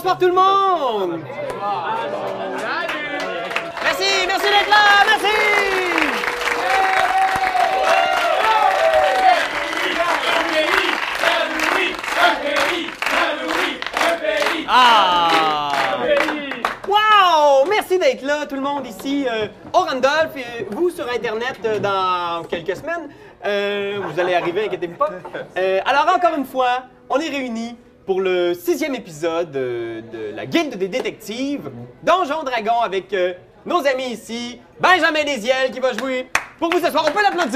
Bonsoir tout le monde! Merci d'être là, merci! Ah! Wow! Merci d'être là, tout le monde ici au Randolph et vous sur Internet dans quelques semaines. Vous allez arriver, inquiétez-vous pas. Alors encore une fois, on est réunis pour le 6e épisode de la Guilde des détectives Donjons Dragons avec nos amis ici, Benjamin Desiel qui va jouer pour vous ce soir. On peut l'applaudir!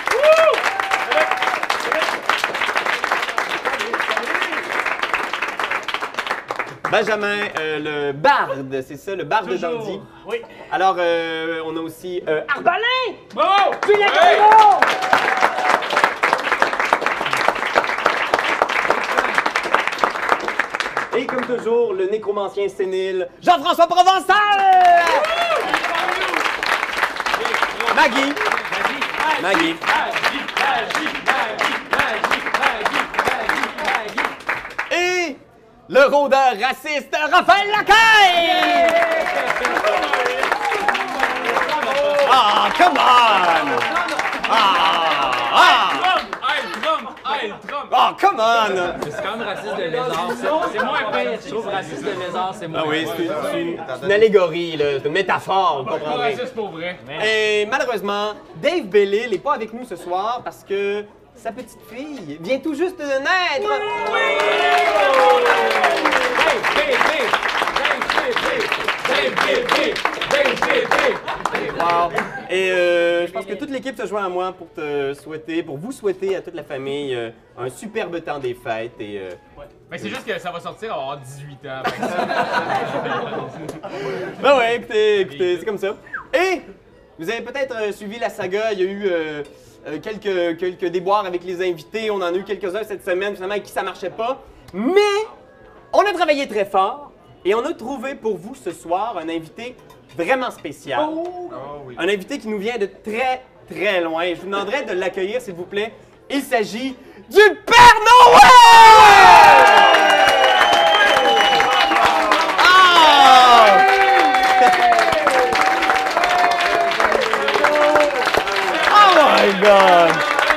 Benjamin, le barde, c'est ça, le barde de Dandy. Oui. Alors, on a aussi Arbalin! Bravo! Julien Hey! Carreau! Et comme toujours, le nécromancien sénile, Jean-François Provençal! Maggie! Maggie! Et le rôdeur raciste, Raphaël Lacaille! Ah, come on! Oh, come on! C'est quand même raciste de lézard. C'est moins pire. Je trouve raciste de lézard, c'est moins Ah oui, pire. c'est une allégorie, là, c'est une métaphore, vous Pas comprendrez. raciste pour vrai. Et malheureusement, Dave Bellil n'est pas avec nous ce soir parce que sa petite fille vient tout juste de naître. Wow. Et je pense que toute l'équipe se joint à moi pour vous souhaiter à toute la famille un superbe temps des fêtes et Mais c'est juste que ça va sortir à avoir 18 ans. ben ouais, écoutez, c'est comme ça. Et vous avez peut-être suivi la saga, il y a eu quelques déboires avec les invités, on en a eu quelques-uns cette semaine, finalement, avec qui ça marchait pas. Mais on a travaillé très fort et on a trouvé pour vous ce soir un invité vraiment spécial. Un invité qui nous vient de très, très loin. Je vous demanderai de l'accueillir, s'il vous plaît. Il s'agit du Père Noël! Ah! Oh my God!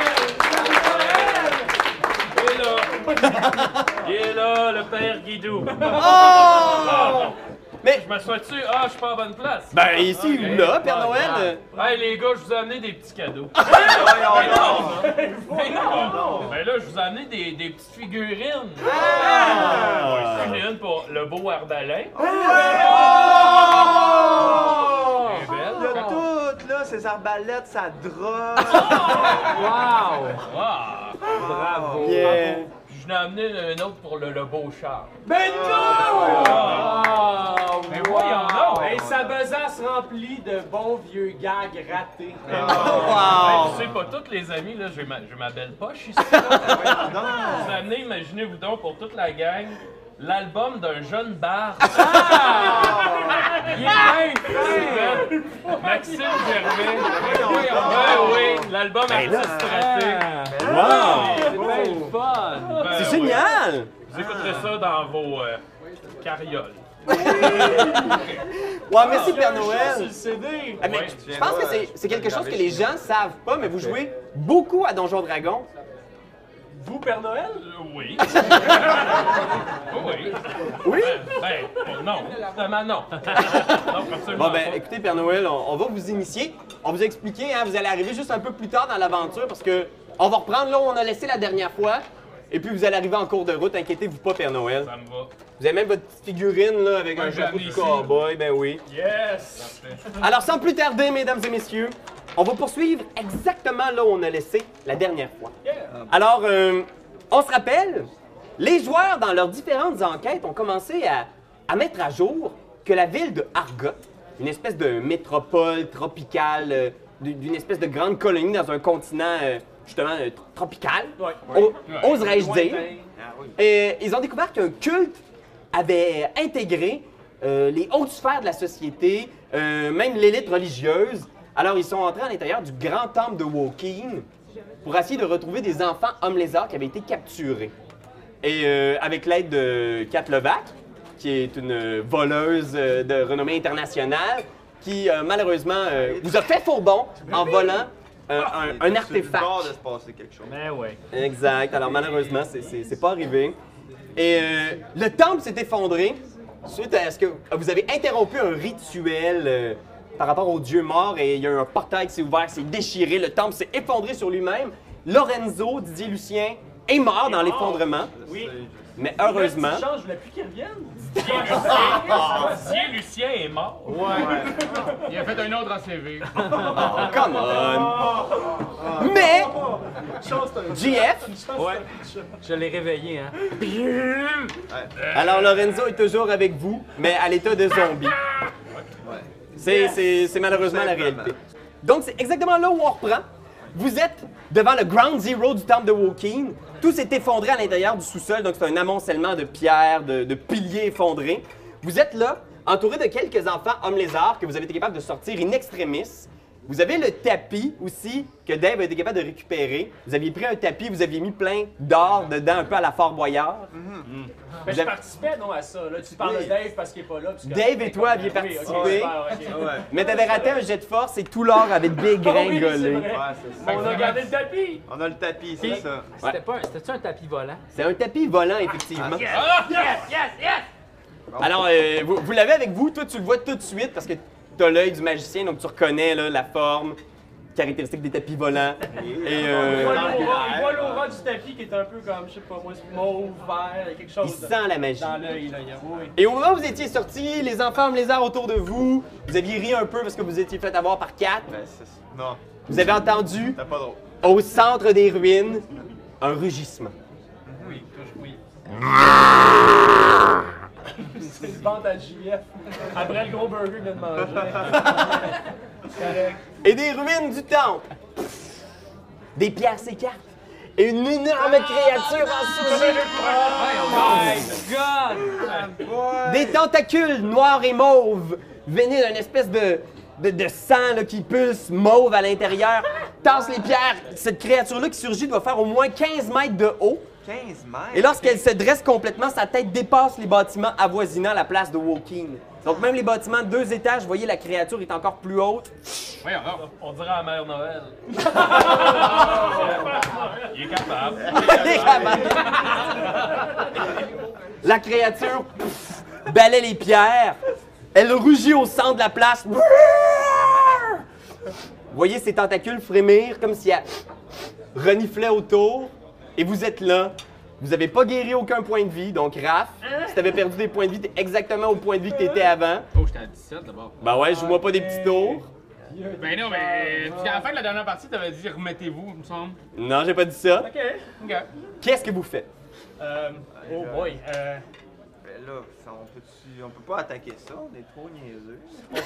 Il est là, le père Guidou. Oh! Mais, Je m'assois-tu? Ah, je suis pas à bonne place. ben ici ou là, Père Noël. Hey les gars, je vous ai amené des petits cadeaux. Ah! Mais non! Ben là, je vous ai amené des petites figurines. J'en ai une pour le beau Arbalin. Elle est belle. Il y a tout, là, ces arbalètes, ça drop. Wow! Ah! Bravo! Yeah. Je vous ai amené une autre pour le beau Charles. Ben non! Oh, Mais voyons donc! Hey, sa besace remplie de bons vieux gags ratés. Ben, Wow! tu sais, pas tous les amis, là, j'ai ma belle poche ici. Là. Je vous ai amené, imaginez-vous donc, pour toute la gang, l'album d'un jeune barde. Il est bien fin! Maxime Gervais. Oui, l'album artiste raté. Wow! C'est bien le fun! Ben, C'est oui. génial! Vous écouterez ça dans vos carrioles. Ouais, merci Père Sur Noël! le CD! Ah, mais Ouais. je pense que c'est quelque chose que les gens savent pas, mais vous jouez beaucoup à Donjons Dragons. Vous, Père Noël? Oui. Oui. Oui? Non. Finalement, non. Non, absolument Bon, ben, pas. écoutez, Père Noël, on va vous initier. On vous a expliqué, hein, vous allez arriver juste un peu plus tard dans l'aventure parce que on va reprendre là où on a laissé la dernière fois. Et puis, vous allez arriver en cours de route. Inquiétez-vous pas, Père Noël. Ça me va. Vous avez même votre petite figurine là, avec un Ouais, chapeau j'en ai de ici. cowboy. Ben oui. Yes! Alors, sans plus tarder, mesdames et messieurs, on va poursuivre exactement là où on a laissé la dernière fois. Alors, on se rappelle, les joueurs, dans leurs différentes enquêtes, ont commencé à mettre à jour que la ville de Argot, une espèce de métropole tropicale, d'une espèce de grande colonie dans un continent, justement, tropical, oserais-je dire. Et ils ont découvert qu'un culte avait intégré les hautes sphères de la société, même l'élite religieuse. Alors, ils sont entrés à l'intérieur du grand temple de Woking pour essayer de retrouver des enfants hommes lézards qui avaient été capturés. Et avec l'aide de Kat Levac, qui est une voleuse de renommée internationale, qui malheureusement vous a fait faux bond en volant un artefact. bord de se passer quelque chose. Ben ouais. Exact. Alors malheureusement, c'est pas arrivé. Et le temple s'est effondré suite à ce que vous avez interrompu un rituel par rapport au dieu mort et il y a eu un portail qui s'est ouvert, s'est déchiré, le temple s'est effondré sur lui-même. Lorenzo, Didier Lucien, est mort dans l'effondrement. Oui. Mais heureusement, Je voulais plus qu'il revienne. Didier Lucien est mort. Il a fait un autre en CV. oh, come on! Mais GF, Ouais. Je l'ai réveillé, hein. alors Lorenzo est toujours avec vous, mais à l'état de zombie. C'est malheureusement la réalité. Donc c'est exactement là où on reprend. Vous êtes devant le Ground Zero du temple de Woking. Tout s'est effondré à l'intérieur du sous-sol, donc c'est un amoncellement de pierres, de piliers effondrés. Vous êtes là, entouré de quelques enfants hommes lézards que vous avez été capable de sortir in extremis. Vous avez le tapis aussi que Dave a été capable de récupérer. Vous aviez pris un tapis, vous aviez mis plein d'or dedans, un peu à la Fort Boyard. Ben, je participais non à ça. Là, tu parles de Dave parce qu'il est pas là. Dave et toi aviez Oui, ok, participé, super, ok. mais t'avais raté un jet de force et tout l'or avait dégringolé. Oui, c'est vrai. Ouais, c'est ça. On a gardé le tapis. On a le tapis, c'est ça. C'était-tu un tapis volant? C'est un tapis volant, effectivement. Yes, yes! Alors, vous l'avez avec vous. Toi, tu le vois tout de suite parce que tu as l'œil du magicien, donc tu reconnais là, la forme caractéristique des tapis volants. Et Il voit l'aura du tapis qui est un peu comme, je sais pas moi, mauve, vert, quelque il chose sent la magie. dans l'œil. Là, oui. Et au moment où vous étiez sortis, les enfants lézards autour de vous, vous aviez ri un peu parce que vous étiez fait avoir par 4. Ben, non, Vous avez entendu, c'est pas drôle. au centre des ruines, un rugissement. Oui, toujours oui. C'est une bande à JF. Après le gros burger qu'il vient de manger. Correct. Et des ruines du temple. Des pierres s'écartent. Et une énorme créature en surgit. God! Des tentacules noirs et mauves venus d'une espèce de sang là, qui pulse mauve à l'intérieur. Tasse les pierres. Cette créature-là qui surgit doit faire au moins 15 mètres de haut. 15 mètres. Et lorsqu'elle se dresse complètement, sa tête dépasse les bâtiments avoisinant la place de Woking. Donc même les bâtiments de 2 étages, vous voyez, la créature est encore plus haute. Voyons donc. On dirait à Mère Noël. Il est capable. Elle est capable. La créature balaie les pierres. Elle rugit au centre de la place. Vous voyez ses tentacules frémir comme si elle reniflait autour. Et vous êtes là. Vous n'avez pas guéri aucun point de vie. Donc, Raph, si tu avais perdu des points de vie, t'es exactement au point de vie que tu étais avant. Oh, j'étais à 17 d'abord. Ben ouais, joue-moi pas des petits tours. Ben non, mais. Puis à la fin de la dernière partie, t'avais dit remettez-vous, il me semble. Non, j'ai pas dit ça. OK. Ok. Qu'est-ce que vous faites? Oh boy. Ben là, on peut pas attaquer ça, on est trop niaiseux.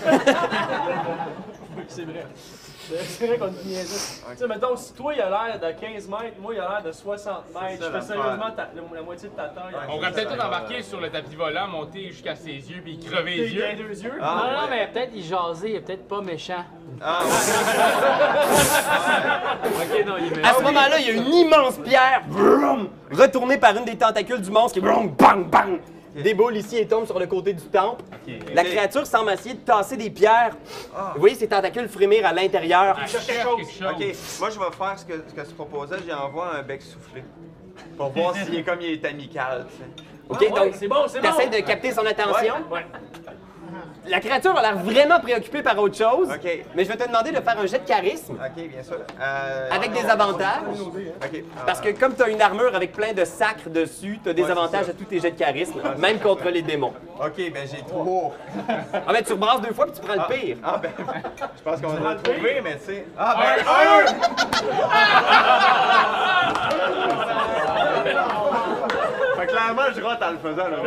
C'est vrai. C'est vrai qu'on est niaiseux. Tu sais, mettons, si toi, il a l'air de 15 mètres, moi, il a l'air de 60 mètres. ça, Je fais l'affaire. sérieusement la moitié de ta taille. On pourrait peut-être tout embarquer sur le tapis volant, monter jusqu'à ses yeux, puis crever les Il a yeux. 2 yeux. Ah, Non, mais peut-être il jasait, il est peut-être pas méchant. Ah, Ok, non, il est À méchant. ce moment-là, il y a une immense pierre vroom, retournée par une des tentacules du monstre qui vroom, bang, bang, déboule ici et tombe sur le côté du temple. La créature semble essayer de tasser des pierres. Vous voyez ses tentacules frémir à l'intérieur. Elle cherche quelque chose. ok, moi je vais faire ce que tu proposais, j'y envoie un bec soufflé. Pour voir s'il est comme il est amical, tu sais. OK, Ouais, donc c'est bon, c'est bon. t'essaies de capter son attention. Ouais. La créature a l'air vraiment préoccupée par autre chose. OK. Mais je vais te demander de faire un jet de charisme Ok, bien sûr. avec des avantages. Ok. Parce que comme tu as une armure avec plein de sacres dessus, tu as des Ouais, avantages c'est à tous tes jets de charisme, même contre les démons. Ok, ben j'ai trop. Ah ben tu rebrasses 2 fois puis tu prends le pire. Ah ben, je pense qu'on va le trouver, mais tu sais. Ah ben, Fait que clairement, je rate en le faisant, là.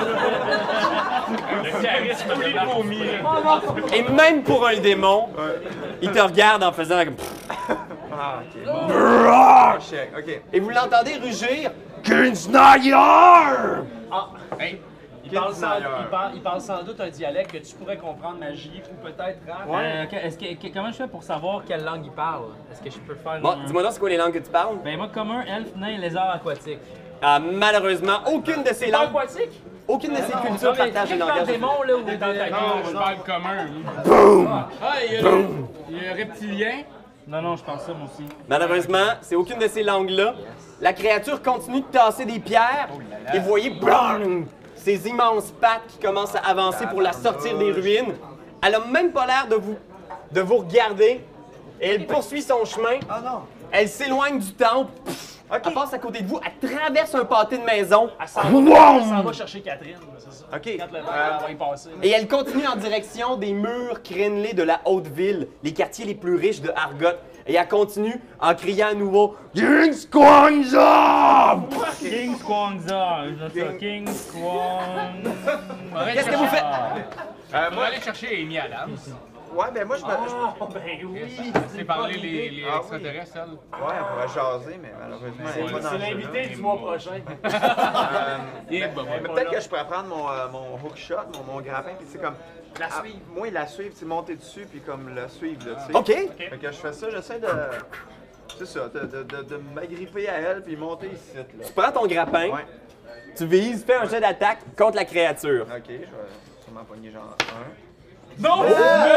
Le charisme de la vomi. Et même pour un démon, il te regarde en faisant comme... Ah, ok. Bon. Check, ok. Et vous l'entendez rugir. Kinsnayar! Hey, Il parle sans doute un dialecte que tu pourrais comprendre, magie, ou peut-être rap. Comment je fais pour savoir quelle langue il parle? Est-ce que je peux faire... Bon, dis-moi donc c'est quoi les langues que tu parles? Ben moi, commun, elfe, nain, lézard aquatique. Ah, malheureusement, aucune de ces C'est pas langues... aquatique? Aucune de ces cultures partage le langage. démon, là, ou Non, je parle commun. Boum! Ah, il y a un reptilien. Non, je pense ça, moi aussi. Malheureusement, c'est aucune de ces langues-là. La créature continue de tasser des pierres. Et vous voyez, brrr, ces immenses pattes qui commencent à avancer pour la sortir des ruines. Elle a même pas l'air de vous regarder. Et elle poursuit son chemin. Ah non! Elle s'éloigne du temple. Elle passe à côté de vous. Elle traverse un pâté de maison. Elle s'en va chercher Catherine, c'est ça. OK. Quand le vent va y passer. Et elle continue en direction des murs crénelés de la haute ville, les quartiers les plus riches de Argot. Et elle continue en criant à nouveau King's Kwanzaa! King Kwanzaa, je sais ça. King Kwanzaa. Qu'est-ce que vous faites? On va aller chercher Amy Adams. Ouais, ben moi, je me. Oh, ben oui! C'est parler les Ah oui. extraterrestres, elle. Ouais, on pourrait jaser, mais malheureusement, elle est pas dans C'est le jeu, l'invité là. du mois prochain. Et bah, Mais peut-être que je pourrais prendre mon hook shot, mon grappin, puis c'est comme. La suivre. Moi, la suivre, c'est monter dessus, puis comme le suivre, là, tu sais. OK. Fait que je fais ça, j'essaie de. C'est ça, de m'agripper à elle, puis monter ici, là. Tu prends ton grappin, Ouais. tu vises, fais un jet d'attaque contre la créature. Ok, je vais sûrement pogner genre Non!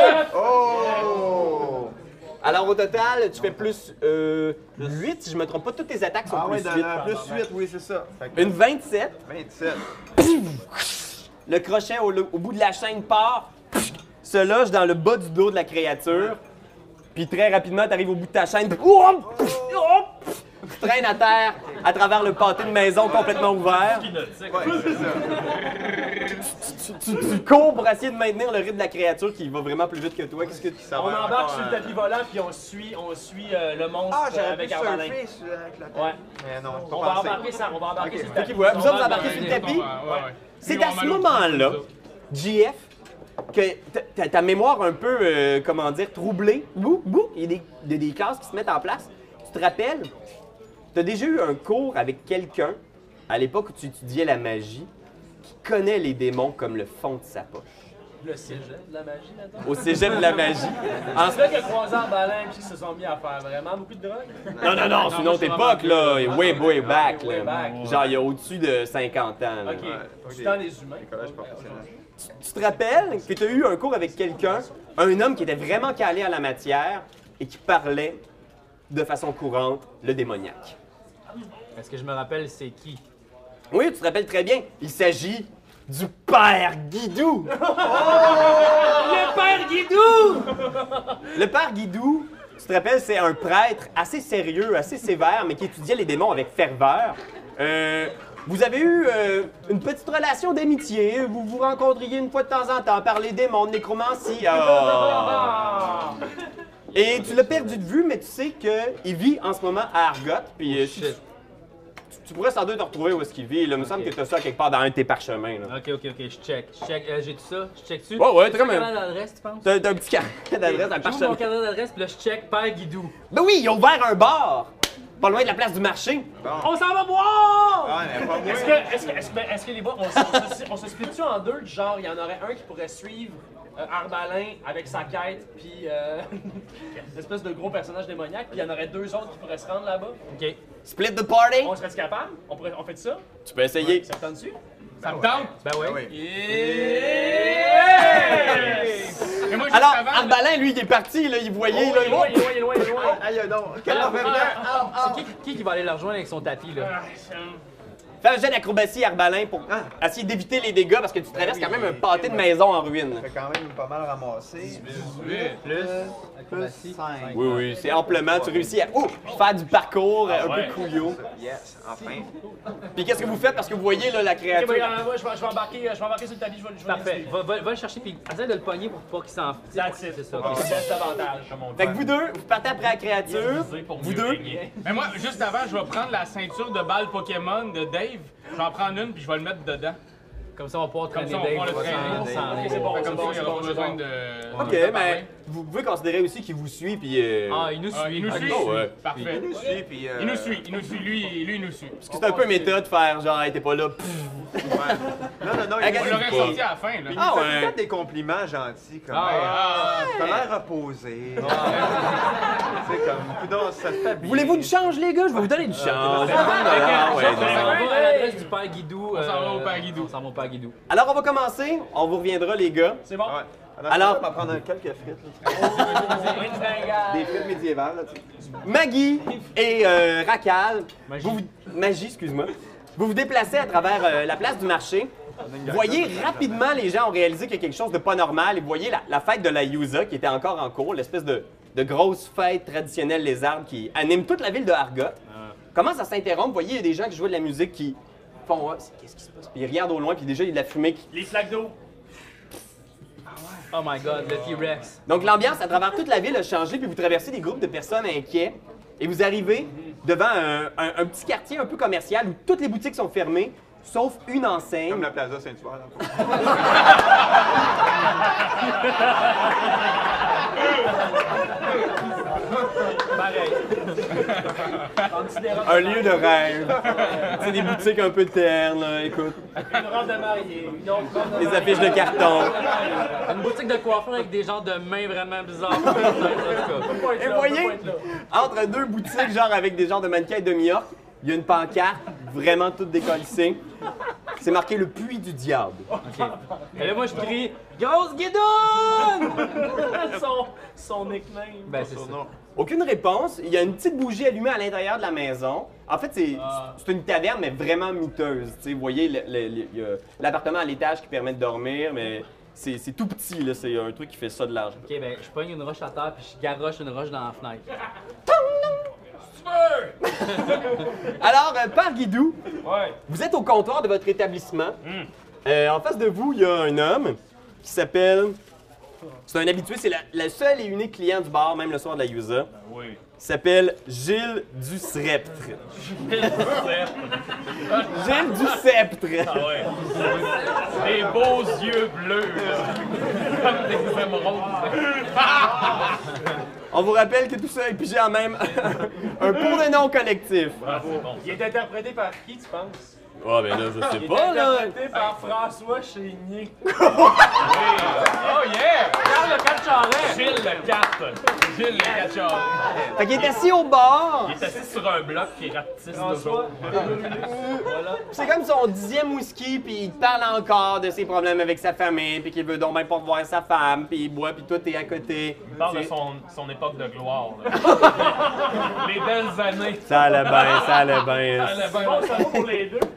Oh! Alors au total, tu fais plus 8, si je me trompe pas, toutes tes attaques sont Ah plus ouais, 8. plus 8, oui, c'est ça. Fait que Une 27, 27. le crochet au bout de la chaîne part, se loge dans le bas du dos de la créature, puis très rapidement, tu arrives au bout de ta chaîne, tu traînes à terre à travers le pâté de maison complètement ouvert. Ouais, c'est ça. Tu cours pour essayer de maintenir le rythme de la créature qui va vraiment plus vite que toi. Qu'est-ce que tu Ça On va embarque encore, sur le tapis volant puis on suit le monstre Ah, j'aurais avec pu Arbalin. surfer sur avec la tête. Ouais. Mais non, On va embarquer ça, on va embarquer Ok. sur le Ok, tapis. voilà. Vous autres, vous On va embarquez sur le tapis. C'est Puis on à va ce à l'autre moment-là, bout, JF, que ta mémoire un peu, comment dire, troublée, il y a des classes qui se mettent en place. Tu te rappelles, tu as déjà eu un cours avec quelqu'un, à l'époque où tu étudiais la magie, qui connaît les démons comme le fond de sa poche. Le cégep de la magie, maintenant. Au cégep de la magie. En- C'est là qu'il y a croisé Arbalin puis qu'ils se sont mis à faire vraiment beaucoup de drogue. Non, c'est une autre époque, là. Way back, Way là. back. Genre, il y a au-dessus de 50 ans, là. Ok, du temps des humains. Collège professionnel. Tu te rappelles que tu as eu un cours avec quelqu'un, un homme qui était vraiment calé à la matière et qui parlait de façon courante le démoniaque. Est-ce que je me rappelle c'est qui? Oui, tu te rappelles très bien. Il s'agit du Père Guidou. Le Père Guidou! Le Père Guidou, tu te rappelles, c'est un prêtre assez sérieux, assez sévère, mais qui étudiait les démons avec ferveur. Vous avez eu une petite relation d'amitié. Vous vous rencontriez une fois de temps en temps par les démons de nécromancie. Ah. Et tu l'as perdu de vue, mais tu sais qu'il vit en ce moment à Argot. Puis tu pourrais sans doute te retrouver où est-ce qu'il vit. Là. Il me semble que tu as ça quelque part dans un de tes parchemins. Là. Ok, je check. J'ai tout ça, je check dessus. Ouais, très bien. Tu as l'adresse, tu penses? T'as un petit carnet d'adresse, un J'ouvre mon parchemin. carnet d'adresse, puis là, je check Père Guidou. Ben oui, il a ouvert un bar. Pas loin de la place du marché. On s'en va boire! Ah, mais pas moi. Est-ce que les bois, on se split-tu en deux? Genre, il y en aurait un qui pourrait suivre Arbalin avec sa quête, puis une espèce de gros personnage démoniaque, puis il y en aurait deux autres qui pourraient se rendre là-bas. Ok. Split the party. On serait capable? On fait ça? Tu peux essayer. Ça te tente dessus? Ça me tente? Ben ouais. Oui. Et moi, juste Alors, avant, Arbalin, lui, il est parti, là, il voyait, là, Il est loin, il est loin. Aïe, donc. Quel enfer. C'est qui va aller le rejoindre avec son tapis, là? Fais un jet d'acrobatie, Arbalin, pour essayer d'éviter les dégâts, parce que tu traverses quand même un pâté de maison en ruine. Ça fait quand même pas mal ramasser. Plus. Plus 5. Oui, c'est amplement. Tu réussis à faire du parcours un peu couillot. Yes, enfin. Puis qu'est-ce que vous faites? Parce que vous voyez, là, la Ok, créature... moi, je vais embarquer sur le tapis, je vais Parfait. Va le chercher, puis essaie de le pogner pour pas qu'il s'en... That's it. C'est ça. Ok, c'est davantage. Fait que vous deux, vous partez après la créature. Vous deux. Mais moi, juste avant, je vais prendre la ceinture de balle Pokémon de Dave. Je vais en prendre une, puis je vais le mettre dedans. Comme ça, on va pouvoir Comme traîner ça, on va pouvoir le Dave. traîner. Ok, c'est bon, Comme ça, il n'y aura pas c'est besoin bon. de... OK, mais vous pouvez considérer aussi qu'il vous suit, puis... Ah, il nous suit. Il nous suit. Oh, ouais. Parfait. Il nous suit, puis... Il nous suit. Lui, il nous suit. Parce que c'est un peu méta de faire genre, hey, t'es pas là. Ouais. Non, Ah, il On Regarde, l'aurait pas. sorti à la fin, là. il nous Ah, fait ouais. tout le temps des compliments gentils, comme t'as l'air reposé. C'est comme, coudonc, ça te fait bien. Voulez-vous du change, les gars? Je vais vous donner du change. Ah, ouais, On non. s'en va à l'adresse du père Guidou. On s'en va au père Guidou. On s'en va au père Guidou. Alors, on va commencer. On vous reviendra, les gars. C'est bon. Ouais. Alors- on va prendre quelques frites. Là. Des frites médiévales, là, tu sais. Maggie et Racal, Magie, excuse-moi. Vous vous déplacez à travers la place du marché. Vous voyez rapidement, les gens ont réalisé qu'il y a quelque chose de pas normal. Et vous voyez la fête de la Yuza qui était encore en cours, l'espèce de grosse fête traditionnelle lézarde qui anime toute la ville de Argot. Commence à s'interrompre. Vous voyez, il y a des gens qui jouent de la musique qui font qu'est-ce qui se passe? Puis ils regardent au loin, puis déjà, il y a de la fumée qui... Les flaques d'eau. Oh my god, le T-Rex. Donc l'ambiance à travers toute la ville a changé, puis vous traversez des groupes de personnes inquiets et vous arrivez devant un petit quartier un peu commercial où toutes les boutiques sont fermées, sauf une enseigne. Comme la Plaza Saint-Hubert. Pareil. Un lieu de rêve. C'est des boutiques un peu ternes, là, écoute. Une robe de mariée, une autre robe de Des mariée. affiches de carton. Une boutique de coiffeur avec des genres de mains vraiment bizarres. En tout cas. Et vous voyez, entre deux boutiques, genre avec des genres de mannequins de New York, il y a une pancarte vraiment toute décollissée. C'est marqué le puits du diable. Et là, moi, je crie Grosse Guidoune! son nickname. Ben, c'est ça. Aucune réponse. Il y a une petite bougie allumée à l'intérieur de la maison. En fait, c'est une taverne, mais vraiment miteuse. Tu sais, vous voyez, il y a l'appartement à l'étage qui permet de dormir, mais c'est tout petit. Là. C'est un truc qui fait ça de l'argent. Ok, ben, je pogne une roche à terre puis je garoche une roche dans la fenêtre. Alors, par Guidou, Ouais. vous êtes au comptoir de votre établissement. En face de vous, il y a un homme qui s'appelle... C'est un habitué, c'est le seul et unique client du bar, même le soir de la Yuza. Oui. Il s'appelle Gilles Duceptre. Gilles Duceptre. Ah ouais. Des beaux yeux bleus, là. Comme des émeraudes. On vous rappelle que tout ça est pigé en même un pour de nom collectif. Ah, c'est bon. Il est interprété par qui, tu penses? Ah, ben là, je sais Il est pas, là. interprété par François Chénier. Oh yeah! Regarde le 4 charrets! Gilles le 4. Gilles le 4 charrets. Fait qu'il est assis au bar. Il est assis sur un bloc qui rapetisse François, voilà. C'est comme son 10e whisky, puis il te parle encore de ses problèmes avec sa famille, puis qu'il veut donc bien pas revoir sa femme, puis il boit, puis toi, t'es à côté. Il parle de son époque de gloire. Là. Les belles années. Ça allait bien, ça allait bien. Ah, le Bon, ça va pour les deux.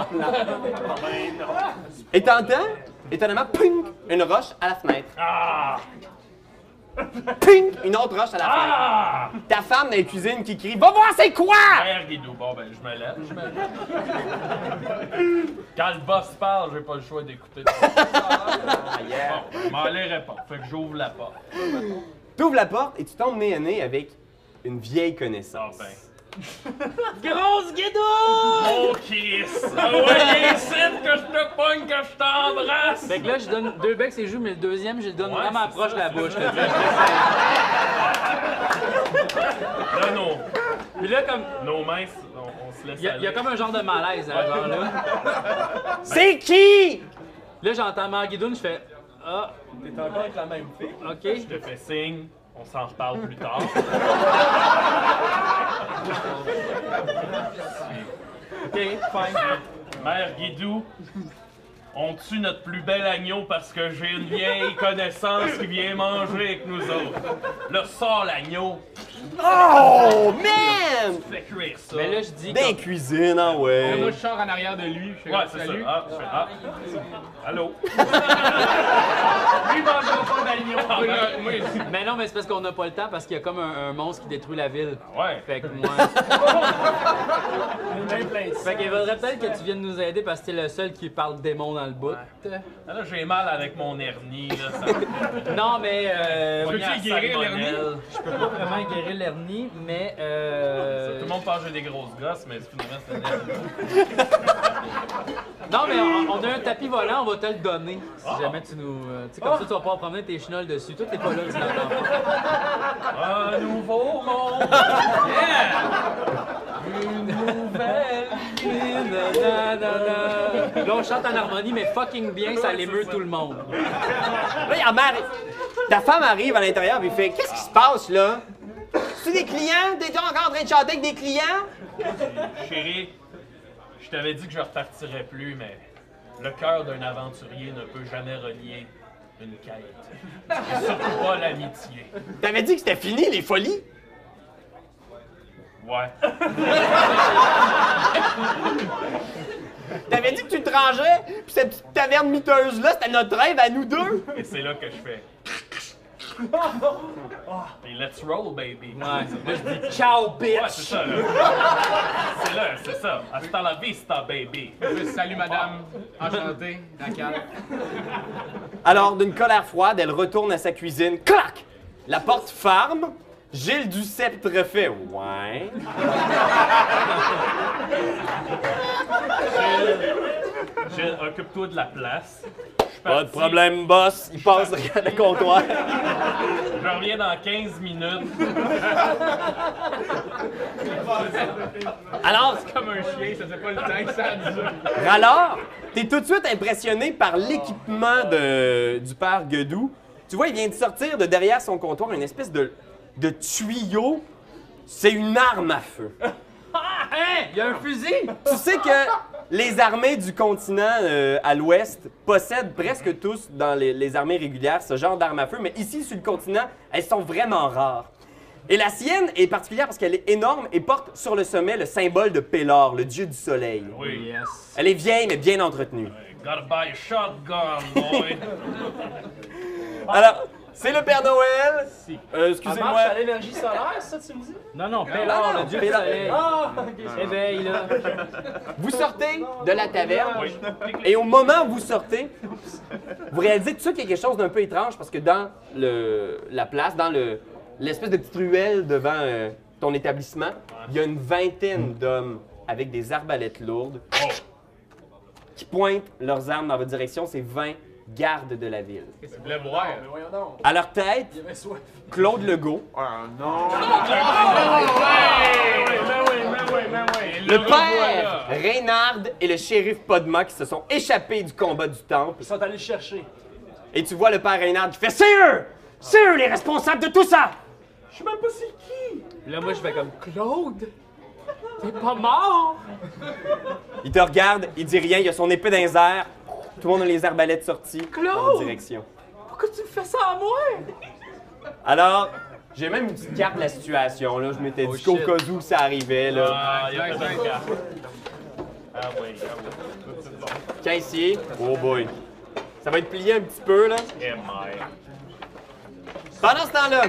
Et t'entends, étonnamment, ping, une roche à la fenêtre. Ah! Ping, une autre roche à la fenêtre. Ah! Ta femme dans la cuisine qui crie « Va voir c'est quoi! Père Guido. Bon, ben, je me lève. Quand le boss parle, j'ai pas le choix d'écouter. Bon, je m'en allairai pas. Fait que j'ouvre la porte. » T'ouvres la porte et tu tombes nez à nez avec une vieille Ah, connaissance. ben. Grosse Guidoune! Oh, Chris! Ah ouais, incite que je te pogne, que je t'embrasse! Fait que là, je donne 2 becs et joues, mais le deuxième, je le donne Ouais, vraiment c'est proche ça, de la c'est bouche. ça. là. Là, Puis là, comme. nos mains, on se laisse Il y a aller. comme un genre de malaise, hein, genre là. C'est qui? Là, j'entends Mère Guidoune, je fais Ah, T'es encore avec la même fille. ok. Je te fais signe, on s'en reparle plus tard. Ok, fine. Mère Guidou, on tue notre plus bel agneau parce que j'ai une vieille connaissance qui vient manger avec nous autres. Là, sors l'agneau, Oh, man! fais cuire ça. Mais là, je dis. Dans la cuisine, ah Là, ouais. moi, je sors en arrière de lui. Je fais Ouais, c'est ça. salut. Ah, je fais, ah. Allô? Lui mangera pas d'agneau. Ah, moi, Mais non, mais c'est parce qu'on n'a pas le temps parce qu'il y a comme un monstre qui détruit la ville. Ouais. Fait que moi. Même plein de Fait qu'il faudrait peut-être que tu viennes nous aider parce que t'es le seul qui parle démon dans le bout. Ah, là, j'ai mal avec mon hernie, là. Ça... Non, mais. Peux-tu Pogné à guérir salmonelle. l'hernie? Je peux pas vraiment guérir l'hernie, mais. Tout le monde pense que j'ai des grosses gosses, mais finalement, c'est une hernie. Non, mais on a un tapis volant, on va te le donner. Si jamais tu nous. Tu sais, comme ça, tu vas pouvoir promener tes chenolles dessus. Toi, t'es pas là, tu l'entends pas. Un nouveau monde! Une nouvelle vie, nanana. Là, on chante en harmonie, mais fucking bien, ça l'émeut tout le monde. Là, il y a mère. Ta femme arrive à l'intérieur et fait qu'est-ce qui se passe là? C'est des clients? T'es déjà encore en train de chanter avec des clients? Chérie, je t'avais dit que je repartirais plus, mais le cœur d'un aventurier ne peut jamais relier une quête. Et surtout pas l'amitié. T'avais dit que c'était fini, les folies? Ouais. T'avais dit que tu te rangerais, puis cette petite taverne miteuse-là, c'était notre rêve à nous deux. Et c'est là que je fais. Et let's roll, baby. Ouais. Là, je dis ciao, bitch! Ouais, c'est ça, là. C'est ça. Hasta la vista, baby. Salut, madame. Enchanté. D'accord. Alors, d'une colère froide, elle retourne à sa cuisine. Clac! La porte ferme. Gilles du Sceptre fait ouais. Gilles, occupe-toi de la place. Pas de problème, boss. Il passe derrière le comptoir. Je reviens dans 15 minutes. Alors, Comme un chien, ça fait pas le temps que ça dure. alors, t'es tout de suite impressionné par l'équipement du père Guedoux. Tu vois, il vient de sortir de derrière son comptoir une espèce de tuyau. C'est une arme à feu. Hein? Il y a un fusil? Tu sais que les armées du continent à l'ouest possèdent presque tous dans les armées régulières ce genre d'armes à feu, mais ici, sur le continent, elles sont vraiment rares. Et la sienne est particulière parce qu'elle est énorme et porte sur le sommet le symbole de Pélor, le dieu du soleil. Oui. Yes. Elle est vieille, mais bien entretenue. Gotta buy a shotgun, boy. Alors, c'est le Père Noël. Ça Excusez-moi. marche à l'énergie solaire, ça, tu me dis? Non, Pélor, le dieu du soleil. Ah, ok. Éveille, là. Vous sortez de la taverne Oui. et au moment où vous sortez, vous réalisez tout de suite qu'il y a quelque chose d'un peu étrange parce que dans la place, dans l'espèce de petite ruelle devant ton établissement, il y a une vingtaine d'hommes avec des arbalètes lourdes qui pointent leurs armes dans votre direction. C'est 20 gardes de la ville. Mais voyons donc. À leur tête, Il avait soif. Claude Legault, Oh non! le père Reynard et le shérif Podma qui se sont échappés du combat du temple. Ils sont allés le chercher. Et tu vois le père Reynard qui fait « C'est eux! C'est eux les responsables de tout ça! Je sais même pas c'est qui. Là, moi, je fais comme Claude, t'es pas mort? » Il te regarde, il dit rien, il a son épée dans les airs. Tout le monde a les arbalètes sorties dans votre direction. Pourquoi tu me fais ça à moi? Alors, j'ai même une petite carte de la situation. Là. Je m'étais dit qu'au shit. cas où ça arrivait. Là. Ah, il y a pas de carte. Ah oui. Caissier. Oh boy. Ça va être plié un petit peu, là. Eh my. Pendant ce temps-là,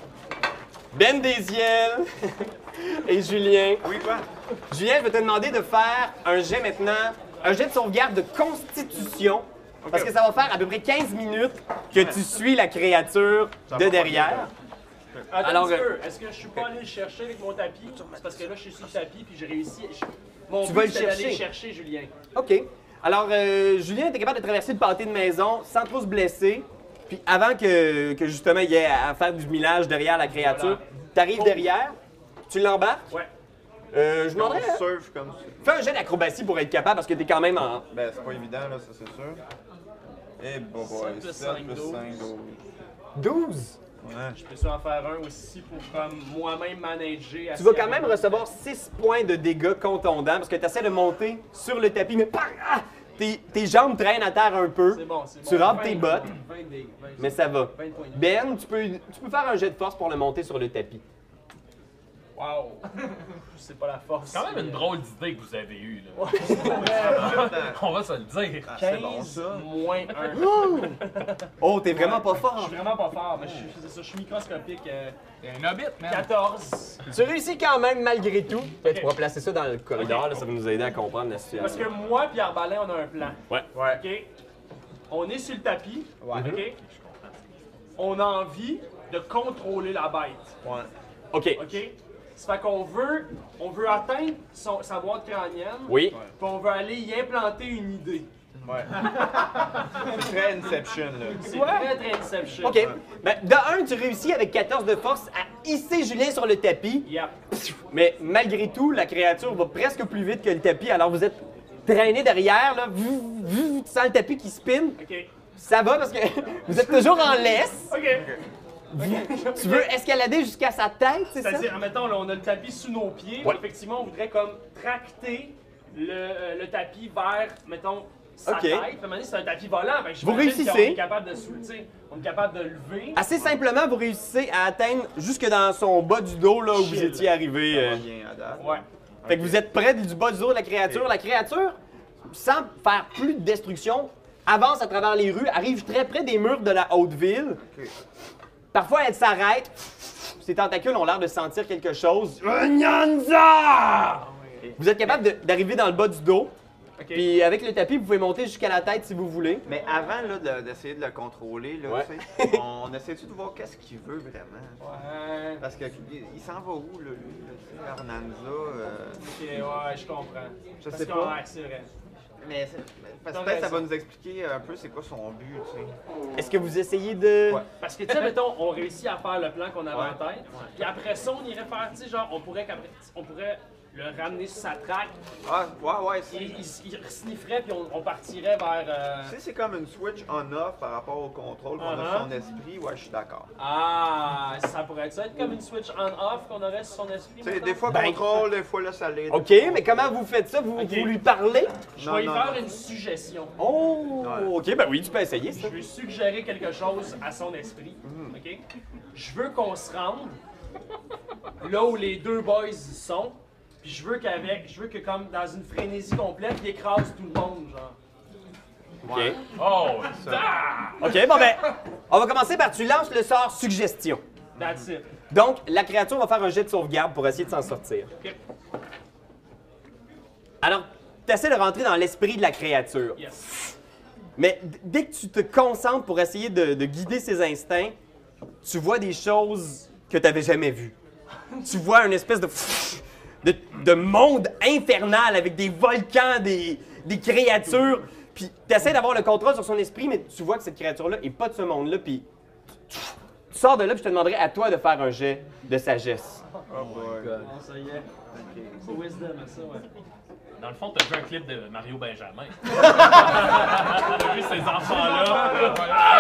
Ben Desiel et Julien. Oui, quoi? Julien, je vais te demander de faire un jet maintenant, un jet de sauvegarde de constitution. Parce que ça va faire à peu près 15 minutes que tu suis la créature de derrière. Attends Alors, un petit peu. Est-ce que je suis pas allé le chercher avec mon tapis? C'est parce que là, je suis sur le tapis puis j'ai réussi. Mon Tu but, vas le c'était d'aller chercher. chercher Julien. OK. Alors, Julien était capable de traverser le pâté de maison sans trop se blesser. Puis avant que justement il y ait à faire du millage derrière la créature, tu arrives derrière, tu l'embarques. Ouais. Je On demanderais, surfe comme ça. fais un jet d'acrobatie pour être capable parce que t'es quand même en Ben, c'est pas évident, là, ça, c'est sûr. Eh, bon, boy, 7 plus 7 5, plus 12. 5, 12. 12. Ouais. Je peux en faire un aussi pour comme moi-même manager. Tu vas quand même recevoir 6 points de dégâts contondants parce que tu essaies de monter sur le tapis, mais pang! Ah! Tes jambes traînent à terre un peu. C'est bon, c'est bon. Tu rampes 20, tes bottes, 20 dégâts, 20, mais ça va. 20 points de Ben, tu peux faire un jet de force pour le monter sur le tapis. Wow! C'est pas la force. C'est quand même une drôle d'idée que vous avez eue, là. Attends. On va se le dire. Ah, 15 c'est bon, ça. moins 1. Oh, t'es vraiment pas Je fort. suis vraiment pas fort, mais c'est ça, je suis microscopique. T'es un hobbit, man. 14. Tu réussis quand même malgré tout. Tu pourras placer ça dans le corridor, là, ça va nous aider à comprendre la Parce situation. que moi et Arbalin, on a un plan. Ouais. OK? On est sur le tapis. OK? On a envie de contrôler la bête. Ouais. OK. OK? Ça fait qu'on veut atteindre sa boîte crânienne. Oui. Puis on veut aller y implanter une idée. Ouais. C'est très Inception, là. C'est très Inception. OK. Ben, de un, tu réussis avec 14 de force à hisser Julien sur le tapis. Yep. Mais malgré tout, la créature va presque plus vite que le tapis. Alors vous êtes traîné derrière, là. Tu sens le tapis qui spin. OK. Ça va parce que vous êtes toujours en laisse. OK. Tu veux escalader jusqu'à sa tête, c'est ça? C'est-à-dire, mettons, là, on a le tapis sous nos pieds. Ouais. Effectivement, on voudrait comme tracter le tapis vers, mettons, sa OK. tête. Puis, à un moment donné, c'est un tapis volant. Fait que Vous j'imagine réussissez. qu'on est capable de soulever, on est capable de lever. Assez simplement, vous réussissez à atteindre jusque dans son bas du dos, là où vous Chill. étiez arrivé. Ça va bien à date. Ouais. Fait que vous êtes près du bas du dos de la créature. Ok. La créature, sans faire plus de destruction, avance à travers les rues, arrive très près des murs de la haute ville. Ok. Parfois, elle s'arrête. Ses tentacules ont l'air de sentir quelque chose. Nyanza! Vous êtes capable d'arriver dans le bas du dos. OK. Puis avec le tapis, vous pouvez monter jusqu'à la tête si vous voulez. Mais avant là, d'essayer de le contrôler, là, Ouais. tu sais, on essaie-tu de voir qu'est-ce qu'il veut vraiment? Ouais. Parce que il s'en va où, là, lui? Là, tu sais, Hernanza? OK, ouais, je comprends. Je Parce sais que, pas. ouais, c'est vrai. Mais parce que T'as peut-être ça raison. va nous expliquer un peu c'est quoi son but, tu sais. Est-ce que vous essayez de... Ouais. Parce que, tu sais, mettons, on réussit à faire le plan qu'on avait Ouais. en tête. Puis après ça, on irait faire, tu sais, genre, on pourrait le ramener sur sa traque. Ah, ouais, Il snifferait, puis on partirait vers. Si c'est comme une switch on-off par rapport au contrôle qu'on a Uh-huh. sur son esprit, ouais, je suis d'accord. Ah, ça pourrait être ça, être comme une switch on-off qu'on aurait sur son esprit. Tu sais, mettons? des fois Ben, contrôle, des fois là, ça l'est. OK, mais comment vous faites ça? Vous, Ok. vous lui parlez? Je vais lui faire une suggestion. Oh! Ouais. OK, ben oui, tu peux essayer ça. Je vais suggérer quelque chose à son esprit. OK? Je veux qu'on se rende là où les deux boys sont. Puis je veux que comme dans une frénésie complète, il écrase tout le monde, genre. OK. Oh! OK, bon ben, on va commencer par tu lances le sort suggestion. That's it. Donc, la créature va faire un jet de sauvegarde pour essayer de s'en sortir. OK. Alors, tu essaies de rentrer dans l'esprit de la créature. Yes. Mais dès que tu te concentres pour essayer de guider ses instincts, tu vois des choses que tu n'avais jamais vues. Tu vois une espèce de monde infernal avec des volcans, des créatures. Puis tu essaies d'avoir le contrôle sur son esprit, mais tu vois que cette créature-là n'est pas de ce monde-là. Puis tu sors de là, puis je te demanderai à toi de faire un jet de sagesse. Oh boy. Ça y est. C'est wisdom, ça, ouais. Dans le fond, t'as vu un clip de Mario Benjamin. T'as vu ces enfants-là?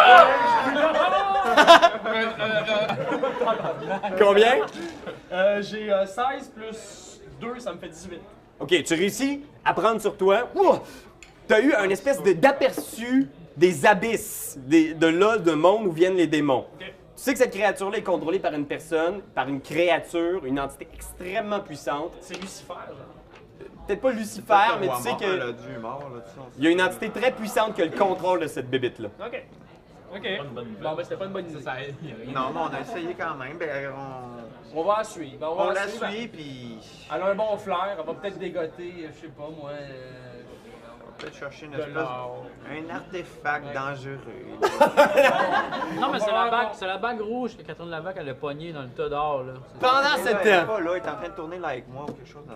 Combien? J'ai 16 plus 2, ça me fait 18. OK, tu réussis à prendre sur toi. Tu as eu un espèce d'aperçu des abysses, de monde où viennent les démons. OK. Tu sais que cette créature-là est contrôlée par une personne, par une créature, une entité extrêmement puissante. C'est Lucifer, genre. Peut-être pas Lucifer, mais tu sais Elle que a dû mort, là, tu sais, on il y a une entité très puissante qui a le contrôle de cette bébite-là. OK. OK. Pas une bonne nouvelle. Bon, ben, c'était pas une bonne idée. Non, mais on a essayé quand même. Ben, On va la suivre. Ben, on va la suivre. suit, puis Elle a un bon flair, elle va peut-être dégoter, je sais pas moi. on va peut-être chercher une De espèce l'or. un artefact dangereux. Non, mais c'est la bague rouge que Catherine Lavac elle a pognée dans le tas d'or, là. C'est- Pendant Elle cette... est pas là, elle est en train de tourner là avec moi ou quelque chose.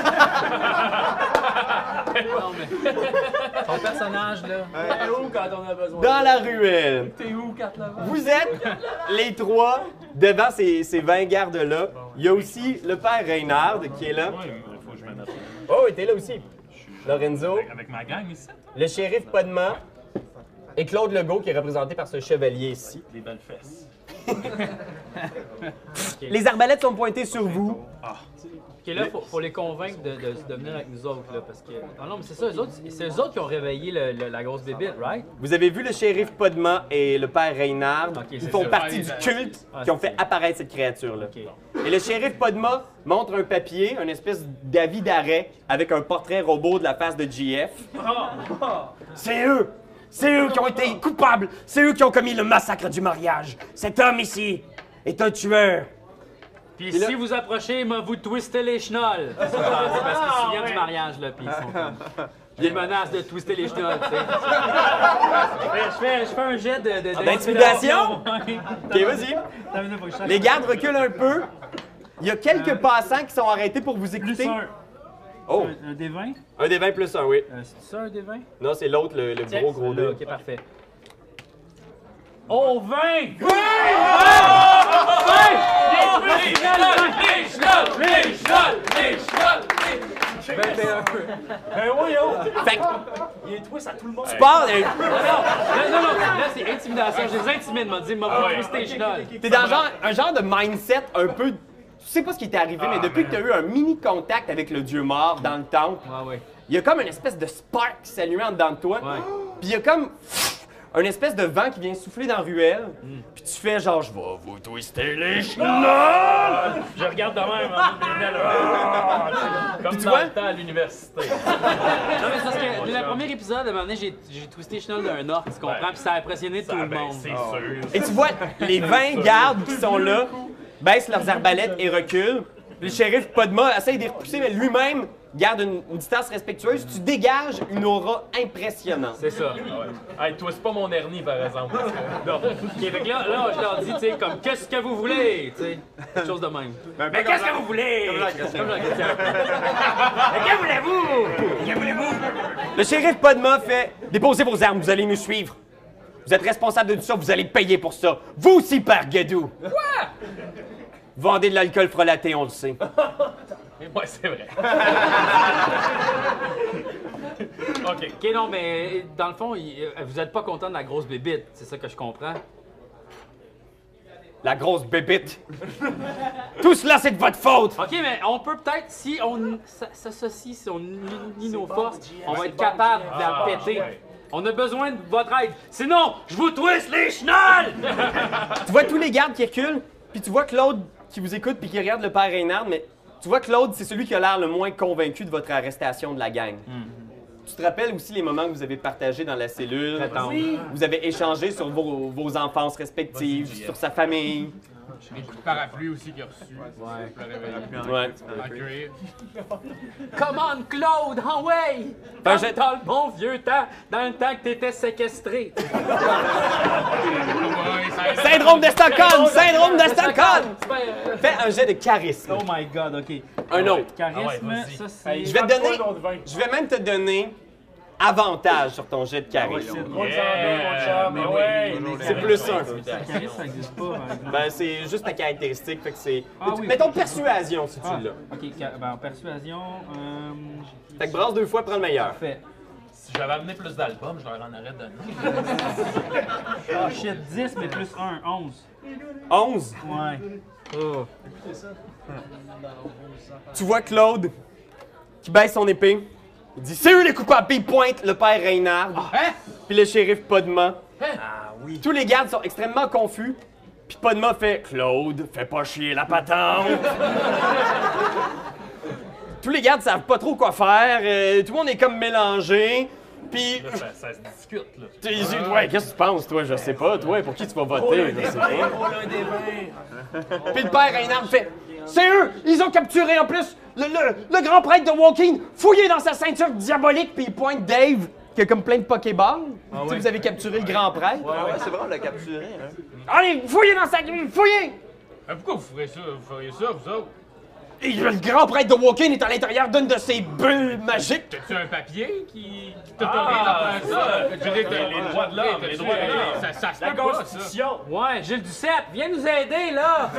Non, mais. Son personnage, là. T'es où quand on a besoin? Dans la ruelle, T'es où, Kat Lava? vous êtes les trois devant ces 20 gardes-là. Il y a aussi le père Reynard qui est là. Ouais, il faut que je me mette Oh, il était là aussi. Lorenzo, avec ma gang ici. le shérif Podman et Claude Legault qui est représenté par ce chevalier ici. Des belles fesses. Les arbalètes sont pointées sur vous. Ok, là, faut les convaincre de venir avec nous autres, là, parce que... Ah non, mais c'est ça, c'est eux autres qui ont réveillé la grosse bébite, right? Vous avez vu le shérif Podman et le père Reynard. Ok, Ils c'est font ça. partie du culte Ah, qui ont c'est fait apparaître cette créature-là. Ok. Et le shérif Podman montre un papier, une espèce d'avis d'arrêt avec un portrait robot de la face de GF. C'est eux! C'est eux qui ont été coupables! C'est eux qui ont commis le massacre du mariage! Cet homme ici est un tueur! Puis Et là- si vous approchez, moi, vous twistez les chenolles. C'est ça, c'est parce qu'ils se souviennent du mariage, là, puis ils sont comme... Ils menacent de twister les chenolles, tu sais. Je fais un jet D'intimidation? Ouais. Ok, vas-y. Les gardes reculent un peu. Il y a quelques passants qui sont arrêtés pour vous Plus écouter. 1. Oh, Un des 20. un des 20 plus 1, oui. C'est ça un des 20? Non, c'est l'autre, le gros Là, dé. ok, parfait. Oh, 20! Ben voyons! Fait que Il est twist à tout le monde. tu pars, Non, là, c'est intimidation. Je les intimide, m'a dit, m'a pas twisté chenol. t'es dans un genre de mindset un peu... Tu sais pas ce qui t'est arrivé, mais depuis que t'as eu un mini contact avec le dieu mort dans le temple, Ouais. il y a comme une espèce de spark qui s'allume en dedans de toi. Ouais. Puis il y a comme une espèce de vent qui vient souffler dans la ruelle. Puis tu fais genre, je vais vous twister les chenolles! Je regarde de même en là. Comme tu dans vois? le temps à l'université. Non, mais c'est parce que le premier épisode, à un moment donné, j'ai twisté chenol d'un orc, tu comprends? Ouais. Puis ça a impressionné tout le Ben, monde. c'est sûr. Et tu vois, les 20 gardes qui sont là baissent leurs arbalètes et reculent. Puis le shérif Podma essaye de les repousser, mais lui-même garde une distance respectueuse. Tu dégages une aura impressionnante. C'est ça. Hey, twist pas mon hernie, par exemple. Parce que... Ok, fait que là, je leur dis, tu sais, comme, qu'est-ce que vous voulez? Tu sais, quelque chose de même. Mais Qu'est-ce que vous voulez? Comme la question. Comme la question. Mais que voulez-vous? Que voulez-vous? Le shérif Podma fait « Déposez vos armes, vous allez nous suivre. Vous êtes responsable de tout ça, vous allez payer pour ça. Vous aussi, Père Gadou. » Quoi? Vendez de l'alcool frelaté, on le sait. Ouais, c'est vrai. OK. Ok, non, mais dans le fond, vous êtes pas content de la grosse bébite, c'est ça que je comprends. La grosse bébite. Tout cela, c'est de votre faute. Ok, mais on peut peut-être, si on s'associe, si on unie nos forces, on va être capable de la péter. ouais. On a besoin de votre aide. Sinon, je vous twiste les chenolles! Tu vois tous les gardes qui reculent, puis tu vois Claude qui vous écoute puis qui regarde le Père Reynard, mais tu vois Claude, c'est celui qui a l'air le moins convaincu de votre arrestation de la gang. Tu te rappelles aussi les moments que vous avez partagés dans la cellule. Oui. Vous avez échangé sur vos enfances respectives, sur sa famille. Les coups de parapluie aussi qu'il a reçu. Ouais. Pour le réveiller. Ouais. En cuir. Come on, Claude, en way! Ben, Comme dans le bon vieux temps, dans le temps que t'étais séquestré. Ouais, ça aide. Syndrome de Stockholm! Syndrome de Stockholm! Super. Fais un jet de charisme. Oh my god, ok. Un autre. Charisme, vas-y. ça c'est. Je vais te donner. Pas un autre 20. Je vais même te donner avantage sur ton jet de charisme. Gros de mon chum, mais ouais. C'est plus un. Charisme, ça existe pas, par exemple. Ben, c'est juste ta caractéristique, fait que c'est. Ah oui. Mettons persuasion si tu Ah, l'as. ok, ben, persuasion. Fait que brasse deux fois, prends le meilleur. Parfait. Si j'avais amené plus d'albums, je leur en aurais donné. Ah shit, 10 mais plus 1, 11. 11. Ouais. Oh. Tu vois Claude qui baisse son épée. Il dit c'est eux les coupables, puis il pointe le Père Reynard. Puis le shérif Podma. Ah oui. Tous les gardes sont extrêmement confus. Puis Podma fait Claude, fais pas chier la patente. Tous les gardes savent pas trop quoi faire. Tout le monde est comme mélangé. Puis. Là, ça se discute, là. Tu dis, ouais, qu'est-ce que tu penses, toi? Je sais pas, toi, pour qui tu vas voter? Je sais pas. Puis le Père Reynard fait c'est eux! Ils ont capturé en plus le grand prêtre de Woking, fouillé dans sa ceinture diabolique, puis il pointe Dave, qui a comme plein de Pokéballs. Tu sais, vous avez capturé le grand prêtre. Ouais, c'est vrai, on l'a capturé. Hein. Allez, fouillez dans sa grille, fouillez! Pourquoi vous feriez ça? Vous feriez ça, vous autres? Et le grand prêtre de Woking est à l'intérieur d'une de ses bulles magiques. T'as-tu un papier qui t'autorise Ah, à faire ça? ça, Je veux dire, les droits de l'homme, les droits de l'homme. Ça se La peut pas, ça. Constitution. Ouais, Gilles Duceppe, viens nous aider, là!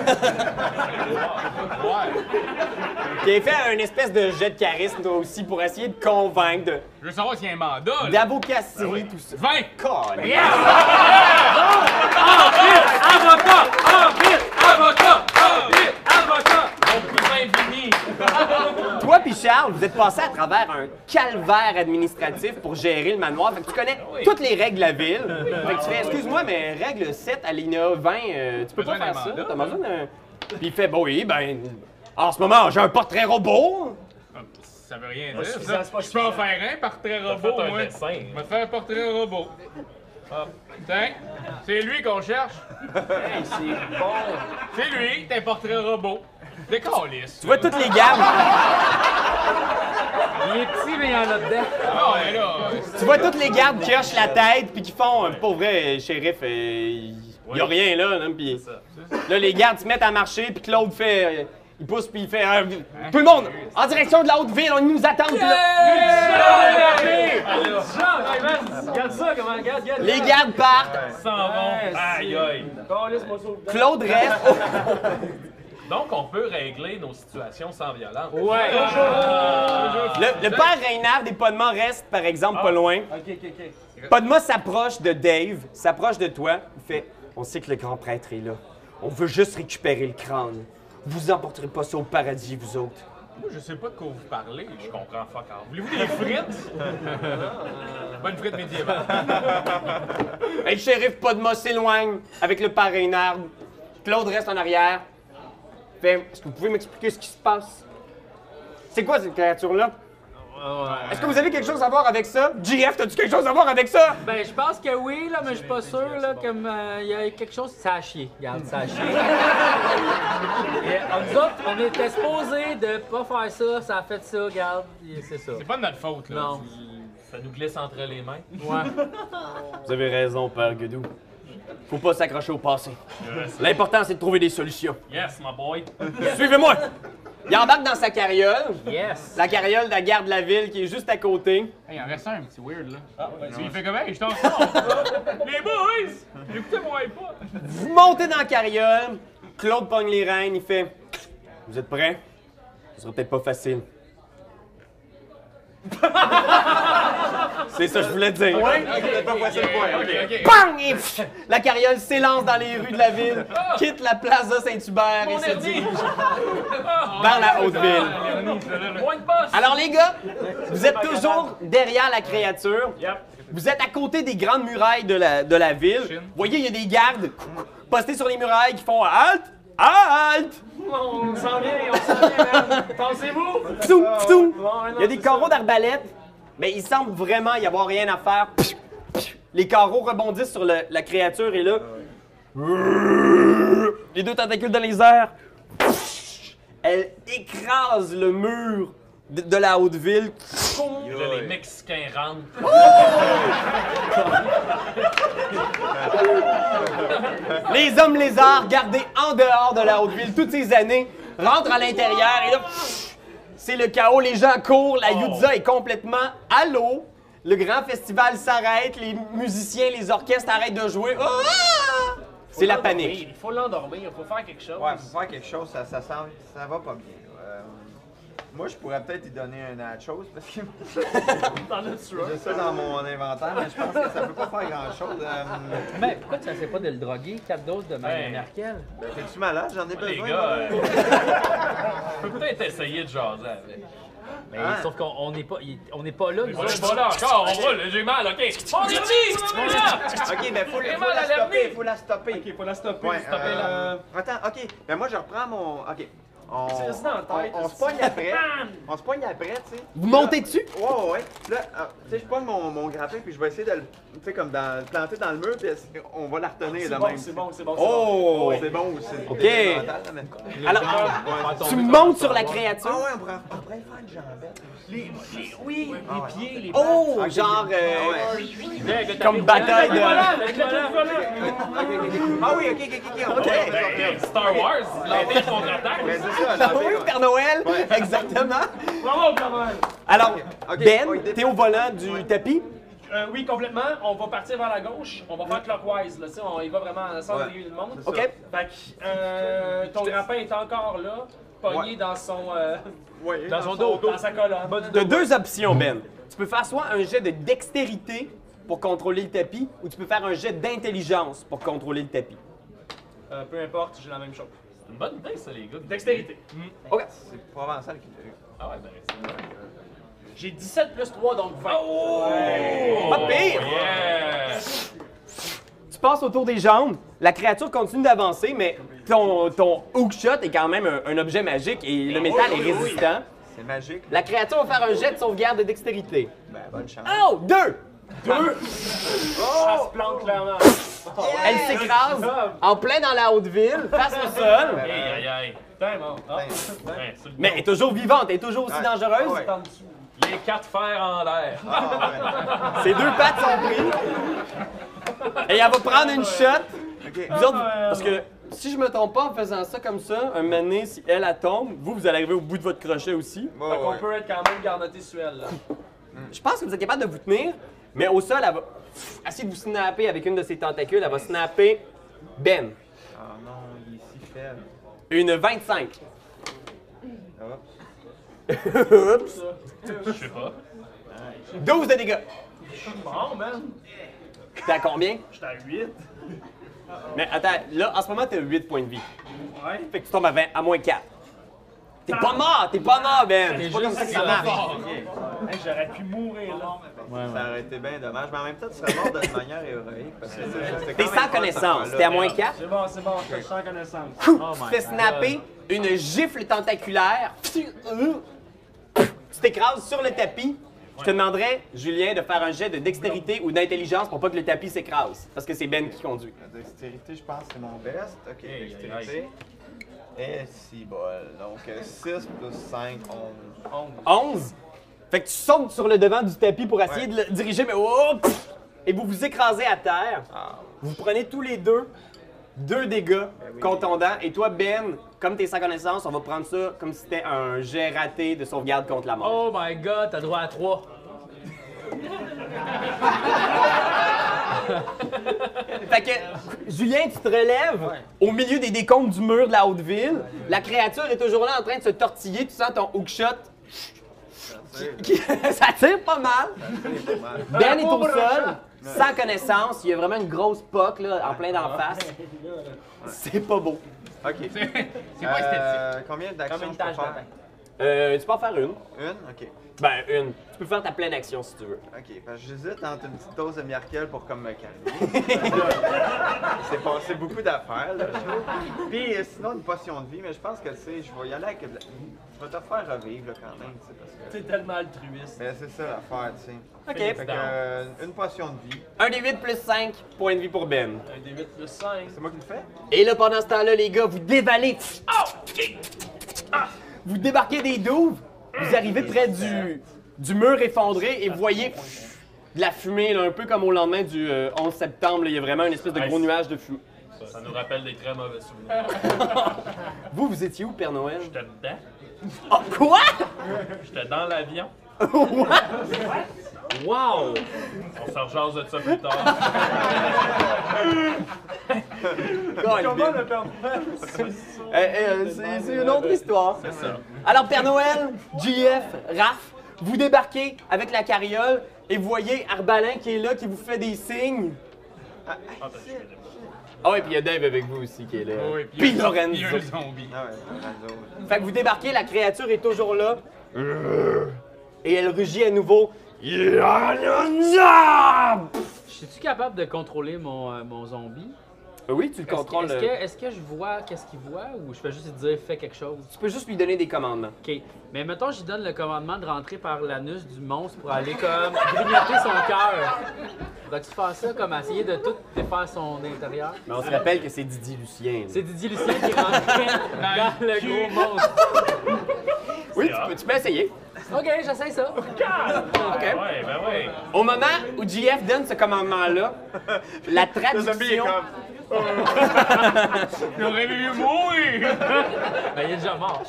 Qui a fait un espèce de jet de charisme, toi aussi, pour essayer de convaincre, Je veux savoir s'il y a un mandat, là. d'avocasser tout ça. 20! Colin. Avocat! Avocat! Avocat! Mon cousin Vinny. Toi puis Charles, vous êtes passés à travers un calvaire administratif pour gérer le manoir. Fait que tu connais toutes les règles de la ville. Fait que tu fais, excuse-moi, mais règle 7, alinéa 20, tu peux pas Besoin faire d'un ça. mandat. T'as besoin d'un... Puis il fait, bon oui, ben, en ce moment, j'ai un portrait robot. Ça veut rien Pas dire, suffisant, ça. c'est pas Je peux en faire un portrait robot, fait un moi. dessin. Je vais te faire un portrait robot. Ah. Tiens, c'est lui qu'on cherche. Hey, c'est bon. C'est lui, t'es un portrait robot. Décalisse. Tu vois toutes les gardes, Il est petit, mais il y en a dedans. Ah, ouais, là. tu vois toutes les gardes qui hochent la tête puis qui font, pour vrai, shérif, il y a rien là, puis là les gardes se mettent à marcher puis Claude fait, Il pousse puis il fait tout le monde en direction de la haute ville, on nous attend. Puis là, Regarde ça, comment regarde. les gardes partent. Ils s'en vont. Aïe, aïe. Claude reste. Donc, on peut régler nos situations sans violence. Ouais. Le père Reynard et Podma restent, par exemple, pas loin. Ok. Podma s'approche de Dave, s'approche de toi. Il fait on sait que le grand prêtre est là. On veut juste récupérer le crâne. Vous emporterez pas ça au paradis, vous autres. Moi, je sais pas de quoi vous parlez. Je comprends fuck all. Voulez-vous des frites? Bonne frite médiévale. Et le shérif Podma s'éloigne avec le père Reynard. Claude reste en arrière. Fait, est-ce que vous pouvez m'expliquer ce qui se passe? C'est quoi cette créature-là? Est-ce que vous avez quelque chose à voir avec ça? JF, t'as-tu quelque chose à voir avec ça? Ben, je pense que oui, là, mais je suis pas sûr, là, comme il y a quelque chose. Ça a chié. Regarde, ça a chié. Et, nous autres, on était supposés de pas faire ça, ça a fait ça, regarde, et c'est ça. C'est pas de notre faute, là. Non. Ça nous glisse entre les mains. Ouais. Vous avez raison, père Guedou. Faut pas s'accrocher au passé. L'important, c'est de trouver des solutions. Yes, my boy. Suivez-moi! Il embarque dans sa carriole. Yes. La carriole de la garde de la ville qui est juste à côté. Hey, il en reste un petit weird, là. Il fait comment? Je t'en sors. Les boys! Écoutez-moi pas. Vous montez dans la carriole. Claude pogne les rênes. Il fait vous êtes prêts? Ce sera peut-être pas facile. C'est ça que je voulais dire. Bang! Et pff, la carriole s'élance dans les rues de la ville, quitte la Plaza Saint-Hubert et se dirige vers la Haute-Ville. Alors les gars, vous êtes toujours derrière la créature. Vous êtes à côté des grandes murailles de la ville. Vous voyez, il y a des gardes postés sur les murailles qui font halte! Halte! On s'en vient, man. Pensez-vous? Ptou, ptou. Il y a des carreaux d'arbalète, mais il semble vraiment y avoir rien à faire. Les carreaux rebondissent sur la créature et là, les deux tentacules dans les airs, elle écrase le mur de la Haute-Ville. Et là, les Mexicains rentrent. Les hommes lézards, gardés en dehors de la Haute-Ville toutes ces années, rentrent à l'intérieur et là, c'est le chaos. Les gens courent, la Yuza est complètement à l'eau. Le grand festival s'arrête, les musiciens, les orchestres arrêtent de jouer. Ah! C'est la panique. Il faut l'endormir, il faut faire quelque chose. Ouais, faut faire quelque chose, ça va pas bien. Moi, je pourrais peut-être y donner un nachos parce que T'en as-tu un? j'ai ça dans mon inventaire, mais je pense que ça peut pas faire grand-chose. Mais pourquoi tu ne sais pas de le droguer? 4 doses de Merkel? T'es-tu malade? J'en ai Les besoin. gars, moi. je peux peut-être essayer de jaser avec. Mais sauf qu'on n'est pas là, nous On est autres. pas là encore, on brûle, j'ai mal, ok? Mon ami! Ok, ben faut J'ai la mal à stopper, l'hernie. faut la stopper. Ok, faut la stopper. Ouais, stopper là. Attends, ok. Ben moi, je reprends mon. Ok. C'est resté dans la tête. On se pogne après. On se pogne après, tu sais. Vous montez dessus? Ouais. Là, tu sais, je pogne mon grappin, puis je vais essayer de le. Tu sais, comme le planter dans le mur, puis on va la retenir de même. C'est bon. Oh! C'est bon aussi. Ok. Mental, là, mais- Alors, Ouais. tu montes sur la créature. Ah ouais, on pourrait faire une jambette. Les pieds, les Oh, Ok. genre Ouais. comme bataille de... avec le volant. Ah oui, ok. On va faire Ben, Star Wars, l'Empire contre-attaque. Ben, c'est ça, Ah oui, Père Noël, exactement. Bravo, Carmen. Alors, Ok, Ben, oui, t'es au volant du tapis. Oui, complètement. On va partir vers la gauche. On va faire clockwise, là. Tu sais, on y va vraiment ensemble, Ouais. le monde. OK. Fait que ton grappin est encore là, pogné Ouais. dans son... Ouais, Dans son dos. dans sa colonne. T'as deux options, Ben. Tu peux faire soit un jet de dextérité pour contrôler le tapis, ou tu peux faire un jet d'intelligence pour contrôler le tapis. Peu importe, j'ai la même chose. C'est une bonne idée, ça, les gars. Dextérité. OK. C'est Provençal qui l'a eu. Ah ouais, ben, c'est vrai. J'ai 17 plus 3, donc 20. Pas pire! Yeah! Tu passes autour des jambes, la créature continue d'avancer, mais ton hookshot est quand même un objet magique et le métal est résistant. C'est magique. La créature va faire un jet de sauvegarde de dextérité. Ben, bonne chance. Oh! 2! Elle se plante clairement. Elle s'écrase en plein dans la haute ville, face au sol. Aïe. Putain, bon. Ouais, c'est le Mais elle est toujours vivante, elle est toujours aussi dangereuse. Ouais. Les 4 fers en l'air. Ses deux pattes sont prises. Et elle va prendre une shot. Ok. Vous autres, parce que si je me trompe pas en faisant ça comme ça, un moment donné, si elle tombe, vous allez arriver au bout de votre crochet aussi. Ouais, Fait qu'on ouais. peut être quand même garnoté sur elle, là. Je pense que vous êtes capable de vous tenir, mais au sol, elle va essayer de vous snapper avec une de ses tentacules. Elle va snapper Ben. Ah non, il est si faible. Une 25. Hop. Oups. Je sais pas. 12 de dégâts. Bon, man. T'es à combien? J'étais à 8. Mais attends, là, en ce moment, t'as 8 points de vie. Ouais. Fait que tu tombes à, 20, à moins 4. T'es pas mort, Ben! C'est pas comme ça que ça marche. Hey, j'aurais pu mourir, là. Ça aurait été bien dommage, mais en même temps, tu serais mort d'une manière héroïque. Parce que c'était T'es quand même sans pas connaissance, cette t'es à affaire-là. moins 4. C'est bon, je suis sans connaissance. Tu te fais snapper une gifle tentaculaire. Tu t'écrases sur le tapis. Je te demanderais, Julien, de faire un jet de dextérité ou d'intelligence pour pas que le tapis s'écrase. Parce que c'est Ben qui conduit. La dextérité, je pense que c'est mon best. Ok, dextérité. Et 6 bol. Donc 6 plus 5, 11. 11. Fait que tu sautes sur le devant du tapis pour essayer de le diriger, mais et vous vous écrasez à terre. Vous prenez tous les deux 2 dégâts contondants. Et toi, Ben, comme t'es sans connaissance, on va prendre ça comme si c'était un jet raté de sauvegarde contre la mort. Oh my god, t'as droit à 3. Fait que, Julien, tu te relèves au milieu des décombres du mur de la haute ville. La créature est toujours là en train de se tortiller. Tu sens ton hookshot. Ça tire pas mal. Ben est au sol, sans connaissance. Il y a vraiment une grosse poque là, en plein d'en face. C'est pas beau. Ok. C'est pas esthétique. Combien d'actions Combien de je peux tâches faire? Tu peux en faire une. Une? Ok. Ben, une. Tu peux faire ta pleine action si tu veux. Ok, parce que j'hésite entre une petite dose de Miracle pour comme me calmer. C'est passé beaucoup d'affaires, là, je trouve. Puis sinon, une potion de vie, mais je pense que, tu sais, je vais y aller avec... Je vais te faire revivre, là, quand même, tu sais, parce que... T'es tellement altruiste. Ben, c'est ça l'affaire, tu sais. OK. Fait que, une potion de vie. Un des 8 plus 5 points de vie pour Ben. Un des 8 plus 5. C'est moi qui le fais? Et là, pendant ce temps-là, les gars, vous dévalez. Vous débarquez des douves. Vous arrivez près du mur effondré et vous voyez de la fumée, là, un peu comme au lendemain du 11 septembre. là, il y a vraiment une espèce de gros nuage de fumée. Ça nous rappelle des très mauvais souvenirs. Vous étiez où, Père Noël? J'étais dedans. Oh, quoi? J'étais dans l'avion. Wow! On s'en rejase de ça plus tard. Comment le Père Noël? C'est une autre histoire. C'est ça. Alors, Père Noël, JF, Raph, vous débarquez avec la carriole et vous voyez Arbalin qui est là, qui vous fait des signes. Ah, ben, je connais pas. Ah oui, puis il y a Dave avec vous aussi qui est là. Oui, Puis puis Lorenzo. il y a un zombie. Ah ouais, Lorenzo. Fait que vous débarquez, la créature est toujours là. Et elle rugit à nouveau. Suis-tu capable de contrôler mon zombie? Oui, tu le contrôles. Est-ce que je vois qu'est-ce qu'il voit ou je fais juste lui dire fais quelque chose? Tu peux juste lui donner des commandements. OK. Mais mettons, je lui donne le commandement de rentrer par l'anus du monstre pour aller comme grignoter son cœur. Vas-tu faire ça comme essayer de tout défaire son intérieur? Mais on se rappelle que c'est Didier Lucien. C'est Didier Lucien qui rentrait dans le gros monstre. Oui, tu peux essayer. OK, j'essaie ça. OK. Ouais, ben ouais. Au moment où JF donne ce commandement-là, la Le zombie est traduction. comme... J'aurais mieux mourir! Ben, il est déjà mort.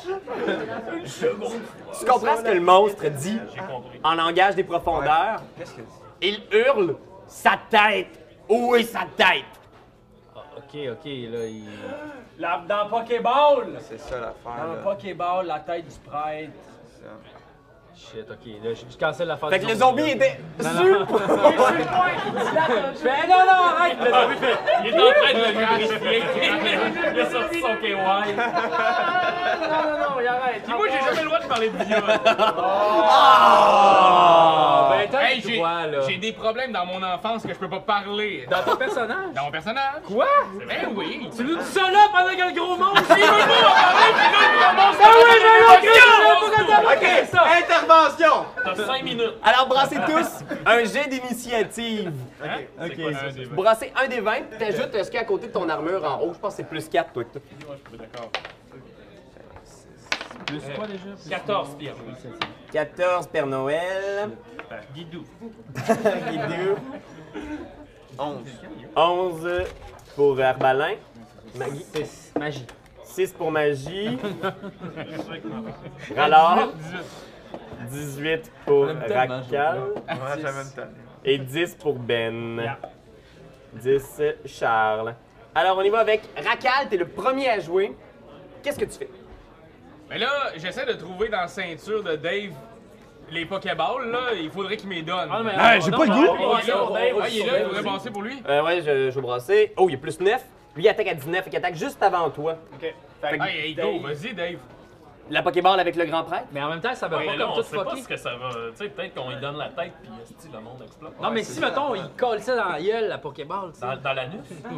Tu comprends ce que le monstre dit J'ai compris. en langage des profondeurs? Qu'est-ce que c'est? Il hurle sa tête. Où est sa tête? Ah, OK, là, il... Dans Pokéball! C'est ça l'affaire, Dans là. Pokéball, la tête du sprite. C'est ça. Shit, OK, là, je cancelle la phase. Fait que le zombie était Non, super. Je fais non, arrête! Le zombie fait... Il est en train de le vérifier. Il a sorti son KY. Non, il arrête. Puis moi, j'ai jamais le droit de parler de viol. Ben, t'as Hey, le droit, là. j'ai des problèmes dans mon enfance que je peux pas parler. Dans ton personnage? Dans mon personnage. Quoi? Ben oui. Tu nous dis ça là pendant que le gros monstre... Il veut pas en parler, puis là, il commence Ah oui, mais là, ça! Intervention! T'as 5 minutes. Alors, brassez tous un jet d'initiative. Hein? C'est quoi ça, des Brassez un des 20, puis t'ajoutes ce qu'il y a à côté de ton armure en haut. Je pense que c'est plus 4, toi. que t'as. D'accord. Plus quoi déjà? 14 pire. 14, Père Noël. Guidou. Guidou. 11. 11 pour Arbalin. Magie. 6. Magie. 6 pour magie. Alors, 18 pour Racal. Ouais, j'avais une tonne. Et 10 pour Ben. 10 Charles. Alors, on y va avec Racal, t'es le premier à jouer. Qu'est-ce que tu fais? Mais là, j'essaie de trouver dans la ceinture de Dave les Pokéballs, là. Il faudrait qu'il m'y donne. J'ai pas le goût. Il est là, il faudrait passer pour lui. Ouais, je vais brasser. Oh, il y a plus 9. Lui, il attaque à 19 et il attaque juste avant toi. Ok. Hey, go, vas-y, Dave. La Pokéball avec le grand prêtre. Mais en même temps, ça va Ouais, pas mais là, comme on tout sait pas fucké. ce que ça va. Tu sais, peut-être qu'on lui donne la tête puis esti, le monde explose. Non, mais si, mettons, il colle ça dans la gueule, la Pokéball, tu sais. Dans l'anus?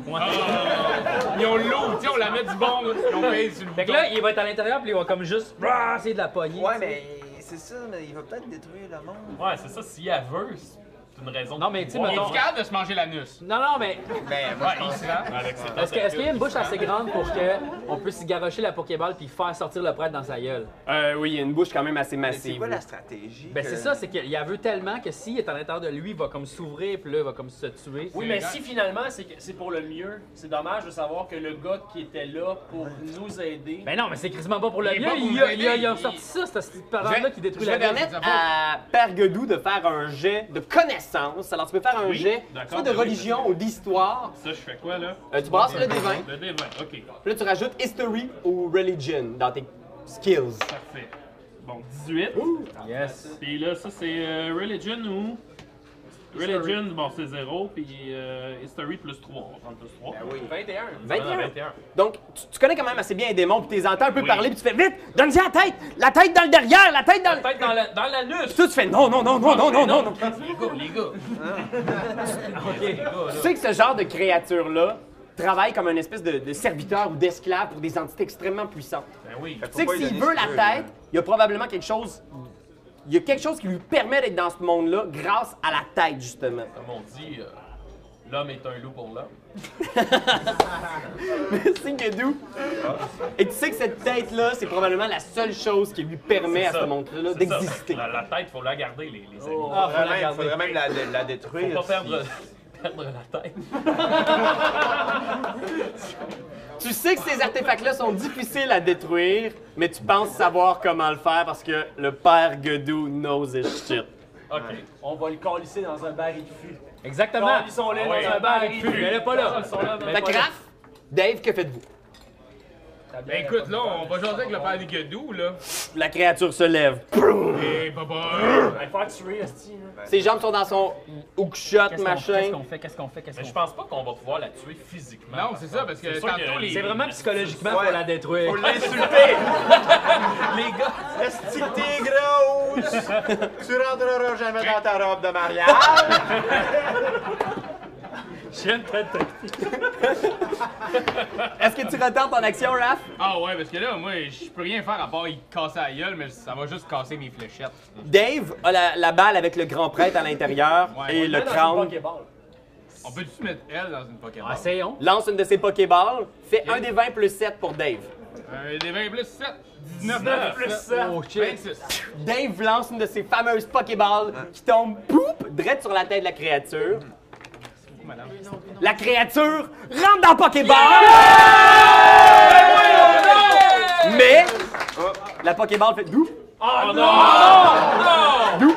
Ils ont l'eau, tu sais, on la met du bon, là. Ils ont payé sur le Fait que bouton. là, il va être à l'intérieur, puis il va comme juste essayer de la pogner. Ouais, tu sais. mais c'est ça, mais il va peut-être détruire le monde. Ouais, c'est ça. S'il elle veut, c'est une raison. Non, mais tu sais, Il mettons. est capable de se manger l'anus. Non, non, mais Ben, moi, Ouais, il se rend. Avec ses est-ce qu'il y a une bouche assez grande pour qu'on puisse y garrocher la Pokéball puis faire sortir le prêtre dans sa gueule? Oui, il y a une bouche quand même assez mais c'est massive. quoi la stratégie? Ben que- c'est ça, c'est qu'il y a veut tellement que s'il est à l'intérieur de lui, il va comme s'ouvrir, puis là, il va comme se tuer. Oui, mais si finalement c'est pour le mieux, c'est dommage de savoir que le gars qui était là pour nous aider. Ben non, mais c'est quasiment pas pour le Il est mieux. pas pour Il nous a aider, sorti ça, ce Je parent-là vais, qui détruit je la vais ville. permettre à Père Godou de faire un jet de connaissance. Alors, tu peux faire un Oui, jet d'accord, soit de ben oui, religion ou d'histoire. Ça, je fais quoi, là? Tu brasses le D20. Le D20, OK. Puis là, tu rajoutes History ou Religion dans tes skills. Parfait. Bon, 18. Yes. Puis là, ça, c'est Religion ou... Religion, bon, c'est 0. Puis History plus 3. On prend plus 3. Ben oui. 21. 21. 21. Donc, tu connais quand même assez bien les démons, puis tu les entends un peu Oui. parler, puis tu fais vite, donne-y la tête dans le derrière, la tête dans le. Peut-être dans l'anus! Puis toi, tu fais non. Les gars. Tu sais que ce genre de créature-là travaille comme une espèce de serviteur ou d'esclave pour des entités extrêmement puissantes. Ben oui. Tu sais que s'il veut la tête, il y a probablement quelque chose. Il y a quelque chose qui lui permet d'être dans ce monde-là grâce à la tête, justement. Comme on dit, l'homme est un loup pour l'homme. Merci, Guédou. Et tu sais que cette tête-là, c'est probablement la seule chose qui lui permet à C'est ce ça. monde-là C'est ça. d'exister. La tête, faut la garder, les amis. Ah, faut la Vraiment, il garder. faudrait même la détruire. Faut pas si- perdre la tête. Tu sais que ces artefacts-là sont difficiles à détruire, mais tu penses savoir comment le faire parce que le père Godou knows his shit. OK. On va le colisser dans un baril de fût. Exactement. Colissons-les Ah oui. dans un baril de Mais fût. elle est pas là. Fait que Raph, Dave, que faites-vous? Ben écoute, là, on va jaser avec le père des Guedou, là. La créature se lève. Et baba. Il faut tuer, Esti. Ses jambes sont dans son hookshot, Qu'est-ce machin. qu'on fait? Qu'est-ce qu'on fait? Mais je pense pas qu'on va pouvoir la tuer physiquement. Non, c'est ça, parce que C'est sûr tantôt, que les- C'est vraiment psychologiquement Ouais. pour la détruire. Faut l'insulter! Les gars, Est-ce que t'es grosse? Tu rentreras jamais dans ta robe de mariage? J'aime ta tactique. Est-ce que tu retardes ton action, Raph? Ah ouais, parce que là, moi, je peux rien faire à part y casser la gueule, mais ça va juste casser mes fléchettes. Dave a la balle avec le grand prêtre à l'intérieur Ouais. et le Dans une crâne. Pokéball. On peut-tu mettre elle dans une Pokéball? Essayons. Lance une de ses Pokéballs. Fais un des 20 plus 7 pour Dave. Des 20 plus 7. 19 plus 7. Oh shit. 26. Dave lance une de ses fameuses Pokéballs qui tombe, poup, direct sur la tête de la créature. Madame. La créature rentre dans la Pokéball! Mais la Pokéball fait d'où? Oh non! D'où?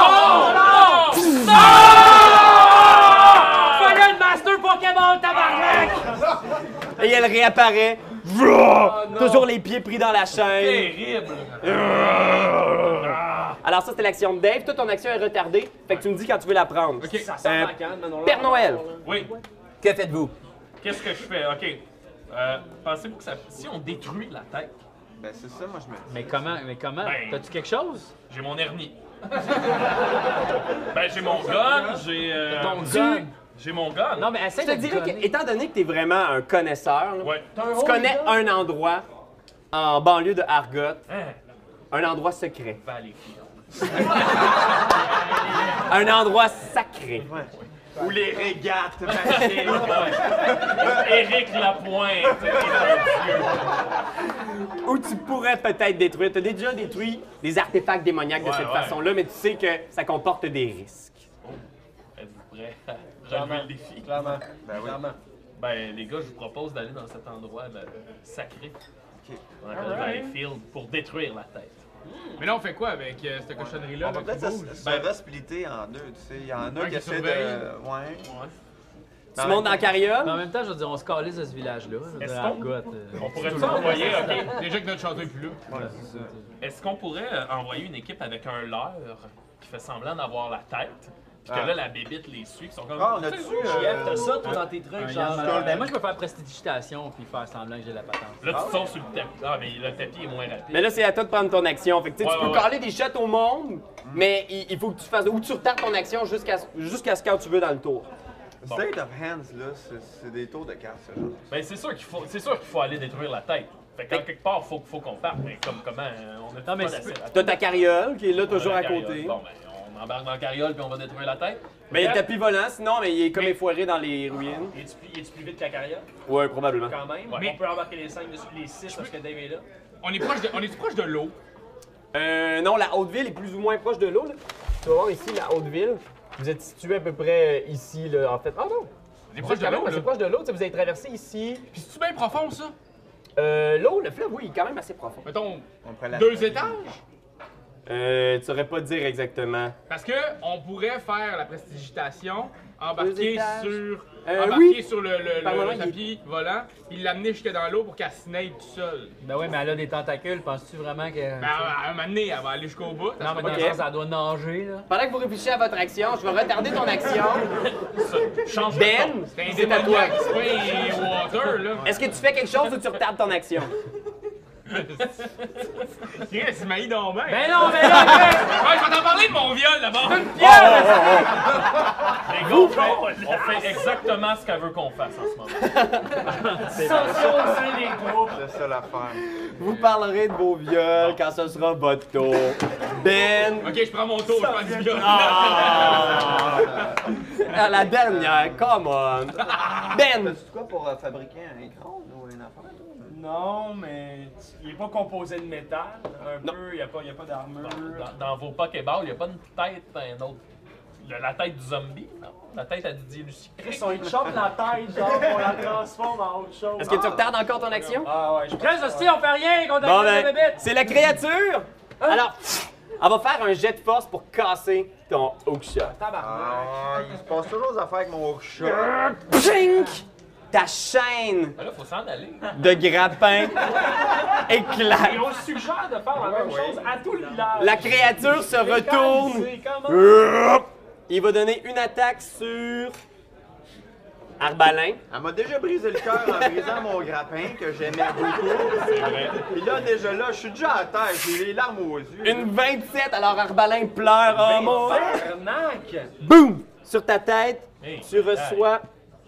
Fallait le Master Pokémon, tabarnak! Et elle réapparaît. Vrah! Toujours les pieds pris dans la chaîne. terrible! Alors ça, c'était l'action de Dave. Toute ton action est retardée. Fait que tu me dis quand tu veux la prendre. Ok. Ça sent Euh, ma canne, mais on Père Noël, Oui. que faites-vous? Qu'est-ce que je fais? OK. Pensez-vous que si on détruit la tête, Ben c'est ça, moi je me dis. Mais comment? Ben- T'as-tu quelque chose? j'ai mon hernie. Ben, j'ai mon gun, j'ai... Ton gun. J'ai mon gun. Non, mais essaie Je te de dirais gunner. que, étant donné que tu es vraiment un connaisseur, là, Ouais. tu connais un endroit en banlieue de Argot, Hein? un endroit secret, Valleyfield. un endroit sacré. Ou les régates, machine. Éric Lapointe est un dieu. Où tu pourrais peut-être détruire. Tu as déjà détruit des artefacts démoniaques de Ouais, cette ouais. façon-là, mais tu sais que ça comporte des risques. Êtes-vous prêts à relever le défi? Clairement. Ben oui. Clairement. Ben, les gars, je vous propose d'aller dans cet endroit sacré. Ok. On appelle Valleyfield pour détruire la tête. Mais là, on fait quoi avec cette cochonnerie-là? On va là, qui peut-être bouge? se resplitter en deux, tu sais. Il y en a Un qui qui essaie de. surveille. Ouais. Tu montes dans la Mais carriole? en même temps, je veux dire, on se calisse de ce village-là. Je veux Est-ce dire, qu'on- Argotte, On pourrait tout tout le monde. envoyer, ok. Déjà que notre château est plus là. Ouais, c'est ça. Est-ce qu'on pourrait envoyer une équipe avec un leurre qui fait semblant d'avoir la tête, puis que Ah. là, la bébite les suit, qui sont comme. Ah, on a-tu. JF, t'as ça, toi, dans tes trucs, Un genre. Yann- Ben, moi, je peux faire prestidigitation puis faire semblant que j'ai la patente. Là, tu te sauves sur le tapis. Ah, mais le tapis est moins rapide. Mais là, c'est à toi de prendre ton action. Fait que, tu sais, Ouais, tu peux ouais, caler des shots au monde, mais il faut que tu fasses. Ou tu retardes ton action jusqu'à ce quand tu veux dans le tour. State of Hands, là, c'est des tours de cartes, ça. genre. Ben, c'est sûr qu'il faut aller détruire la tête. Fait que quelque part, faut qu'on parte. Mais comment on a Non, mais pas c'est- assez rapide. T'as ta carriole qui est là On a toujours la à carriole. côté. Bon, ben, on embarque dans la carriole puis on va détruire la tête. Mais il y a le tapis volant, sinon, mais il est comme effoiré dans les ruines. Es-tu plus vite que la carrière? Ouais, probablement. Quand même. Ouais. On peut embarquer les 5 dessus les 6 parce que Dave est là. On est proche de l'eau. Non, la Haute-Ville est plus ou moins proche de l'eau. Là. Tu vas voir ici, la Haute-Ville. Vous êtes situé à peu près ici, là, en fait. Ah non! On est Vous proche êtes de quand même l'eau, assez là. proche de l'eau. Tu sais, vous avez traversé ici. Puis c'est-tu bien profond, ça? L'eau, le fleuve, oui, il est quand même assez profond. Mettons, On prend la. 2 étages? Tu saurais pas dire exactement. Parce que on pourrait faire la prestidigitation, Deux embarquer étages. sur, Oui. sur le Par moment, tapis volant, puis l'amener jusque dans l'eau pour qu'elle snape tout seul. Ben oui, mais elle a des tentacules. Penses-tu vraiment que. Ben, à un moment donné, elle va aller jusqu'au bout. Non, mais dans Ok. le sens, elle doit nager, là. Pendant que vous réfléchissez à votre action, je vais retarder ton action. Change de Ben, ton. C'est un c'est à toi. démoniaque, c'est pas un water, là. Est-ce que tu fais quelque chose ou tu retardes ton action? Tiens, c'est maïs donc bien. Ben non, mais là, Ouais, je vais t'en parler de mon viol, d'abord. Les gars, on fait exactement ce qu'elle veut qu'on fasse en ce moment. Sanction au sein des groupes. C'est ça l'affaire. Vous parlerez de vos viols quand ce sera votre tour. Ben, Ok, je prends mon tour, je prends du viol. à la dernière, come on. Ben, T'as-tu quoi pour fabriquer un écran ou une affaire? toi? Non, mais il est pas composé de métal. Un Non. peu, il n'y a pas d'armure. Dans vos Pokéballs, il n'y a pas une tête, un autre. La tête du zombie, non? La tête à Didier Lucie. Chris, on lui chope la tête, genre, on la transforme en autre chose. est-ce que tu retardes encore ton action? Ah ouais, je Chris, hostie, on fait rien contre Bon, la ben, bébête. c'est la créature. Alors, elle va faire un jet de force pour casser ton hookshot. Tabarnak. Ah, il se passe toujours des affaires avec mon chat. Pshink! Ta chaîne Ben là, faut s'en aller. de grappin Et éclate. on suggère de faire la même chose à tout le village. La créature se retourne. C'est comment? Il va donner une attaque sur Arbalin. Elle m'a déjà brisé le cœur en brisant mon grappin que j'aimais beaucoup. Puis là, déjà là, je suis déjà à terre, j'ai les larmes aux yeux. Une 27, alors Arbalin pleure. Oh mon Dieu. Tabarnak! Boum! Sur ta tête, Hey, tu reçois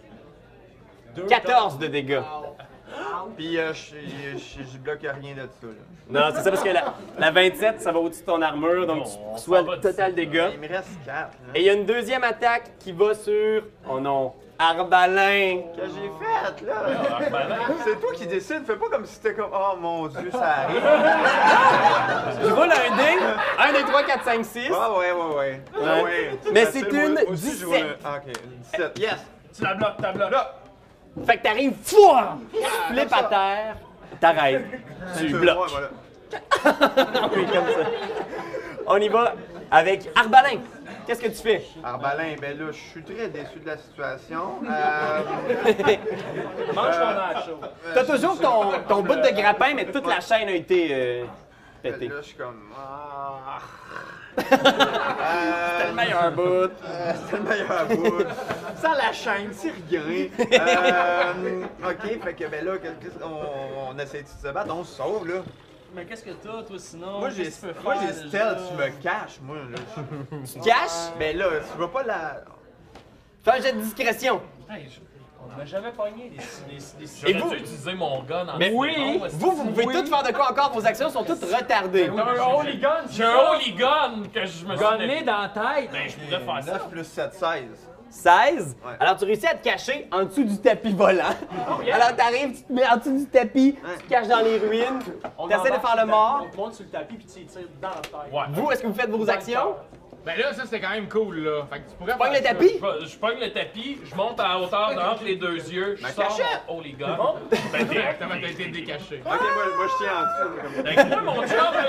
14 de dégâts. Puis je bloque rien de ça. Là. Non, c'est ça parce que la 27, ça va au-dessus de ton armure, donc tu On reçois s'en va le total d'ici. dégâts. Il me reste 4. Et il y a une deuxième attaque qui va sur. Oh non, Arbalin. Que j'ai fait là? Arbalin. C'est toi qui décides, fais pas comme si c'était comme oh mon dieu, ça arrive. Tu roules un dé. 1, 2, 3, 4, 5, 6. Ah ouais. Ouais. Ah ouais. Mais facile, c'est une moi aussi, je roule 17. un- Ah, ok, une 17. Yes! Tu la bloques, ta bloques. Là! Fait que t'arrives, fouah! Flippe à terre, t'arrêtes. Tu Ouais, bloques. voilà. Oui, comme ça. On y va avec Arbalin. Qu'est-ce que tu fais? Arbalin, ben là, je suis très déçu de la situation. Mange ton nacho. T'as toujours ton bout de grappin, mais toute la chaîne a été pétée. Là, je suis comme. Ah. C'est le meilleur bout. C'est le meilleur bout. Sans la chaîne, c'est rien. Ok, fait que ben là, on essaie de se battre, on se sauve là. Mais qu'est-ce que t'as, toi, sinon? Moi j'ai Qu'est-ce que tu peux moi, faire, j'ai déjà? stealth, tu me caches, moi là. Tu te caches? Ben là, tu vas pas la. Fais un jet de discrétion. Hey, on m'a jamais pogné des Et J'aurais vous? dû utiliser mon gun en Mais oui, vous pouvez tout faire de quoi encore? Vos actions sont toutes retardées. T'as un holy gun, J'ai un holy gun que je me suis Gonner dans la tête. Ben, je pourrais faire ça. 9 plus 7, 16. 16. Ouais. Alors tu réussis à te cacher en dessous du tapis volant. Alors t'arrives, tu te mets en dessous du tapis, tu te caches dans les ruines. On T'essaies de embarque faire sur le mort. On te monte sur le tapis puis tu tires dans la tête. Ouais. Vous, est-ce que vous faites vos actions? Ben là, ça c'était quand même cool là. Fait que tu pourrais Pogne le faire ça. tapis! Je pogne le tapis, je monte à la hauteur entre les deux yeux, je sors mon holy gun. Ben directement, t'as été décaché. Ok, moi je tiens en dessous. Comme... Fait que moi, mon chum, là,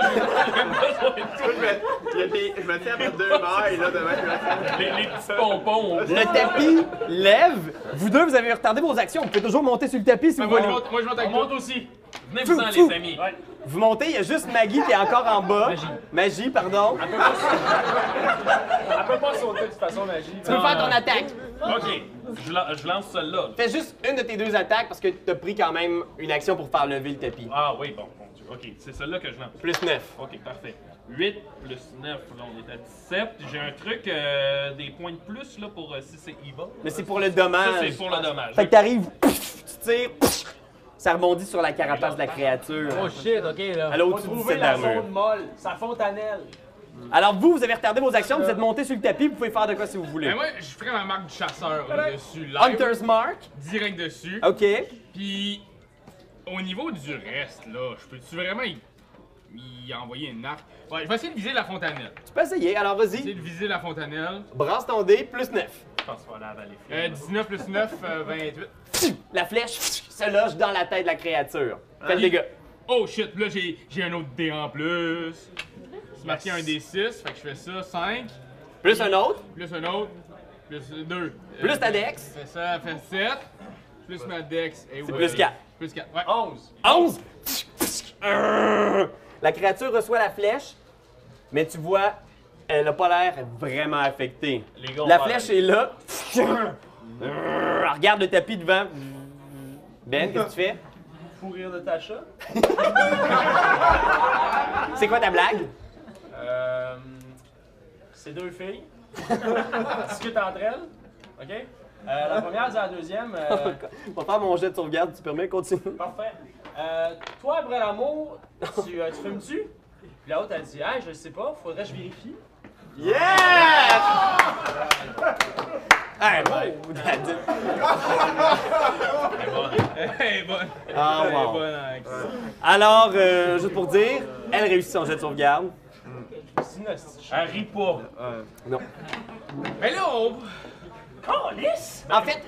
je me tiens après 2 mailles là devant. les petits pompons. Le tapis lève. Vous deux, vous avez retardé vos actions. Vous pouvez toujours monter sur le tapis si vous Moi voulez. je monte avec On toi. monte aussi. Venez-vous-en, Fou. les amis. Vous montez, il y a juste Maggie qui est encore en bas. Magie, pardon. Elle peut pas sauter de toute façon, Magie. Tu peux faire ton attaque. OK, je lance celle-là. Fais juste une de tes 2 attaques parce que t'as pris quand même une action pour faire lever le tapis. Ah oui, bon, mon Dieu. OK, c'est celle-là que je lance. Plus 9. OK, parfait. 8 plus 9, là, on est à 17. J'ai un truc, des points de plus, là, pour si c'est evil. Mais c'est pour le dommage. Ça, c'est pour le dommage. Fait que t'arrives, tu tires, ça rebondit sur la carapace de la créature. Oh shit, ok là. Elle a On va au-dessus du trouver set la d'armure. zone molle, sa fontanelle. Alors vous avez retardé vos actions, vous êtes monté sur le tapis, vous pouvez faire de quoi si vous voulez. Ben moi, je ferais ma marque du chasseur là, dessus, live, Hunter's Mark. direct dessus. OK. Puis, au niveau du reste, là, je peux-tu vraiment y envoyer une arc? Ouais, je vais essayer de viser la fontanelle. Tu peux essayer, alors Essayer vas-y. de viser la fontanelle. Brasse ton dé, plus 9. Je pense qu'on va aller à 19 plus 9, 28. La flèche se loge dans la tête de la créature. Fais le dégât. Oh shit, là j'ai un autre dé en plus. C'est marqué un D6, fait que je fais ça, 5, Plus un autre, plus un autre, plus 2. plus ta dex, Ça fait 7, plus ma dex. c'est plus 4. Plus 4, ouais. 11. 11! La créature reçoit la flèche, mais tu vois, elle n'a pas l'air vraiment affectée. Les gars, on La va flèche aller. est là. Regarde le tapis devant. Ben, qu'est-ce que tu fais? Fou rire de Tasha. C'est quoi ta blague? C'est 2 filles. Discute entre elles. OK? La première dit à la deuxième. Je vais faire mon jet de sauvegarde, tu permets, continue. Parfait. Toi, après l'amour, tu fumes-tu? Puis l'autre, elle dit, hey, je sais pas, faudrait que je vérifie. Yes! Hey, bon, that's it. Hey, bonne. Ah, Hey, wow. bonne axe. Alors, juste pour dire, elle réussit son jet de sauvegarde. C'est une hostie. Elle rit pas. Non. Mais là, on... Calice! En fait,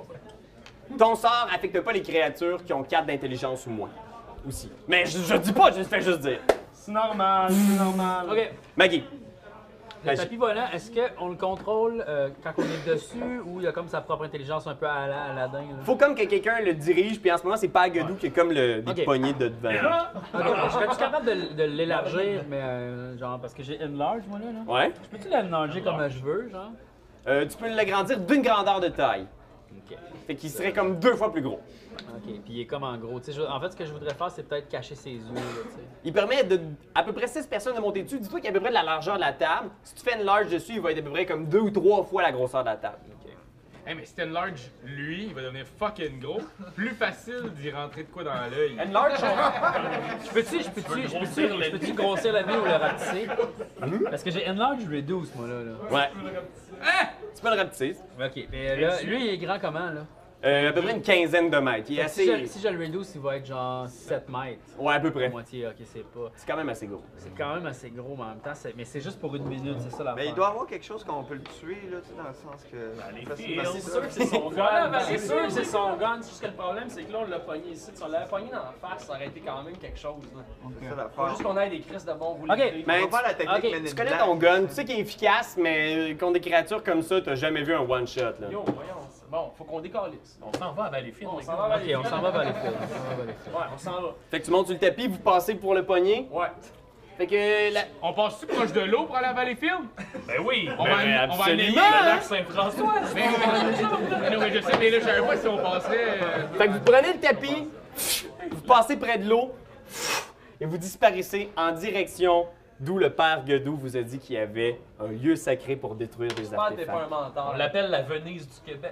ton sort affecte pas les créatures qui ont 4 d'intelligence ou moins. Aussi. Mais je dis pas, je fais juste dire. C'est normal, c'est normal. Ok. Maggie. Le tapis volant, est-ce qu'on le contrôle quand on est dessus ou il a comme sa propre intelligence un peu à la Aladdin? Là? Faut comme que quelqu'un le dirige, puis en ce moment, c'est pas Gadou qui est comme des Ok. poignées de devant. Ok, serais-tu capable de l'élargir, mais genre, parce que j'ai enlarge moi là? Ouais. Je peux-tu l'élargir comme je veux, genre? Tu peux l'agrandir d'une grandeur de taille. Ok. Fait qu'il serait comme 2 fois plus gros. Ok, puis il est comme en gros. Tu sais, en fait, ce que je voudrais faire, c'est peut-être cacher ses yeux, là, tu sais. Il permet de à peu près 6 personnes de monter dessus. Dis-toi qu'il y a à peu près de la largeur de la table. Si tu fais une large dessus, il va être à peu près comme 2 ou 3 fois la grosseur de la table. Hey, mais Stan Large, lui, il va devenir fucking gros. Plus facile d'y rentrer de quoi dans l'œil. Enlarge Je peux-tu grossir le mien ou le rapetisser? Parce que j'ai enlarge reduce, moi, là. Ouais. Tu peux le rapetisser. Ok, mais là, lui, il est grand comment, là? À peu près une quinzaine de mètres. Il est assez. Si je le reduce, il va être genre 7 mètres. Ouais, à peu près. Moitié, ok, c'est pas... C'est quand même assez gros. C'est quand même assez gros, mais en même temps, mais c'est juste pour une minute, c'est ça la Mais il doit y avoir quelque chose qu'on peut le tuer, là, tu sais, dans le sens que. C'est sûr que c'est son gun. C'est sûr que c'est son gun. C'est juste que le problème, c'est que là, on l'a pogné ici. Si on l'avait pogné dans la face, ça aurait été quand même quelque chose. Là. C'est ça Faut l'affaire. juste qu'on ait des crises de bons rouleaux. Ok, Mais On va faire la technique ok, Men in tu connais Black. ton gun, tu sais qu'il est efficace, mais contre des créatures comme ça, t'as jamais vu un one-shot. Là. Yo, voyons. Bon, faut qu'on décalisse. On s'en va à Valleyfield. On les s'en gars. va Ok, on s'en va vers les fils. Ouais, on s'en va. Fait que tu montes sur le tapis, vous passez pour le poignet. Ouais. Fait que la... On passe-tu proche de l'eau pour aller à Valleyfield? Ben oui. On va aller absolument. Le lac Saint-François. Mais non, mais je sais, mais là, je savais pas si on passerait. Fait que vous prenez le tapis, vous passez près de l'eau et vous disparaissez en direction d'où le père Godou vous a dit qu'il y avait un lieu sacré pour détruire des J'espère que t'es pas un artefacts. menteur. On l'appelle la Venise du Québec.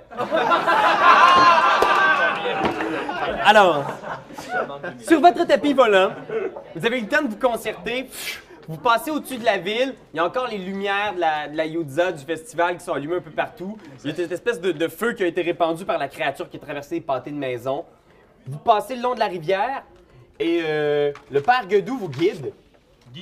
Alors, sur votre tapis volant, vous avez eu le temps de vous concerter. Vous passez au-dessus de la ville. Il y a encore les lumières de la Yuza, du festival qui sont allumées un peu partout. Il y a cette espèce de feu qui a été répandu par la créature qui a traversé les pâtés de maison. Vous passez le long de la rivière et le père Godou vous guide. Guidou.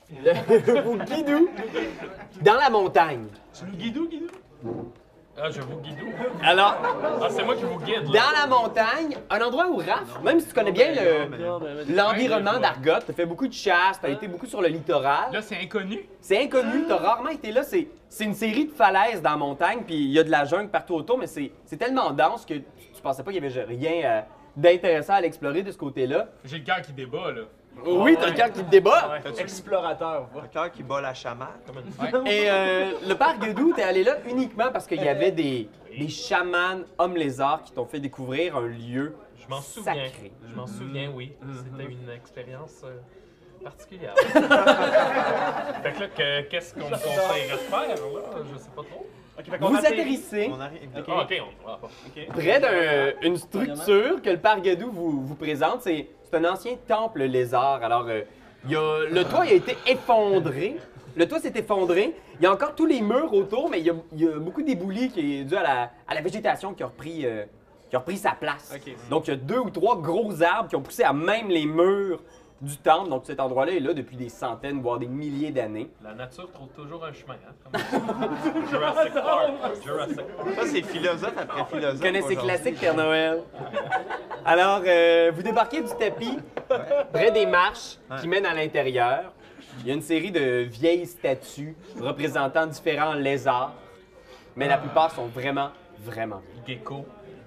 vous guidou dans la montagne. Tu nous guidou? Ah, je vous guide où? Alors, Ah, c'est moi qui vous guide, là. dans la montagne, un endroit où Raph, même si tu connais bien l'environnement d'Argot, tu as fait beaucoup de chasse, tu as été beaucoup sur le littoral. Là, c'est inconnu. C'est inconnu, tu as rarement été là. C'est une série de falaises dans la montagne, puis il y a de la jungle partout autour, mais c'est tellement dense que tu pensais pas qu'il y avait rien d'intéressant à l'explorer de ce côté-là. J'ai le cœur qui débat, là. Oui, t'as le cœur qui te débat. Explorateur, va. Un cœur qui bat la chamade. Et le parc Guédou, t'es allé là uniquement parce qu'il y avait des chamans hommes-lézards qui t'ont fait découvrir un lieu Je m'en souviens. sacré. Je m'en souviens, oui. C'était une expérience particulière. Fait que là, qu'est-ce qu'on me conseillerait de faire, là? Je sais pas trop. Ok, fait qu'on Vous atterrit. atterrissez On arrive. Ah, ok, on va pas. près d'une structure que le parc Guédou vous présente. C'est un ancien temple lézard. Alors, le toit il a été effondré. Le toit s'est effondré. Il y a encore tous les murs autour, mais il y a beaucoup d'éboulis qui est dû à la végétation qui a repris sa place. Ok. Donc, il y a 2 ou 3 gros arbres qui ont poussé à même les murs du temple. Donc, cet endroit-là est là depuis des centaines, voire des milliers d'années. La nature trouve toujours un chemin, hein? Comme Jurassic Park. Jurassic Park. Ça, c'est philosophe après philosophe. Vous connaissez aujourd'hui. classique Père Noël. Alors, vous débarquez du tapis, près des marches qui mènent à l'intérieur. Il y a une série de vieilles statues représentant différents lézards, mais la plupart sont vraiment, vraiment vieux. Gecko.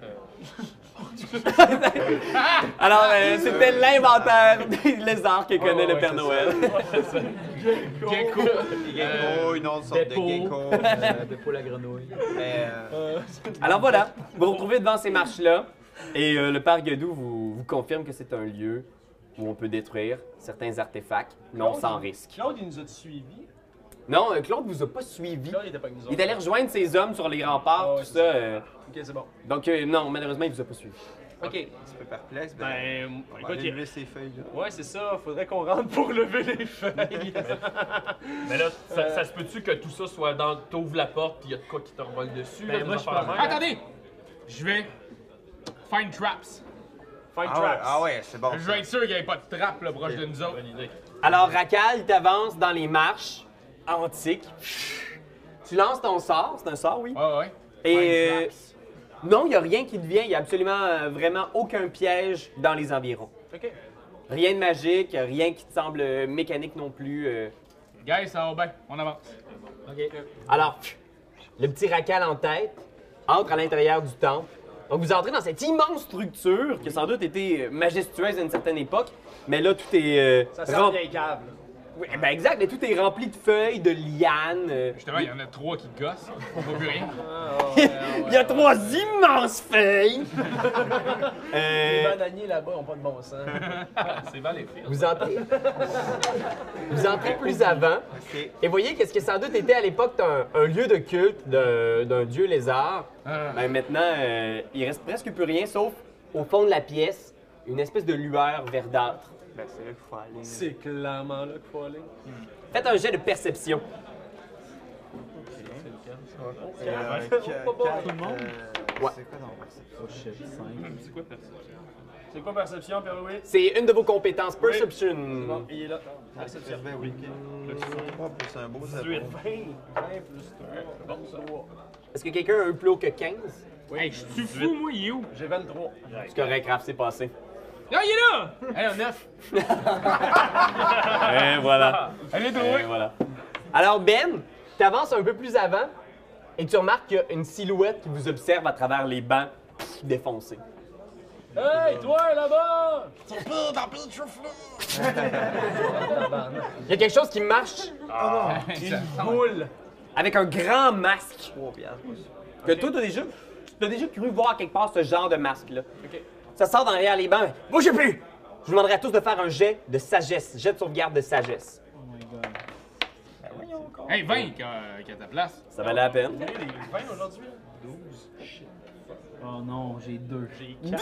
Alors, c'était l'inventaire des lézards que connaît le Père Noël. Gecko. Gecko, une autre sorte de Dépôt. gecko. Dépôt la grenouille. Mais, Alors voilà, vous vous retrouvez devant ces marches-là, et le parc Guédou vous confirme que c'est un lieu où on peut détruire certains artefacts, non sans risque. Claude, il nous a suivis. Non, Claude vous a pas suivi. Claude, il était pas avec nous Il est allé rejoindre ses hommes sur les remparts, Ah ouais, tout c'est ça. Ok, c'est bon. Donc non, malheureusement, il vous a pas suivi. Ok. un petit peu perplexe. Ben, on va écoute, aller lever ces feuilles-là. ouais, c'est ça. Faudrait qu'on rentre pour lever les feuilles. Mais là, ça se peut-tu que tout ça soit dans. T'ouvres la porte, puis il y a de quoi qui te revole dessus? Ben, là, moi, des je affaires peux de même? Attendez! Je vais find traps. Find Ah ouais, traps. ah ouais, c'est bon. Je veux être sûr qu'il n'y ait pas de trappe là, proche de nous autres. Bonne idée. Alors, Racal, il t'avance dans les marches antiques. Tu lances ton sort, c'est un sort, oui. Ouais, ouais. Et non, il n'y a rien qui te vient, il n'y a absolument vraiment aucun piège dans les environs. Ok. Rien de magique, rien qui te semble mécanique non plus. Guys, ça va bien. On avance. Alors, le petit Racal en tête entre à l'intérieur du temple. Donc, vous entrez dans cette immense structure qui a sans doute été majestueuse à une certaine époque, mais là, tout est Ça sent rempli. bien câble. Oui, ben exact, mais tout est rempli de feuilles, de lianes. Justement, il y en a 3 qui gossent. On voit plus rien. Il y a 3 immenses feuilles. Les bananiers là-bas ont pas de bon sens. C'est Valleyfield. Vous entrez plus avant et voyez qu'est-ce que sans doute était à l'époque un lieu de culte d'un dieu lézard. Ben maintenant, il reste presque plus rien sauf au fond de la pièce une espèce de lueur verdâtre. Ben, c'est là qu'il faut aller. C'est clairement là qu'il faut aller. Faites un jet de perception. Ouais. C'est quoi dans perception? C'est quoi perception, Pierre-Louis? C'est une de vos compétences, Perception. Bon, il est là. Perception. Ben oui. C'est un beau 18. 20 plus 3. Bon, ça. Est-ce que quelqu'un a un plus haut que 15? Hey, je suis fou, moi, il est où? J'ai 23. C'est correct, Raph, c'est passé. Non, il est là! Hey, un 9. Et voilà. Elle est Et douée. voilà. Alors, Ben, tu avances un peu plus avant et tu remarques qu'il y a une silhouette qui vous observe à travers les bancs défoncés. Hey, toi là-bas! Il y a quelque chose qui marche Une Boule! avec un grand masque. 3 piastres. Que toi, t'as déjà cru voir quelque part ce genre de masque-là. Ça sort derrière les bancs. Bougez plus! Je vous demanderai à tous de faire un jet de sagesse, jet de sauvegarde de sagesse. Hey, 20 qui a ta place. Ça valait la peine. 20 aujourd'hui? Oh non, j'ai 2. Deux!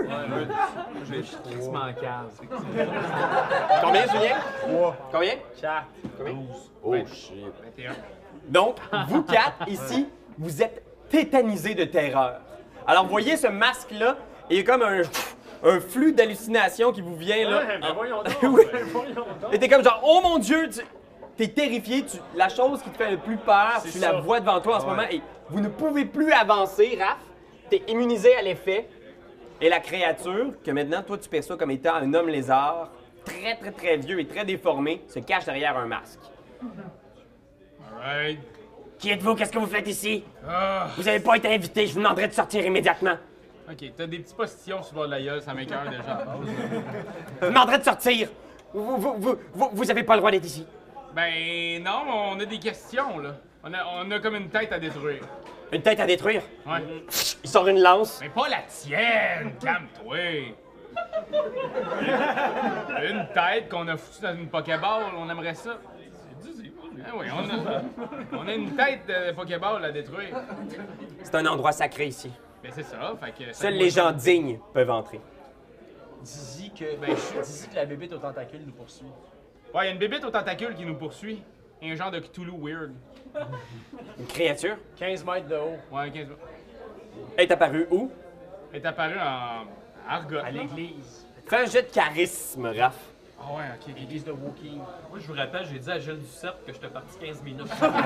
Je m'en case. Combien, Julien? 3. Combien? 4. Combien? 12. Oh, shit. 21. Donc, vous quatre, ici, vous êtes tétanisés de terreur. Alors, voyez ce masque-là, et il y a comme un flux d'hallucinations qui vous vient, là. Ben voyons donc! Oui. Ben voyons donc! Et t'es comme genre, oh mon Dieu! t'es terrifié, la chose qui te fait le plus peur, tu la vois devant toi en ce moment et vous ne pouvez plus avancer, Raph. T'es immunisé à l'effet. Et la créature, que maintenant toi tu perçois comme étant un homme lézard, très très très vieux et très déformé, se cache derrière un masque. Alright. Qui êtes-vous? Qu'est-ce que vous faites ici? Ah. Vous avez pas été invité, je vous demanderai de sortir immédiatement. Ok, t'as des petits postillons sur le bord de la gueule, ça m'écoeure déjà. Je vous demanderai de sortir. Vous avez pas le droit d'être ici. Ben non, on a des questions là. On a comme une tête à détruire. Une tête à détruire? Ouais. Il sort une lance. Mais pas la tienne, calme-toi. Une tête qu'on a foutue dans une Pokéball, on aimerait ça. Ah oui, on a une tête de Pokéball à détruire. C'est un endroit sacré ici. Ben c'est ça, fait que... Seuls les gens dignes peuvent entrer. Dis-y que la bébête aux tentacules nous poursuit. Ouais, il y a une bébête aux tentacules qui nous poursuit. Un genre de Cthulhu weird. Une créature? 15 mètres de haut. Ouais, 15 minutes. Elle est apparue où? Elle est apparue en Argot. À l'église. Fais un jet de charisme, Raph. Ah ouais, ok. L'église de Woking. Moi, je vous rappelle, j'ai dit à Gilles Duceppe que j'étais parti 15 minutes.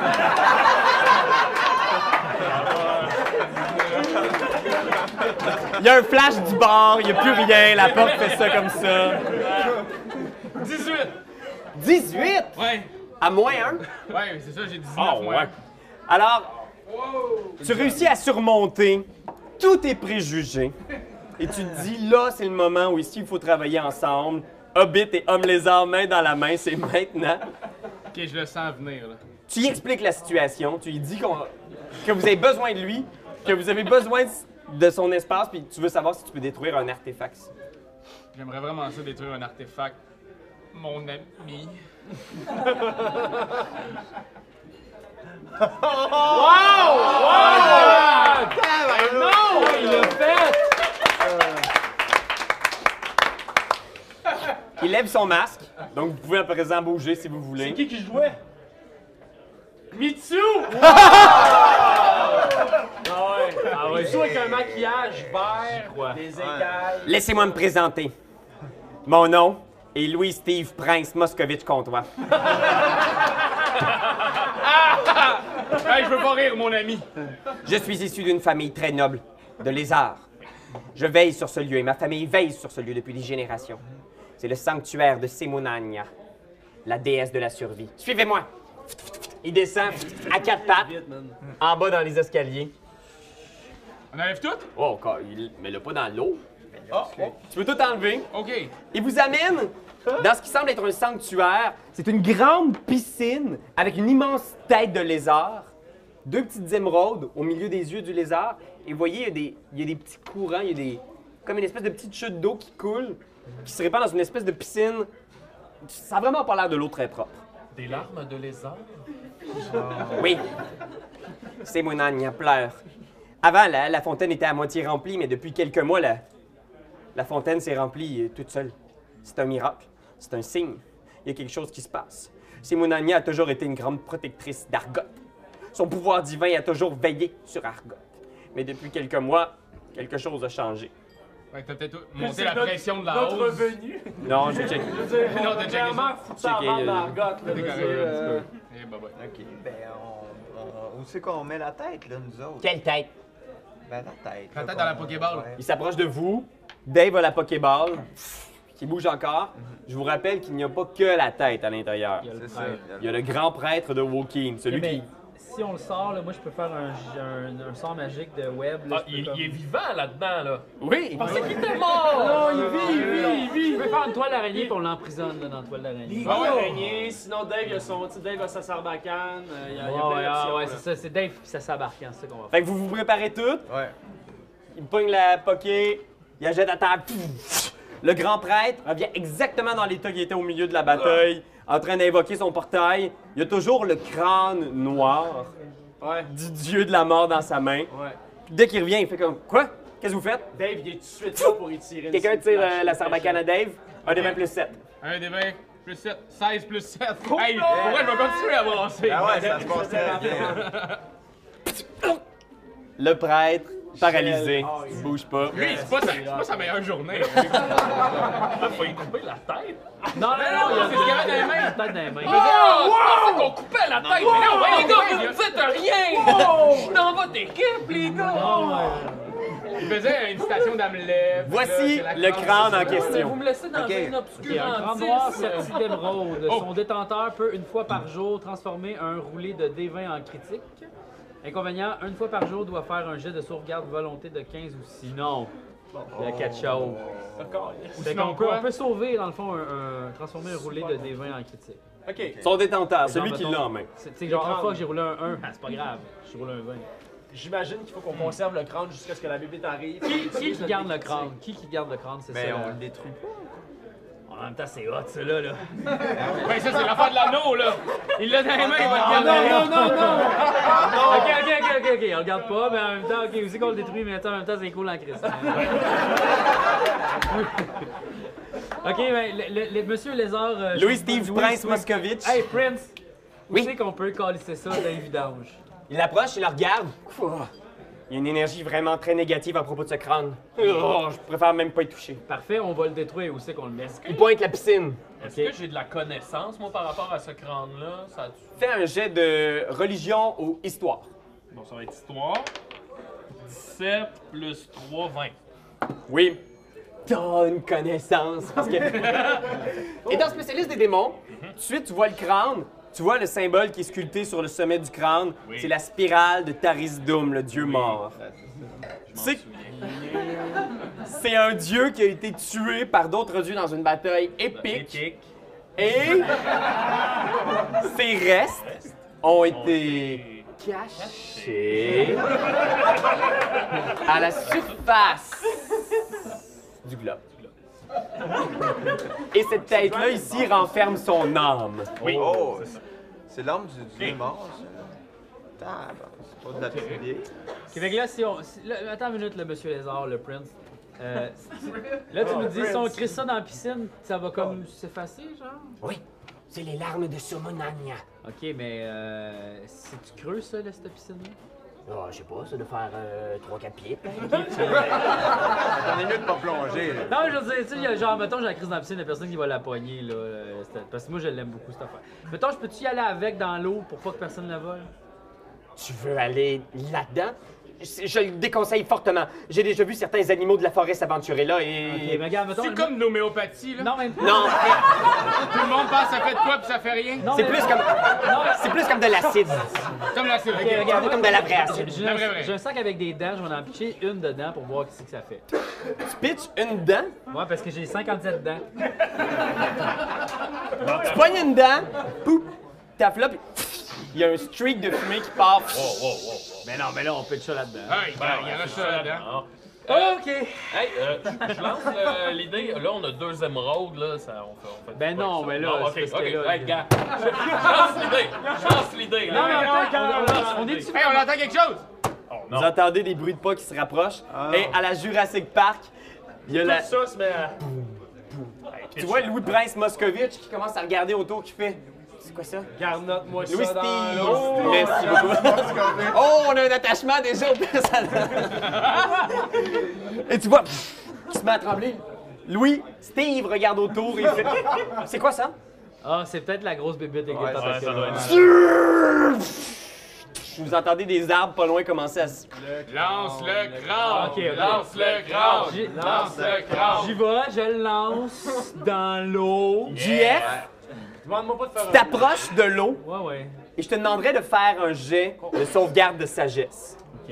Il y a un flash du bord, il n'y a plus rien, la porte fait ça comme ça. 18! 18? Ouais. À moins 1? Ouais, c'est ça, j'ai 19 Ah, moins. ouais. Alors, tu réussis à surmonter tous tes préjugés et tu te dis, là, c'est le moment où ici, il faut travailler ensemble. Hobbit et homme lézard, main dans la main, c'est maintenant. Ok, je le sens venir, là. Tu lui expliques la situation, tu lui dis que vous avez besoin de lui, que vous avez besoin de son espace, puis tu veux savoir si tu peux détruire un artefact. J'aimerais vraiment ça détruire un artefact. Mon ami. Non! Il l'a fait! Il lève son masque, donc vous pouvez à présent bouger si vous voulez. Qui jouait? Mitsu! Ah ouais. Mitsu avec un maquillage vert, des écailles. Laissez-moi me présenter. Mon nom est Louis-Steve Prince Moscovitch-Comtois. Hey, je veux pas rire, mon ami. Je suis issu d'une famille très noble, de lézards. Je veille sur ce lieu et ma famille veille sur ce lieu depuis des générations. C'est le sanctuaire de Semonagna, la déesse de la survie. Suivez-moi! Il descend à quatre pattes, en bas dans les escaliers. On enlève tout? Oh, mais là, pas dans l'eau. Tu peux tout enlever. Ok. Il vous amène dans ce qui semble être un sanctuaire. C'est une grande piscine avec une immense tête de lézard, deux petites émeraudes au milieu des yeux du lézard. Et vous voyez, il y a des petits courants, il y a comme une espèce de petite chute d'eau qui coule, qui se répand dans une espèce de piscine. Ça n'a vraiment pas l'air de l'eau très propre. Des larmes de lézard? Oui. C'est mon âne, pleure. Avant, la fontaine était à moitié remplie, mais depuis quelques mois, la fontaine s'est remplie toute seule. C'est un miracle. C'est un signe. Il y a quelque chose qui se passe. Simonania a toujours été une grande protectrice d'Argot. Son pouvoir divin a toujours veillé sur Argot. Mais depuis quelques mois, quelque chose a changé. Ouais, t'as peut-être monté la pression de la Notre hausse. revenu. Non, je check. Non, t'as checké Vraiment ça. foutu en bande dans la gotte, là. T'es correct, un petit peu. Eh, bye bye. Ok, ben, où c'est qu'on met la tête, là, nous autres? Quelle tête? Ben, la tête. La là, tête dans la qu'on- Pokéball. ouais. Il s'approche de vous. Dave a la Pokéball, qui bouge encore. Je vous rappelle qu'il n'y a pas que la tête à l'intérieur. C'est ça. Il y a le grand prêtre de Woking, celui qui... Si on le sort, là, moi je peux faire un sort magique de web. Là, Ah, je peux il comme- est vivant là-dedans, là. Oui! Pensais qu'il était mort! Non, il vit! Je peux faire une toile d'araignée puis on l'emprisonne là, dans la toile d'araignée. Il va araignée, sinon Dave, il a son petit Dave a sa sarbacane, il y a plein d'options, Ouais, là. c'est ça, c'est Dave puis ça s'embarquant, c'est ça qu'on va faire. Fait que vous vous préparez toutes. Ouais. Il pogne la poké, il la jette à terre. Pff! Le grand prêtre revient exactement dans l'état qu'il était au milieu de la bataille, en train d'invoquer son portail. Il a toujours le crâne noir Ouais, du dieu de la mort dans sa main. ouais. Puis dès qu'il revient, il fait comme « Quoi? Qu'est-ce que vous faites? Dave, il est tout de suite là pour y tirer une Quelqu'un petite tire flash, la sarbacane à Dave? Un des 20 plus 7. 1 des 20 plus 7. 16 plus 7. Hey, pourquoi je vais continuer à brasser? Ah ouais, ça se passe très bien. Le prêtre paralysé. Il bouge pas. Lui, c'est pas sa meilleure journée. Faut y couper la tête. Non, il a fait ce qu'il avait dans les mains. la tête dans les mains. Oh, je pensais qu'on coupait la tête. Mais non, Les les gars, gars, vous ne faites rien! Je suis dans votre équipe, les gars! il faisait une citation d'Hamlet. Voici le crâne en Vous question. me laissez dans Ok. un Ok, crâne noir serti d'émeraude. Oh. Son détenteur peut, une fois par jour, transformer un roulé de D20 en critique. Inconvénient, une fois par jour, doit faire un jet de sauvegarde volonté de 15 ou sinon. Il y a 4 choses. Fait sinon qu'on peut, quoi? on peut sauver, dans le fond, transformer un roulé de D20 en critique. Ok. Son détenteur, celui Genre, qui l'a en main. C'est genre, une fois que j'ai roulé un 1, c'est pas grave, j'ai roulé un 20. J'imagine qu'il faut qu'on conserve le crâne jusqu'à ce que la bébé arrive. Qui garde le crâne? Qui garde le crâne, c'est Mais ça? on le détruit pas. En même temps, c'est hot, ça, là. Ouais, ça, c'est l'affaire de l'anneau, là. Il l'a dans les mains, il va le garder. Non! Ok, on le garde pas, mais en même temps, ok, aussi qu'on le détruit, mais en même temps, c'est cool en crise. Ok, mais le monsieur Lézard... Louis-Steve Prince Moscovitch. Hey, Prince! Où Oui? c'est qu'on peut calisser ça dans les vidanges? Il approche, il le regarde. Il y a une énergie vraiment très négative à propos de ce crâne. Oh, je préfère même pas y toucher. Parfait, on va le détruire. Où c'est qu'on le met? Il pointe la piscine. Est-ce que j'ai de la connaissance, moi, par rapport à ce crâne-là? Ça... Fais un jet de religion ou histoire. Bon, ça va être histoire. 17 plus 3, 20. Oui. T'as une connaissance. Parce que... Étant spécialiste des démons, tout de suite, tu vois le crâne. Tu vois le symbole qui est sculpté sur le sommet du crâne. Oui. C'est la spirale de Tarisdum, le dieu mort. Je m'en C'est- souviens. C'est un dieu qui a été tué par d'autres dieux dans une bataille épique. Épique. Et ses restes ont été cachés à la surface du globe. Et cette tête-là ici renferme son âme. Oui. Oh, c'est l'âme du dieu mort, ça. C'est pas de la petite vieille. Ok, fait que là, attends une minute, le monsieur Lézard, le Prince. Là, tu nous dis, si on crée ça dans la piscine, ça va comme s'effacer, genre? Oui, c'est les larmes de Somonania. Ok, mais c'est-tu creux, ça, là, cette piscine-là? Oh, je sais pas, ça doit faire 3-4 pieds. J'en ai mieux de pas plonger, là. Non, je veux dire, tu sais, il y a genre, mettons, j'ai la crise dans la piscine, il y a personne qui va la pogner, là. Parce que moi, je l'aime beaucoup, cette affaire. Mettons, je peux-tu y aller avec dans l'eau pour pas que personne la vole? Tu veux aller là-dedans? Je le déconseille fortement. J'ai déjà vu certains animaux de la forêt s'aventurer là Ok, et... mais regarde, mettons. C'est comme de l'homéopathie, là. Non, mais. Non, Tout le monde pense que ça fait de quoi puis ça fait rien. Non, c'est mais- plus comme... C'est plus comme de l'acide. Comme la série. Ok, regarde, C'est comme de la vraie acide. J'ai La vraie, vraie. j'ai un sac avec des dents, je vais en pitcher une dedans pour voir ce que ça fait. Tu pitches une dent, Ouais, parce que j'ai 57 dents. tu poignes une dent, pouf, taffes là, puis il y a un streak de fumée qui part. Mais non, mais là, on pitch ça là-dedans. Ah, il y en a ça là-dedans. Ok. Hey, je lance l'idée. Là, on a 2 émeraudes, là. Ça, on fait Ben pas non, ça. mais là, Non, c'est ok, parce que ok. là, Hey, gars. Je lance l'idée. Je lance l'idée. Non, mais là. on est-tu Hey, on entend quelque chose! Oh, Vous non. entendez des bruits de pas qui se rapprochent. Ah. Et à la Jurassic Park, il y a la... Tout ça se met à... Tu vois Louis Prince Moscovitch qui commence à regarder autour, qui fait... C'est quoi ça? Garnotte-moi Louis ça dans Steve! l'eau. Merci beaucoup. Oh, on a un attachement déjà au personnage. Et tu vois, qui se met à trembler. Louis, Steve regarde autour et il fait... C'est quoi ça? Ah, c'est peut-être la grosse bébête avec Ouais, des Ouais, tentacules. ça doit être... Vous entendez des arbres pas loin commencer à se... Lance le crâne! Ok, ok. Lance le crâne! J'ai- Lance le crâne! J'y vais, je le lance dans l'eau. JF, Demande-moi pas de faire t'approches de l'eau Ouais, ouais. et je te demanderais de faire un jet de sauvegarde de sagesse. Ok.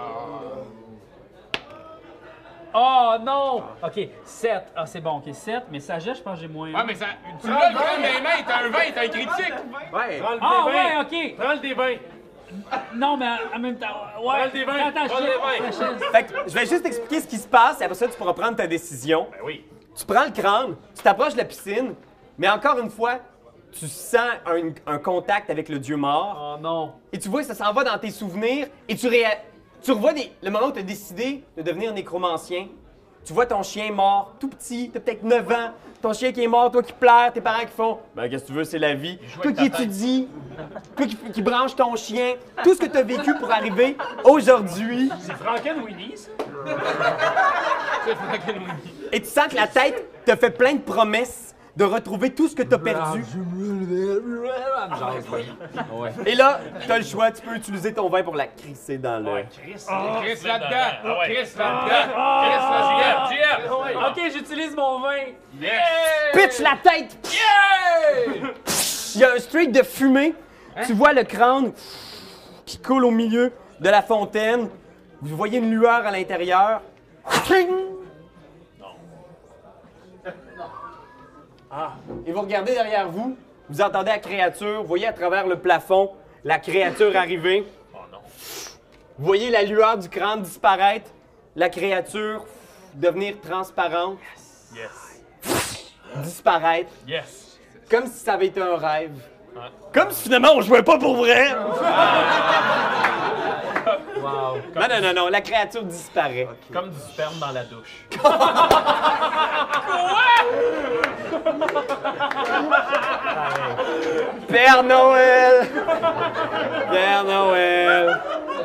Oh non! Ok, 7. Ah, c'est bon, ok, 7, mais sagesse, je pense que j'ai moins. Ouais, mais ça. Tu l'as le crâne dans les mains, t'as un 20, t'as un critique! Ouais. Prends le Ah, D20. ouais, ok! Prends le D20. Non, mais en même temps. Ouais, Prends le D20. attends, Prends le D20. Fait que je vais juste expliquer ce qui se passe et après ça, tu pourras prendre ta décision. Ben oui. Tu prends le crâne, tu t'approches de la piscine, mais encore une fois, tu sens un contact avec le dieu mort Oh non. et tu vois que ça s'en va dans tes souvenirs et tu revois le moment où tu as décidé de devenir nécromancien. Tu vois ton chien mort, tout petit, t'as peut-être 9 ans, ton chien qui est mort, toi qui pleures, tes parents qui font « Ben qu'est-ce que tu veux, c'est la vie. » joue Toi avec qui ta tête. étudies, toi qui branches ton chien, tout ce que tu as vécu pour arriver aujourd'hui. C'est Frankenweenie, ça? C'est Frankenweenie. Et tu sens que la tête te fait plein de promesses de retrouver tout ce que tu as perdu. Et là, tu as le choix, tu peux utiliser ton vin pour la crisser dans le... Chris là-dedans. Ah ouais. Chris là-dedans. Chris là-dedans. Ok, j'utilise mon vin. Pitch la tête! Il y a un streak de fumée. Tu vois le crâne qui coule au milieu de la fontaine. Vous voyez une lueur à l'intérieur. Et vous regardez derrière vous. Vous entendez la créature. Vous voyez à travers le plafond la créature arriver. Oh non. Vous voyez la lueur du crâne disparaître. La créature devenir transparente. Yes. Disparaître. Yes. Comme si ça avait été un rêve. Ouais. Comme si finalement on jouait pas pour vrai. Wow. Non, la créature disparaît. Comme du sperme dans la douche. Père Noël! Père Noël!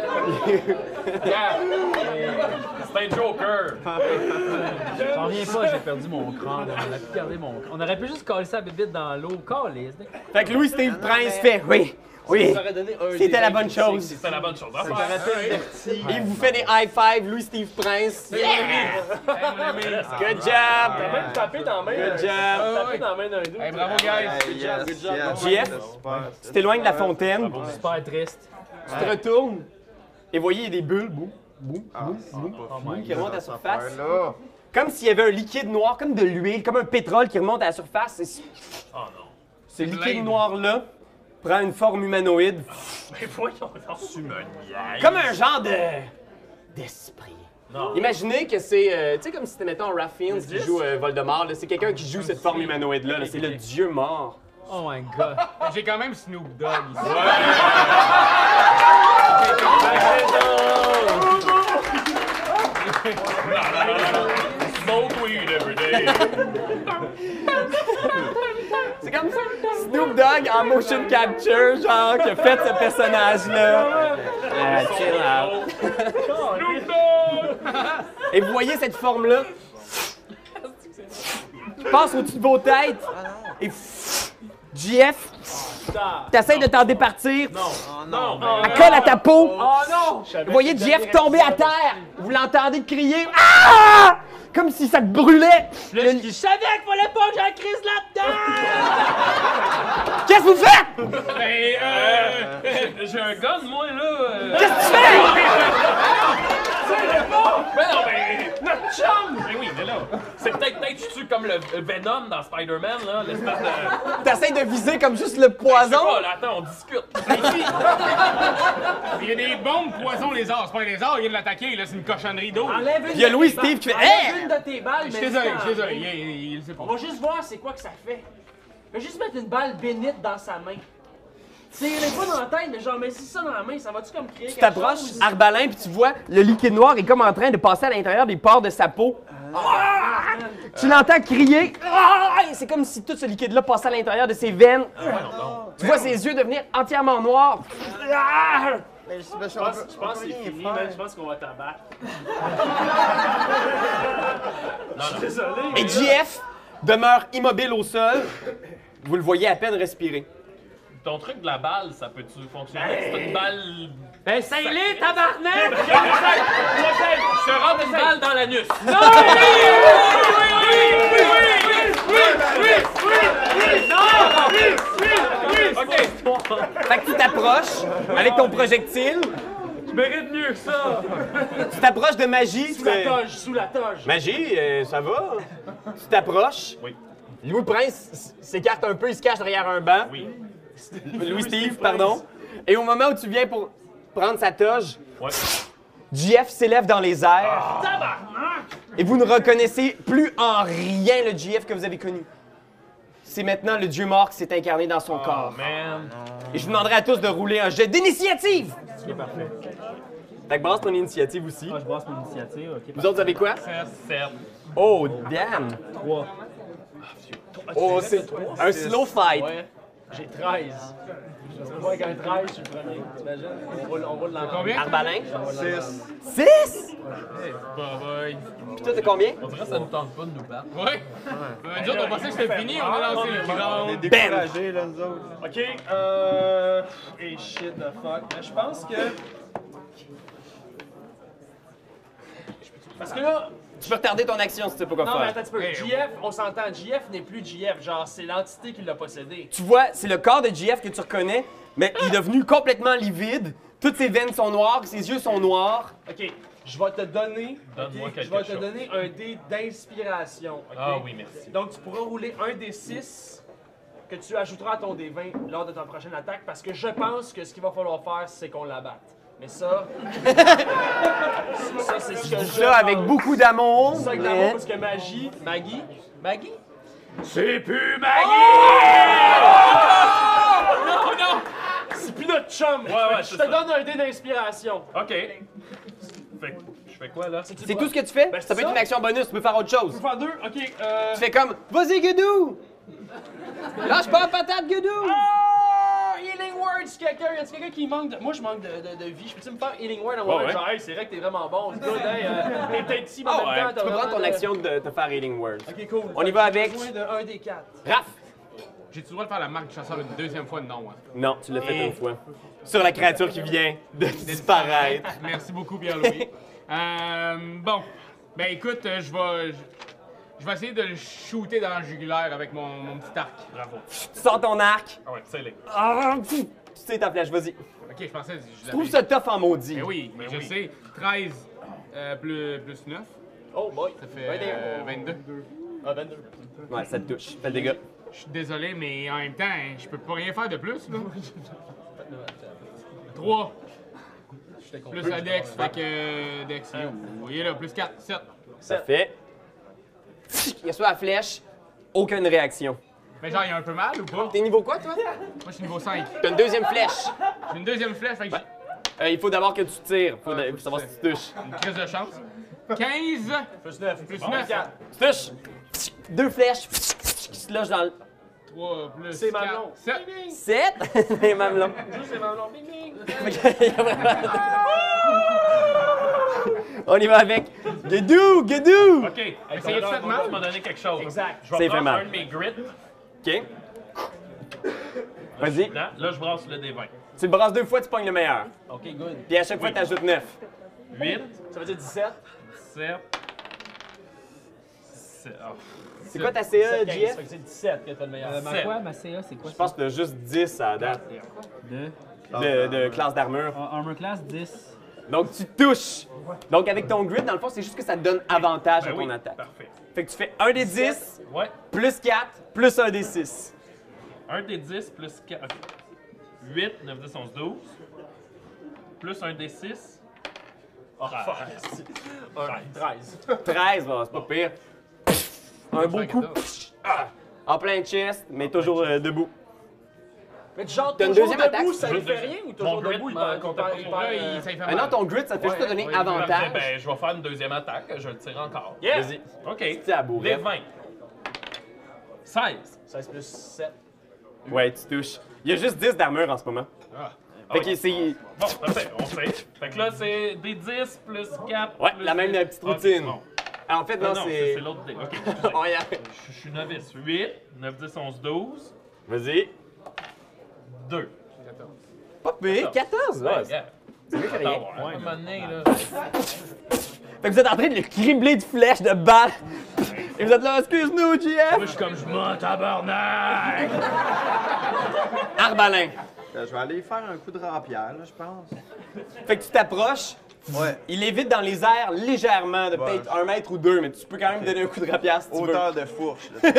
C'est un Joker. J'en reviens pas, j'ai perdu mon crâne. On a pu garder mon crâne. On aurait pu juste coller ça à bébite dans l'eau. Calisse. Fait que Louis-Steve Prince fait oui, oui, Ça aurait donné un c'était des la vingt bonne critiques, chose. C'est la bonne chose à Ça faire. aurait fait diverti. Il vous fait des high five, Louis-Steve Prince. Yeah! Good job! T'as même tapé dans la main. Good job! T'as tapé dans la main d'un dos. Hey, bravo, guys. JF, tu t'éloignes de la fontaine, Super triste. tu te retournes et voyez, il y a des bulles, boum, qui remontent à la surface. Comme s'il y avait un liquide noir, comme de l'huile, comme un pétrole qui remonte à la surface. Et Oh non. ce liquide noir-là prend une forme humanoïde, Mais voyons donc. Tu me niaises. comme un genre d'esprit. Non. Imaginez que c'est, tu sais, comme si c'était, mettons, Ralph Fiennes qui joue Voldemort, là. C'est quelqu'un qui joue cette forme humanoïde-là, là. C'est le dieu mort. Oh my god. J'ai quand même Snoop Dogg ici. Smoke weed every day. C'est comme Snoop Dogg en motion capture, genre, qui a fait ce personnage-là. Chill out. Et vous voyez cette forme-là qui passe au-dessus de vos têtes. Et JF, t'essayes de t'en départir. Non. Elle colle à ta peau. Oh non! Vous voyez JF tomber à terre. Vous l'entendez crier. Ah! Comme si ça te brûlait. Je savais qu'il fallait pas que j'en crise là-dedans! Qu'est-ce que vous faites? Ben, j'ai un gun, moi, là. Qu'est-ce que tu fais? Mais non, mais. Notre chum! Mais oui, mais là. C'est peut-être je tue comme le Venom dans Spider-Man, là. L'espèce de. T'essayes de viser comme juste le Je sais poison. pas, là, attends, on discute. Il y a des bombes poison lézards. C'est pas un lézard, il vient de l'attaquer, là. C'est une cochonnerie d'eau. Enlève une Il y a de Louis tes Steve qui fait balles. Enlève Hey! une de tes balles, Je suis mais désolé, ça- je suis désolé. Il sait pas. On va juste voir c'est quoi que ça fait. Je vais juste mettre une balle bénite dans sa main. Tire-les pas dans la tête, mais genre, mets ça dans la main, ça va-tu comme créer Tu quelque t'approches, chose? Arbalin, puis tu vois le liquide noir est comme en train de passer à l'intérieur des pores de sa peau. Ah! Tu l'entends crier. Ah! C'est comme si tout ce liquide-là passait à l'intérieur de ses veines. Tu vois ses yeux devenir entièrement noirs. Ah! Mais Je pense que c'est fini, man. Je pense qu'on va t'abattre. Je suis désolé. Et JF demeure immobile au sol. Vous le voyez à peine respirer. Ton truc de la balle, ça peut-tu fonctionner? C'est une balle. Ben, c'est-les, tabarnak! Je te rentre une balle dans l'anus. Fait que tu t'approches avec ton projectile. Je mérite mieux que ça! Tu t'approches de Magie. Sous la toge, sous la toge. Magie, ça va? Tu t'approches. Oui. Louis Prince s'écarte un peu, il se cache derrière un banc. Oui. Louis Steve, pardon. Et au moment où tu viens pour prendre sa toge, Ouais. JF s'élève dans les airs. Et vous ne reconnaissez plus en rien le JF que vous avez connu. C'est maintenant le dieu mort qui s'est incarné dans son corps. Man. Et je vous demanderai à tous de rouler un jet d'initiative! Ok, parfait. Fait que brasse ton initiative aussi. Ah, je brasse mon initiative, ok. Vous autres, vous avez quoi? 7. Oh, damn! 3. Oh, c'est un slow fight. Ouais. J'ai 13. Je sais pas qu'un 13, je suis le premier. T'imagines? On roule dans la Combien? Arbalin? 6. 6? Bah, boy. Puis toi, t'as combien? On dirait que ça nous tente pas de nous battre. Ouais. Nous autres, on pensait que c'était fini, on a lancé le On est round. découragés, là, nous autres. Ok, et shit the fuck. Mais je pense que. Parce que là. Tu peux retarder ton action si tu sais pas quoi Non, mais faire. attends un petit peu. Hey, JF, on s'entend, JF n'est plus JF. Genre, c'est l'entité qui l'a possédé. Tu vois, c'est le corps de JF que tu reconnais, mais il est devenu complètement livide. Toutes ses veines sont noires, ses yeux sont noirs. Ok, je vais te donner. Donne-moi ok, quelque je vais te chose. donner un dé d'inspiration. ok? Ah oui, merci. Donc, tu pourras rouler un des 6 que tu ajouteras à ton dé 20 lors de ta prochaine attaque parce que je pense que ce qu'il va falloir faire, c'est qu'on la batte. Mais ça. ça, c'est ce que je. Ça, avec pense. beaucoup d'amour. Ça, avec mais- l'amour, parce que Maggie. C'est plus Maggie! Non, non! C'est plus notre chum! Ouais, je c'est te ça. donne un dé d'inspiration. OK. Je fais quoi, là? C'est tout ce que tu fais? Ben, ça peut ça. être une action bonus, tu peux faire autre chose. Je peux faire 2, ok. Tu fais comme, vas-y, Guedou! Lâche pas la patate, Guedou! Ah! Healing Words! Quelqu'un, y a quelqu'un qui manque de. Moi, je manque de vie. Je peux-tu me faire Healing Word en Ouais, mode ouais. genre, hey, c'est vrai que t'es vraiment bon. C'est good, hey, t'es peut-être ici, mais en Ah même ouais, temps, tu t'as peux prendre vraiment ton de- action de te faire Healing Words. Ok, cool. On y Fait va que j'ai avec- besoin de 1 des 4. Raph! J'ai-tu le droit de faire la marque du chasseur une deuxième fois? Non. Hein. Non, tu l'as fait une fois. Sur la créature qui vient de disparaître. Merci beaucoup, Pierre-Louis. Bon, ben écoute, je vais essayer de le shooter dans le jugulaire avec mon petit arc. Bravo. Tu sors ton arc. Ah ouais, c'est les. Ah, pff, tu sais ta flèche, vas-y. Ok, je pensais que Je trouve ça tough en maudit. Mais oui, mais je sais. 13 plus 9, Oh boy. ça fait 22. Ah, 22. Ouais, ça te touche. Fais le dégât. Je suis désolé, mais en même temps, je peux pas rien faire de plus, là. 3 plus la Dex, fait que Dex, il est là, plus 4, 7. Ça fait. Il reçoit la flèche. Aucune réaction. Mais genre, il y a un peu mal ou pas? T'es niveau quoi, toi? Moi, je suis niveau 5. T'as une deuxième flèche. J'ai une deuxième flèche, fait que j'ai Il faut d'abord que tu tires. Faut Ouais, faut savoir faut si tu touches. une crise de chance. 15 Plus 9. plus Bon, 9. 4. Tu touches. Deux flèches qui se logent dans le. 3 plus C'est 4, Manon. 7. 7. Les mamelons. Juste c'est Manon. Bing bing. On y va avec. Guedou! Guedou! OK. Essayez de faire mal. Tu m'as donné quelque chose. Exact. Je Ça vais fait prendre mal. un de mes grits. OK. Vas-y. Là, je brasse le D20. Tu le brasses deux fois, tu pognes le meilleur. Ok, good. Puis à chaque fois, Oui. tu ajoutes 9. 8, Ça veut dire 17. 7. C'est quoi ta CA, 15. Fait JF? que c'est 17 que t'as le meilleur. Ma quoi? Ma CA, c'est quoi Je pense que t'as juste 10 à la date de classe d'armure. Armor class 10. Donc tu touches. Donc avec ton grid, dans le fond, c'est juste que ça te donne avantage à Ben ton oui, attaque. parfait. Fait que tu fais 1 des 10, Ouais. plus 4, plus 1 des 6. 1 des 10 plus 4. OK. 8, 9, 10, 11, 12. Plus 1 des 6. Oh, fuck. 13. 13, bah, c'est pas pire. Un beau coup. En plein chest, mais toujours debout. Mais genre, T'as une toujours deuxième debout, attaque? ça lui fait rien ou toujours Mon grid, debout, il ben, perd- compte il perd- pas il mon perd, Là, il- ça lui fait mal. Ah non, ton grid, ça fait juste te donner ouais, avantage. Ben, je vais faire une deuxième attaque. Je le tire encore. Yeah! Vas-y. OK. C'est à bourrer. Les 20. 16. 16 plus 7. Ouais, tu touches. Il y a juste 10 d'armure en ce moment. Fait que c'est. Bon, parfait, on sait. Fait que là, c'est des 10 plus 4. Ouais, plus la même 10. petite routine. Bon. Ah, en fait, Non, non, non, c'est. c'est l'autre dé. OK. Oh, yeah. Je suis novice. 8, 9, 10, 11, 12, Vas-y. 2. Pas pire, 14, ouais. Yeah. C'est mieux que rien. À un moment donné, là. Fait que vous êtes en train de le cribler de flèches, de balles. Et vous êtes là, excuse-nous, JF. Moi, je suis comme je m'en tabarnak! Arbalin. Je vais aller faire un coup de rapière, là, je pense. Fait que tu t'approches. Ouais. Il évite dans les airs légèrement, de Ouais. peut-être 1 mètre ou 2, mais tu peux quand même donner un coup de rapière si tu veux. Hauteur de fourche. là.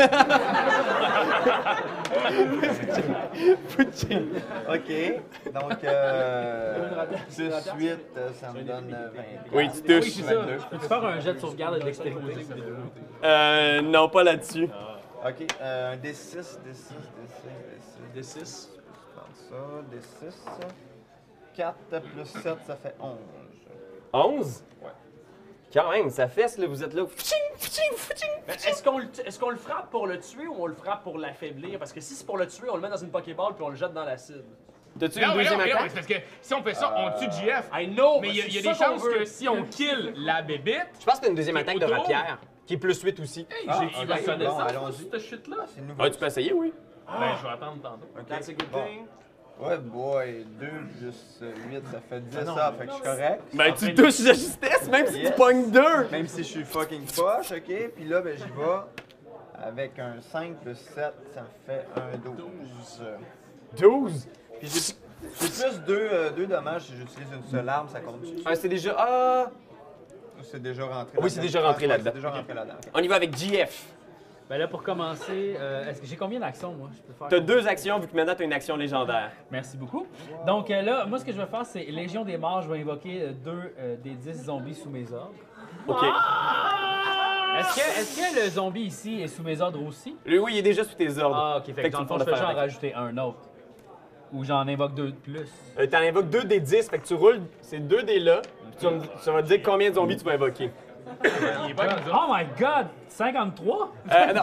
OK. Donc, plus 8, ça me donne 20. Oui, tu touches. Oui, c'est ça. 22. Peux-tu faire un jet de sauvegarde de dextérité? Non, pas là-dessus. OK, un D6, D6, D6, D6. D6. Je prends ça, D6. 4 plus 7, ça fait 11. 11? Ouais. Quand même, ça fesse, là, vous êtes là. Mais est-ce qu'on le frappe pour le tuer ou on le frappe pour l'affaiblir? Parce que si c'est pour le tuer, on le met dans une Pokéball puis on le jette dans l'acide. T'as-tu Non, une mais deuxième non, mais non, attaque? c'est parce que si on fait ça, on tue GF. I know! Mais il y a c'est des ça qu'on chances veut. que si on kill la bébite, Je pense que t'as une deuxième attaque de autour. rapière, qui est plus 8 aussi. Hey, Ah, j'ai eu la ok, connaissance bon, de allons-y. cette shit-là. C'est nouveau. Ouais, tu peux essayer, oui. Ben, je vais attendre tantôt. That's a good Bon. thing. Ouais, boy, 2 plus 8, ça fait 10, ça, fait que je suis correct. Ben, tu touches de justesse, même si tu Yes. pognes 2. Même si je suis fucking poche, ok? Puis là, ben, j'y vais avec un 5 plus 7, ça me fait un 12. 12. Puis j'ai plus 2 dommages si j'utilise une seule arme, ça compte-tu? Ah, c'est déjà. Ah! C'est déjà rentré Oui, c'est là-dedans. déjà rentré Ouais, là-dedans. C'est déjà rentré là-dedans. ok. On y va avec GF. Ben là, pour commencer, est-ce que j'ai combien d'actions, moi? Je peux faire T'as 2 actions vu que maintenant t'as une action légendaire. Merci beaucoup. Donc là, moi, ce que je vais faire, c'est Légion des morts. Je vais invoquer 2 des 10 zombies sous mes ordres. OK. Est-ce que le zombie ici est sous mes ordres aussi? Lui, oui, il est déjà sous tes ordres. Ah, ok. Fait que que dans tu le fond, peux je le fais faire genre avec. rajouter un autre. Ou j'en invoque 2 de plus. T'en invoques 2 des 10, fait que tu roules ces 2 dés là, puis tu vas me dire combien de zombies tu vas invoquer. il est pas comme ça. Oh my god! 53? Non.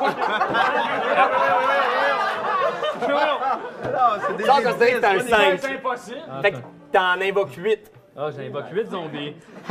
Non, c'est des Ça, ça veut dire que t'as un C'est 5. impossible! Fait que t'en invoques 8. Ah, j'invoque 8 zombies.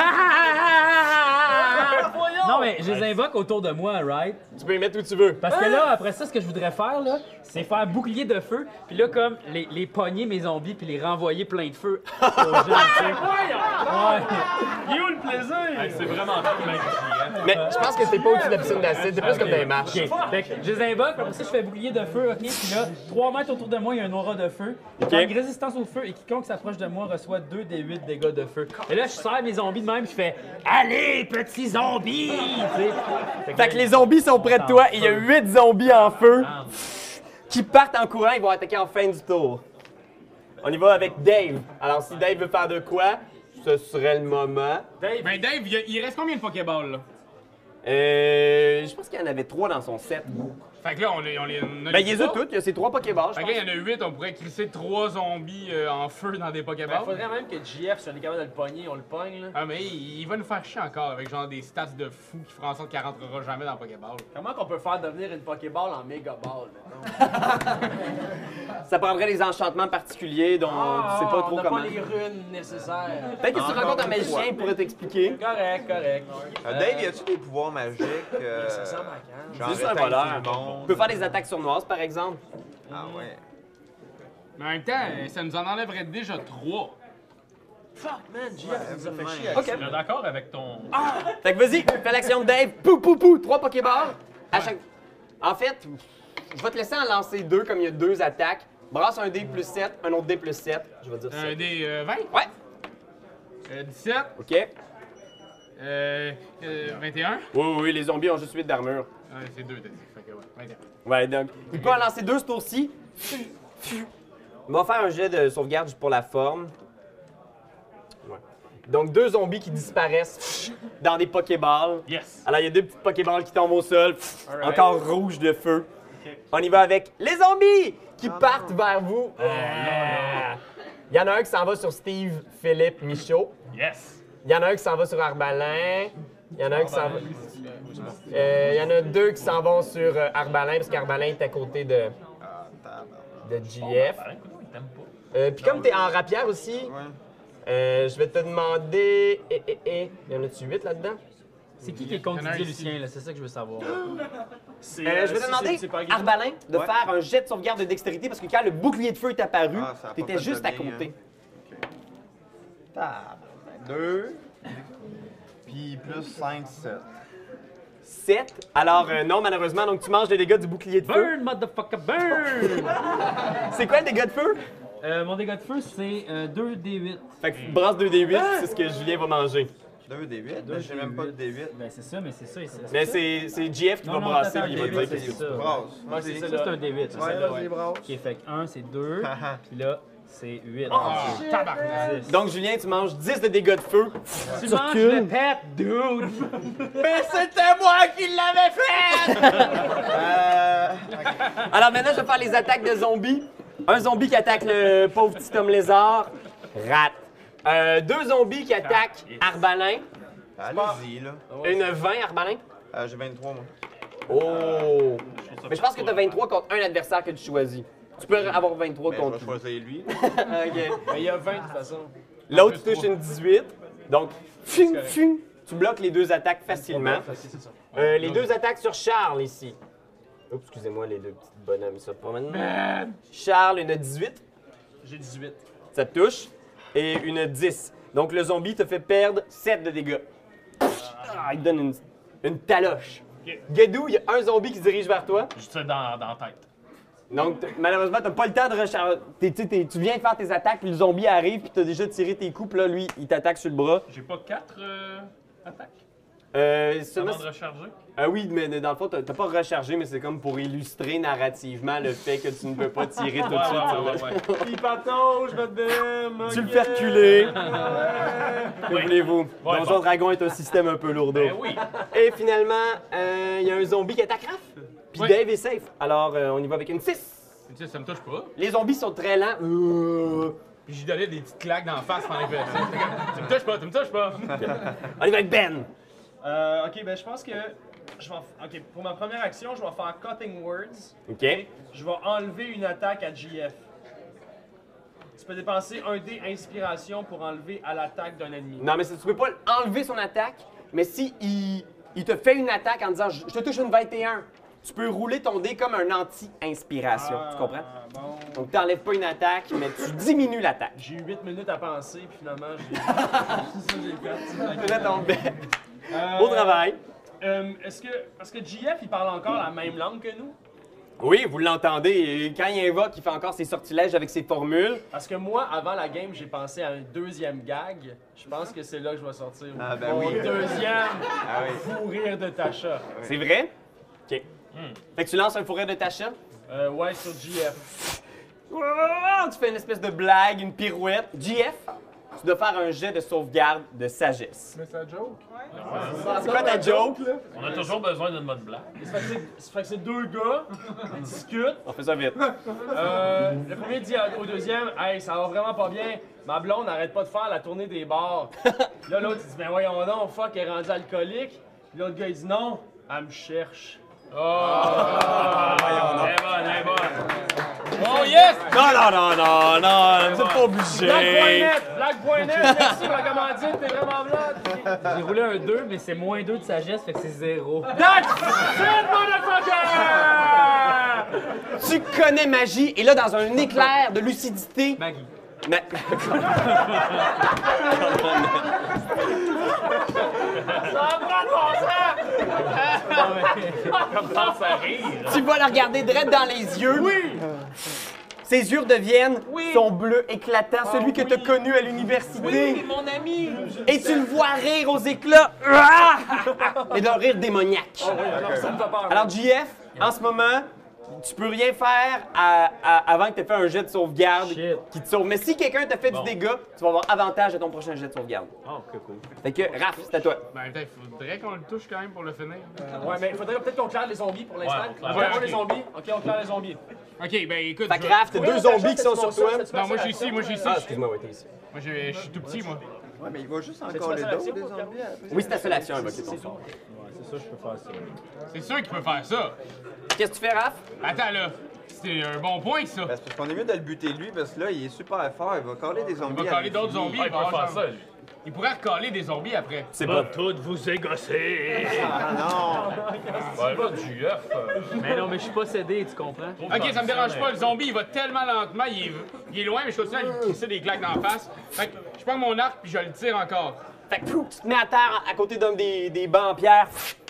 Non, mais je les invoque autour de moi, right? Tu peux les mettre où tu veux. Parce que là, après ça, ce que je voudrais faire, là, c'est faire bouclier de feu, puis là, comme, les pogner mes zombies, puis les renvoyer plein de feu aux gens, tu sais. Ouais. Il est où le plaisir? Hey, c'est vraiment cool, même JF. Mais je pense que c'est pas au-dessus de la piscine d'acide, c'est plus comme dans les marches. OK. Fait que je les invoque, après ça, je fais bouclier de feu, OK? Puis là, 3 mètres autour de moi, il y a une aura de feu. J'ai une résistance au feu, et quiconque s'approche de moi reçoit 2 des 8 dégâts de feu. Et là, je sers mes zombies de même, je fais « Allez, petits zombies! » tu sais. Fait que les zombies sont près de toi et il y a 8 zombies en feu qui partent en courant, ils vont attaquer en fin du tour. On y va avec Dave. Alors si Dave veut faire de quoi, ce serait le moment. Ben Dave, il reste combien de Pokéballs là? Je pense qu'il y en avait 3 dans son set. Fait que là, on les on a Ben il les a trois. toutes, il y a ces 3 Pokéballs, je Fait que là, il y en a 8, on pourrait crisser 3 zombies en feu dans des Il Pokéballs. faudrait même que JF, si on est capable de le pogner, on le pogne, là. Ah, mais il va nous faire chier encore avec genre des stats de fou qui feront en sorte qu'il rentrera jamais dans Pokéball. Comment qu'on peut faire devenir une Pokéball en Mega Ball, maintenant? Ça prendrait des enchantements particuliers dont tu sais pas trop on n'a comment. pas les runes nécessaires. Peut-être que tu Encore rencontres un une magicien fois. qui pourrait t'expliquer. Correct, correct. Dave, y a-tu des pouvoirs magiques? Ça ressemble à quand? Genre C'est juste un éteindre voleur. tout le monde? Tu peux faire des attaques sournoises par exemple. Ah ouais. Mais en même temps, ça nous en enlèverait déjà 3. Fuck, man, JF nous a fait chier. Ok. Je suis d'accord avec ton. Fait que vas-y, fais l'action de Dave. Pou, pou, pou. 3 Pokéballs. À chaque... En fait, je vais te laisser en lancer 2 comme il y a 2 attaques. Brasse un dé plus 7, un autre dé plus 7. Je vais dire ça. Un des 20, Ouais, 17, ok. 21. Oui, les zombies ont juste 8 d'armure. C'est 2 fait que ouais, 21. Ouais, donc, il peut en lancer 2 ce tour-ci. On va faire un jet de sauvegarde juste pour la forme. Ouais. Donc, 2 zombies qui disparaissent dans des Pokéballs. Yes! Alors, il y a 2 petites Pokéballs qui tombent au sol, Alright. encore rouges de feu. On y va avec les zombies qui partent vers vous. Il y en a un qui s'en va sur Steve, Philippe, Michaud. Yes! Il y en a un qui s'en va sur Arbalin. Il y en a un qui s'en va... Il y en a 2 qui s'en vont sur Arbalin, parce qu'Arbalin est à côté de GF. Ah, écoute, il t'aime pas. Puis comme tu es en rapière aussi, Ouais. je vais te demander... Il y en a-tu 8 là-dedans? C'est qui est contre Il y en a un Didier ici. Lucien, là? C'est ça que je veux savoir. Je vais te demander, Arbalin, de Ouais. faire un jet de sauvegarde de dextérité, parce que quand le bouclier de feu est apparu, Ah, ça a pas t'étais fait juste de à bien, côté. 2. Puis plus 5, 7. 7. Alors, non, malheureusement, donc tu manges les dégâts du bouclier de feu. Burn, motherfucker, burn! C'est quoi le dégât de feu? Mon dégât de feu, c'est 2d8. Fait que brasse 2 D8, c'est ce que Julien va manger. 2 D8? Ben, j'ai même pas de D8. Ben c'est ça, mais c'est ça. Mais c'est GF qui va Non, non, brasser, attends, puis il va D8, dire c'est qu'est-ce que ça. Brasse. Ouais, c'est ça, Ça, c'est un d8. ça. Ouais, vas-y, brasse. Ok, fait que 1, c'est 2. Puis là, c'est 8. Ah, tabarnak. Donc, Julien, tu manges 10 de dégâts de feu. Tu manges le pet, dude! Mais c'était moi qui l'avais fait! Alors maintenant, je vais faire les attaques de zombies. Un zombie qui attaque le pauvre petit homme lézard. Rate. 2 zombies qui attaquent Arbalin. Allez-y, là. Une 20, Arbalin? J'ai 23, moi. Oh! Mais je pense que tu as 23 contre un adversaire que tu choisis. Tu peux avoir 23 Ben, contre je vais choisir lui. OK. Mais il y a 20 de toute façon. L'autre touche une 18. Donc, tu bloques les deux attaques facilement. C'est ça. Les deux attaques sur Charles ici. Oups, excusez-moi, les deux petits bonhommes, ça pas maintenant. Charles, une 18. J'ai 18. Ça te touche. Et une 10. Donc, le zombie te fait perdre 7 de dégâts. Ah, il te donne une taloche. Guédou, il y a un zombie qui se dirige vers toi. Je tire dans la tête. Donc, malheureusement, t'as pas le temps de recharger. Tu viens de faire tes attaques, puis le zombie arrive, puis t'as déjà tiré tes coups, puis là, lui, il t'attaque sur le bras. J'ai pas 4 attaques Seulement, avant de recharger? oui, mais dans le fond, t'as pas rechargé, mais c'est comme pour illustrer narrativement le fait que tu ne peux pas tirer tout de suite sur le... Il patauge, madame! Tu le fais reculer. Que voulez-vous? Ouais, Donjon bon. Dragon est un système un peu lourdeau. Ben oui! Et finalement, il y a un zombie qui attaque Raph. Puis Oui. Dave est safe. Alors, on y va avec une 6. Tu sais, ça me touche pas. Les zombies sont très lents. Puis j'ai donné des petites claques d'en face pendant que tu me touches pas, tu me touches pas. On y va avec Ben. Ok, ben je pense que. Ok, pour ma première action, je vais faire Cutting Words. OK. Je vais enlever une attaque à JF. Tu peux dépenser un dé inspiration pour enlever à l'attaque d'un ennemi. Non, mais tu peux pas enlever son attaque, mais si il te fait une attaque en disant je te touche une 21, tu peux rouler ton dé comme un anti-inspiration. Tu comprends? Bon. Donc, tu n'enlèves pas une attaque, mais tu diminues l'attaque. J'ai eu 8 minutes à penser, puis finalement, j'ai. C'est ça, j'ai fait. Tu ton Ben. Beau travail. Est-ce que JF, il parle encore la même langue que nous? Oui, vous l'entendez. Et quand il invoque, il fait encore ses sortilèges avec ses formules. Parce que moi, avant la game, j'ai pensé à un deuxième gag. Je pense que c'est là que je vais sortir. Ah, ben Mon oui. deuxième Ah oui. fou rire de Tasha. C'est vrai? OK. Fait que tu lances un fourré de Tasha. Ouais, sur JF. Tu fais une espèce de blague, une pirouette. JF, tu dois faire un jet de sauvegarde de sagesse. Mais c'est un joke. C'est quoi ta joke? On a toujours besoin d'une bonne blague. Ça fait que c'est deux gars, ils discutent. On fait ça vite. Le premier dit au deuxième, hey, ça va vraiment pas bien. Ma blonde n'arrête pas de faire la tournée des bars. Là, l'autre, il dit, ben voyons donc, fuck, elle est rendue alcoolique. Puis l'autre gars, il dit, non, elle me cherche. Elle est bonne, elle est bonne. Oh yes! Non, vous êtes pas obligé. Black.net, merci ma commandite, t'es vraiment blade. J'ai roulé un 2, mais c'est moins 2 de sagesse, fait que c'est 0. That's it, motherfucker! Tu connais magie, et là, dans un éclair de lucidité... Maggie. Mais... Ça va prendre ton sang! Comment ça rire? Tu vas la regarder direct dans les yeux. Oui! Ses yeux deviennent son bleu éclatant, celui que tu as connu à l'université. Mon ami! Et tu le vois rire aux éclats. Ah! Et d'un rire démoniaque. Alors, ça me fait peur. Alors, JF, en ce moment, tu peux rien faire avant que tu aies fait un jet de sauvegarde Shit. qui te sauve. Mais si quelqu'un t'a fait du dégât, tu vas avoir avantage à ton prochain jet de sauvegarde. Oh, ok, cool. Fait que, Raph, c'est à toi. Ben, il faudrait qu'on le touche quand même pour le finir. Ouais, mais il faudrait peut-être qu'on claire les zombies pour l'instant. Ouais, on On claire. claire les zombies. Ok, on claire les zombies. Ok, ben écoute. Fait que je vais- Raph, t'as deux zombies qui sont sur toi. Non, moi je suis ici, moi je suis ici. Ah, excuse-moi, ouais, t'es ici. Moi je suis tout petit, moi. Ouais, mais il va juste C'est-tu encore ma les sélection dos, des pour zombies. Oui, c'est ta seule action, invoquer ton C'est sort. C'est ça, je peux faire ça. C'est sûr qu'il peut faire ça. Qu'est-ce que tu fais, Raph? Attends là, c'est un bon point ça. Ben, c'est parce qu'on est mieux de le buter lui, parce que là, il est super fort. Il va caler des zombies. Il va caler d'autres zombies. Ah, il peut faire ça, lui. Il pourrait recaler des zombies après. C'est pas... toutes vous égosser. Ah non! Ben là, JF. Mais non, mais je suis possédé, tu comprends? Ok, ça me dérange pas, le zombie il va tellement lentement, il est loin, mais je continue à lui crisser des claques d'en face. Fait que je prends mon arc puis je le tire encore. Fait que pouf, tu te mets à terre à côté d'un des bancs en pierre.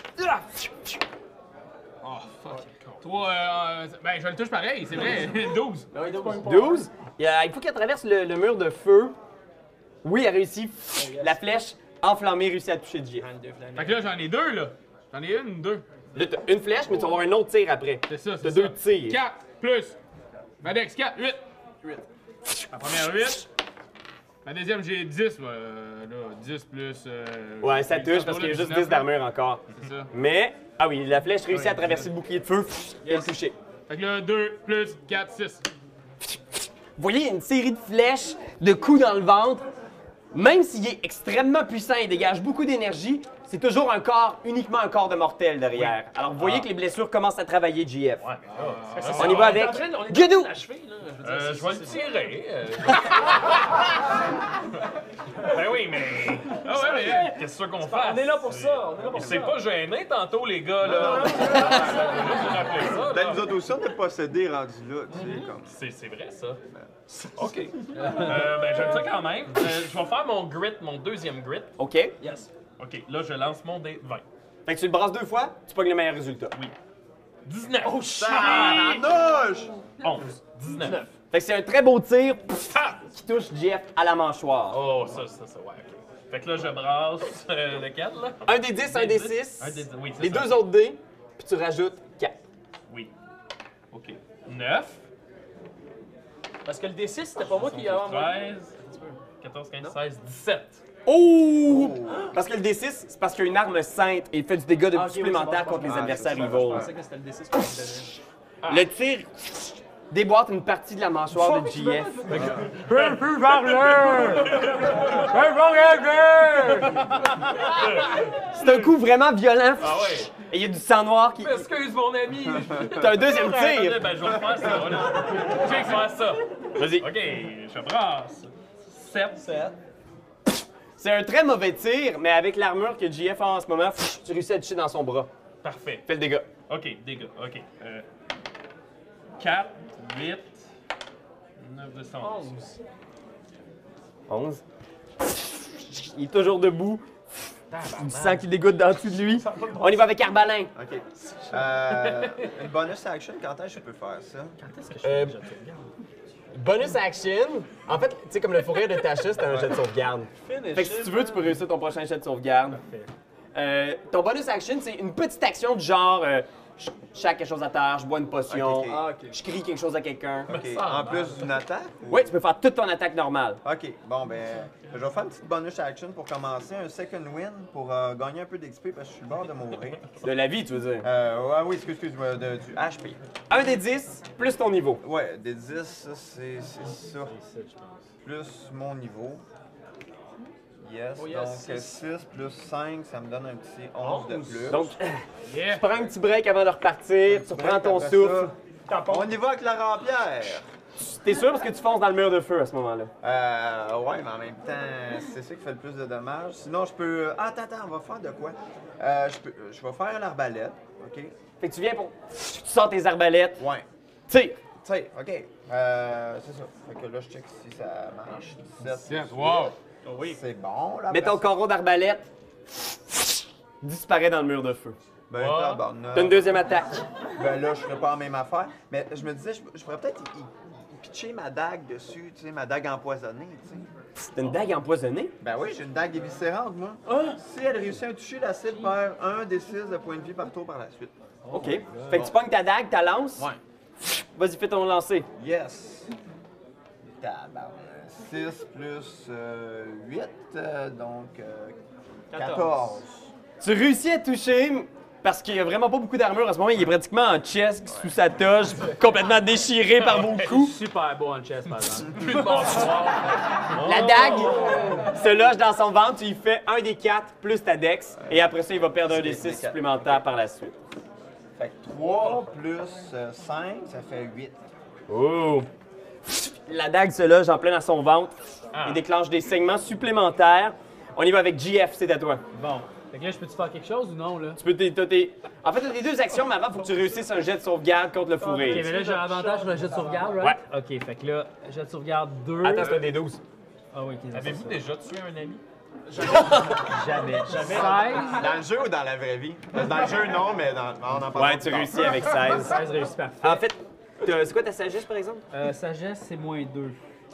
Oh fuck. Toi, ben je le touche pareil, c'est vrai, 12. 12. Il faut qu'elle traverse le mur de feu. Oui, elle réussit. La flèche enflammée réussit à toucher J. Fait que là j'en ai deux là. J'en ai une, deux. Là, t'as une flèche, mais tu vas avoir un autre tir après. C'est ça, T'as c'est ça. deux tirs. 4 plus. Madex, 4, 8. La première 8. La deuxième j'ai 10, là, 10 plus... Ouais, ça touche parce qu'il y a juste 10 d'armure encore. C'est ça. Mais, ah oui, la flèche réussit à traverser le bouclier de feu et le toucher. Fait que là, 2 plus 4, 6. Vous voyez une série de flèches, de coups dans le ventre. même s'il est extrêmement puissant et dégage beaucoup d'énergie, c'est toujours uniquement un corps de mortel derrière. Alors vous voyez que les blessures commencent à travailler, JF. Ouais, mais là, On y va avec Guidou! je vais le tirer. Ben oui, mais. Ah ouais, mais qu'est-ce qu'on fait? On est là pour ça. C'est pas gêné tantôt, les gars, là. Ça, Ben, nous autres aussi, on est possédés rendus là, tu sais, comme. C'est vrai, ça. OK. Ben, j'aime ça quand même. Je vais faire mon deuxième grit. OK. Yes. OK, là, je lance mon dé 20. Fait que tu le brasses 2 fois, tu pognes le meilleur résultat. Oui. 19. Oh shit! Tabarnouche! 11. 19. Fait que c'est un très beau tir qui touche Jeff à la mâchoire. Oh, ça, ouais, OK. Fait que là, je brasse lequel, là? Un des 10, un des 6. Un des oui, c'est Les ça. 2 autres dés, puis tu rajoutes 4. Oui. OK. 9. Parce que le D6, c'était pas moi qui avais envoyé. 13. 14, 15, 16, 17. Oh! Parce que le D6, c'est parce qu'il y a une arme sainte et il fait du dégât de Ah, ok, supplémentaire oui, c'est bon, contre les Ah, adversaires c'est ça, Je rivaux. pensais que c'était le D6 qu'on me donnait. Le tir déboîte une partie de la mâchoire de JF. Je peux parler! C'est un coup vraiment violent. Ah ouais. Et il y a du sang noir qui. Excuse, mon ami. T'as un deuxième tir. Ben, je vais faire ça, là. Je vais faire ça. Vas-y. OK, je brasse. 7. C'est un très mauvais tir, mais avec l'armure que JF a en ce moment, tu réussis à toucher dans son bras. Parfait. Fais le dégât. OK, dégâts. OK. 4, 8, 9, 10, 11. 11. Il est toujours debout. Du sang qui dégoutte dans tout de lui. On y va avec Arbalin. OK. Une bonus action, quand est-ce que je peux faire ça? Bonus action. En fait, tu sais, comme le fourrure de Tasha, c'était un jet de sauvegarde. Fait que si tu veux, tu peux réussir ton prochain jet de sauvegarde. Ton bonus action, c'est une petite action du genre je chaque quelque chose à terre, je bois une potion, Ok, ok. je crie quelque chose à quelqu'un. OK. En plus d'une attaque? ou- Oui, tu peux faire toute ton attaque normale. OK. Bon, ben, je vais faire une petite bonus action pour commencer. Un second win pour gagner un peu d'XP parce que je suis le bord de mourir. De la vie, tu veux dire. Ouais, oui, excuse-moi, du HP. Un des 10 plus ton niveau. Ouais, des 10, ça, c'est ça. Plus mon niveau. Yes, Oh, yes, donc 6 plus 5, ça me donne un petit 11 de plus. Donc, tu prends un petit break avant de repartir, tu reprends ton Après souffle. ça, on y va avec la rampière. T'es sûr parce que tu fonces dans le mur de feu à ce moment-là. Ouais, mais en même temps, c'est ça qui fait le plus de dommages. Sinon, je peux. Attends, on va faire de quoi? Je vais faire l'arbalète, OK? Fait que tu viens pour. Tu sors tes arbalètes. Ouais. Tire! Tu sais, OK. C'est ça. Fait que là, je check si ça marche. 17. Wow! Oui. C'est bon, là. Mets ton carreau d'arbalète. Disparaît dans le mur de feu. Ben, tabarnak. T'as une deuxième attaque. Ben là, je ferais pas la même affaire. Mais je me disais, je pourrais peut-être y pitcher ma dague dessus, tu sais, ma dague empoisonnée, tu sais. T'as une dague empoisonnée? Ben oui, j'ai une dague éviscérante, moi. Si elle réussit à toucher, la cible perd 1 des 6 de points de vie par tour par la suite. OK. Fait que tu pognes ta dague, ta lance. Ouais. Vas-y, fais ton lancer. Yes. Tabarnak. 6 plus 8, donc 14. Tu réussis à toucher parce qu'il n'y a vraiment pas beaucoup d'armure. À ce moment, il est pratiquement en chest sous sa toge, complètement déchiré par vos coups. Super beau en chest, par exemple. La dague se loge dans son ventre. Tu lui fais un des 4 plus ta dex. Et après ça, il va perdre un des 6 supplémentaires par la suite. Fait que 3 plus 5, ça fait 8. Oh! La dague se loge en plein dans son ventre et déclenche des saignements supplémentaires. On y va avec GF, c'est à toi. Bon. Fait que là, je peux-tu faire quelque chose ou non, là? Tu peux En fait, tu as tes 2 actions, mais avant, il faut que tu réussisses un jet de sauvegarde contre le fourré. Ok, mais là, j'ai un avantage sur le jet de sauvegarde, right? Ouais. Ok, fait que là, jet de sauvegarde 2. Attends, c'est un des 12. Ah oui, ok. Avez-vous déjà tué un ami? Jamais. 16. Dans le jeu ou dans la vraie vie? Dans le jeu, non, mais on en parle. Ouais, tu réussis avec 16. 16 réussi, parfait. En fait, c'est quoi ta sagesse, par exemple? Sagesse, c'est moins 2.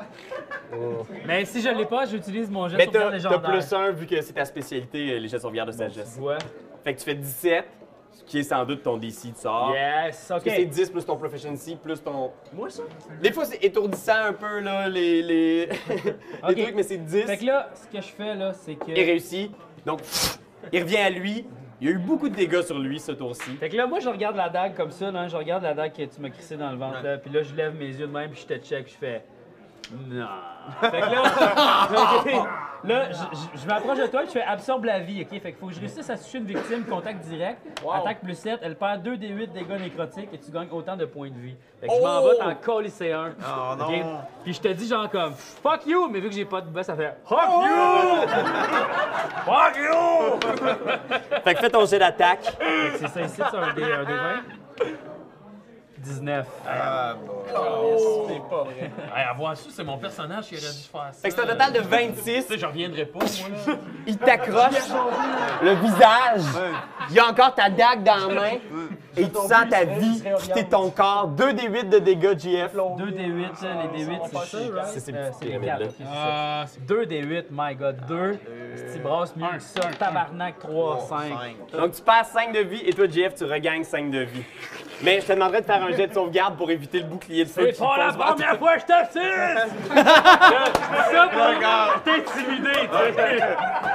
Mais si je l'ai pas, j'utilise mon jet de Mais sauvegarde t'as légendaire. plus 1 vu que c'est ta spécialité, les jets de sauvegarde de sagesse. Tu vois? Fait que tu fais 17, ce qui est sans doute ton DC, tu sors. Yes, Parce que c'est ok. 10 plus ton proficiency plus ton... Moi, ça? Des fois, c'est étourdissant un peu, là, les Ok. trucs, mais c'est 10. Fait que là, ce que je fais, là, c'est que... Il réussit. Donc, il revient à lui. Il y a eu beaucoup de dégâts sur lui, ce tour-ci. Fait que là, moi, je regarde la dague comme ça, là. Je regarde la dague que tu m'as crissée dans le ventre, là. Puis là, je lève mes yeux de même, puis je te check, puis je fais... Non. Fait que là, là je m'approche de toi et je fais absorbe la vie, ok? Fait qu'il faut que je réussisse à toucher une victime, contact direct, attaque plus 7, elle perd 2 des 8 dégâts nécrotiques et tu gagnes autant de points de vie. Fait que je m'en vais t'en colisser un. Oh non! Okay? Puis je te dis genre comme fuck you, mais vu que j'ai pas de boss, ça fait fuck you! Fuck you! Fait que fais ton jet d'attaque. Fait que c'est ça ici, c'est un des 20. 19. Ah, bon. C'est pas vrai. Hey, avoir su, c'est mon personnage qui aurait dû faire ça. Fait que c'est un total de 26. Tu sais, je reviendrai pas, moi, là. Il t'accroche le visage. Il y a encore ta dague dans la main. Et tu sens ta vie quitter ton corps. 2 des 8 de dégâts, JF. 2 des 8, les 8, c'est ça, right? C'est ces C'est les pyramides-là. 4, ok, c'est ça. 2 des 8, my god, 2. Si tu brasses mieux que ça, tabarnak, 3, 5. Donc tu perds 5 de vie et toi, JF, tu regagnes 5 de vie. Mais je te demanderais de faire un jet de sauvegarde pour éviter le bouclier de feu. C'est qui pas la fonce vers toi. première fois que je t'assiste! Ça pour t'intimider, tu sais.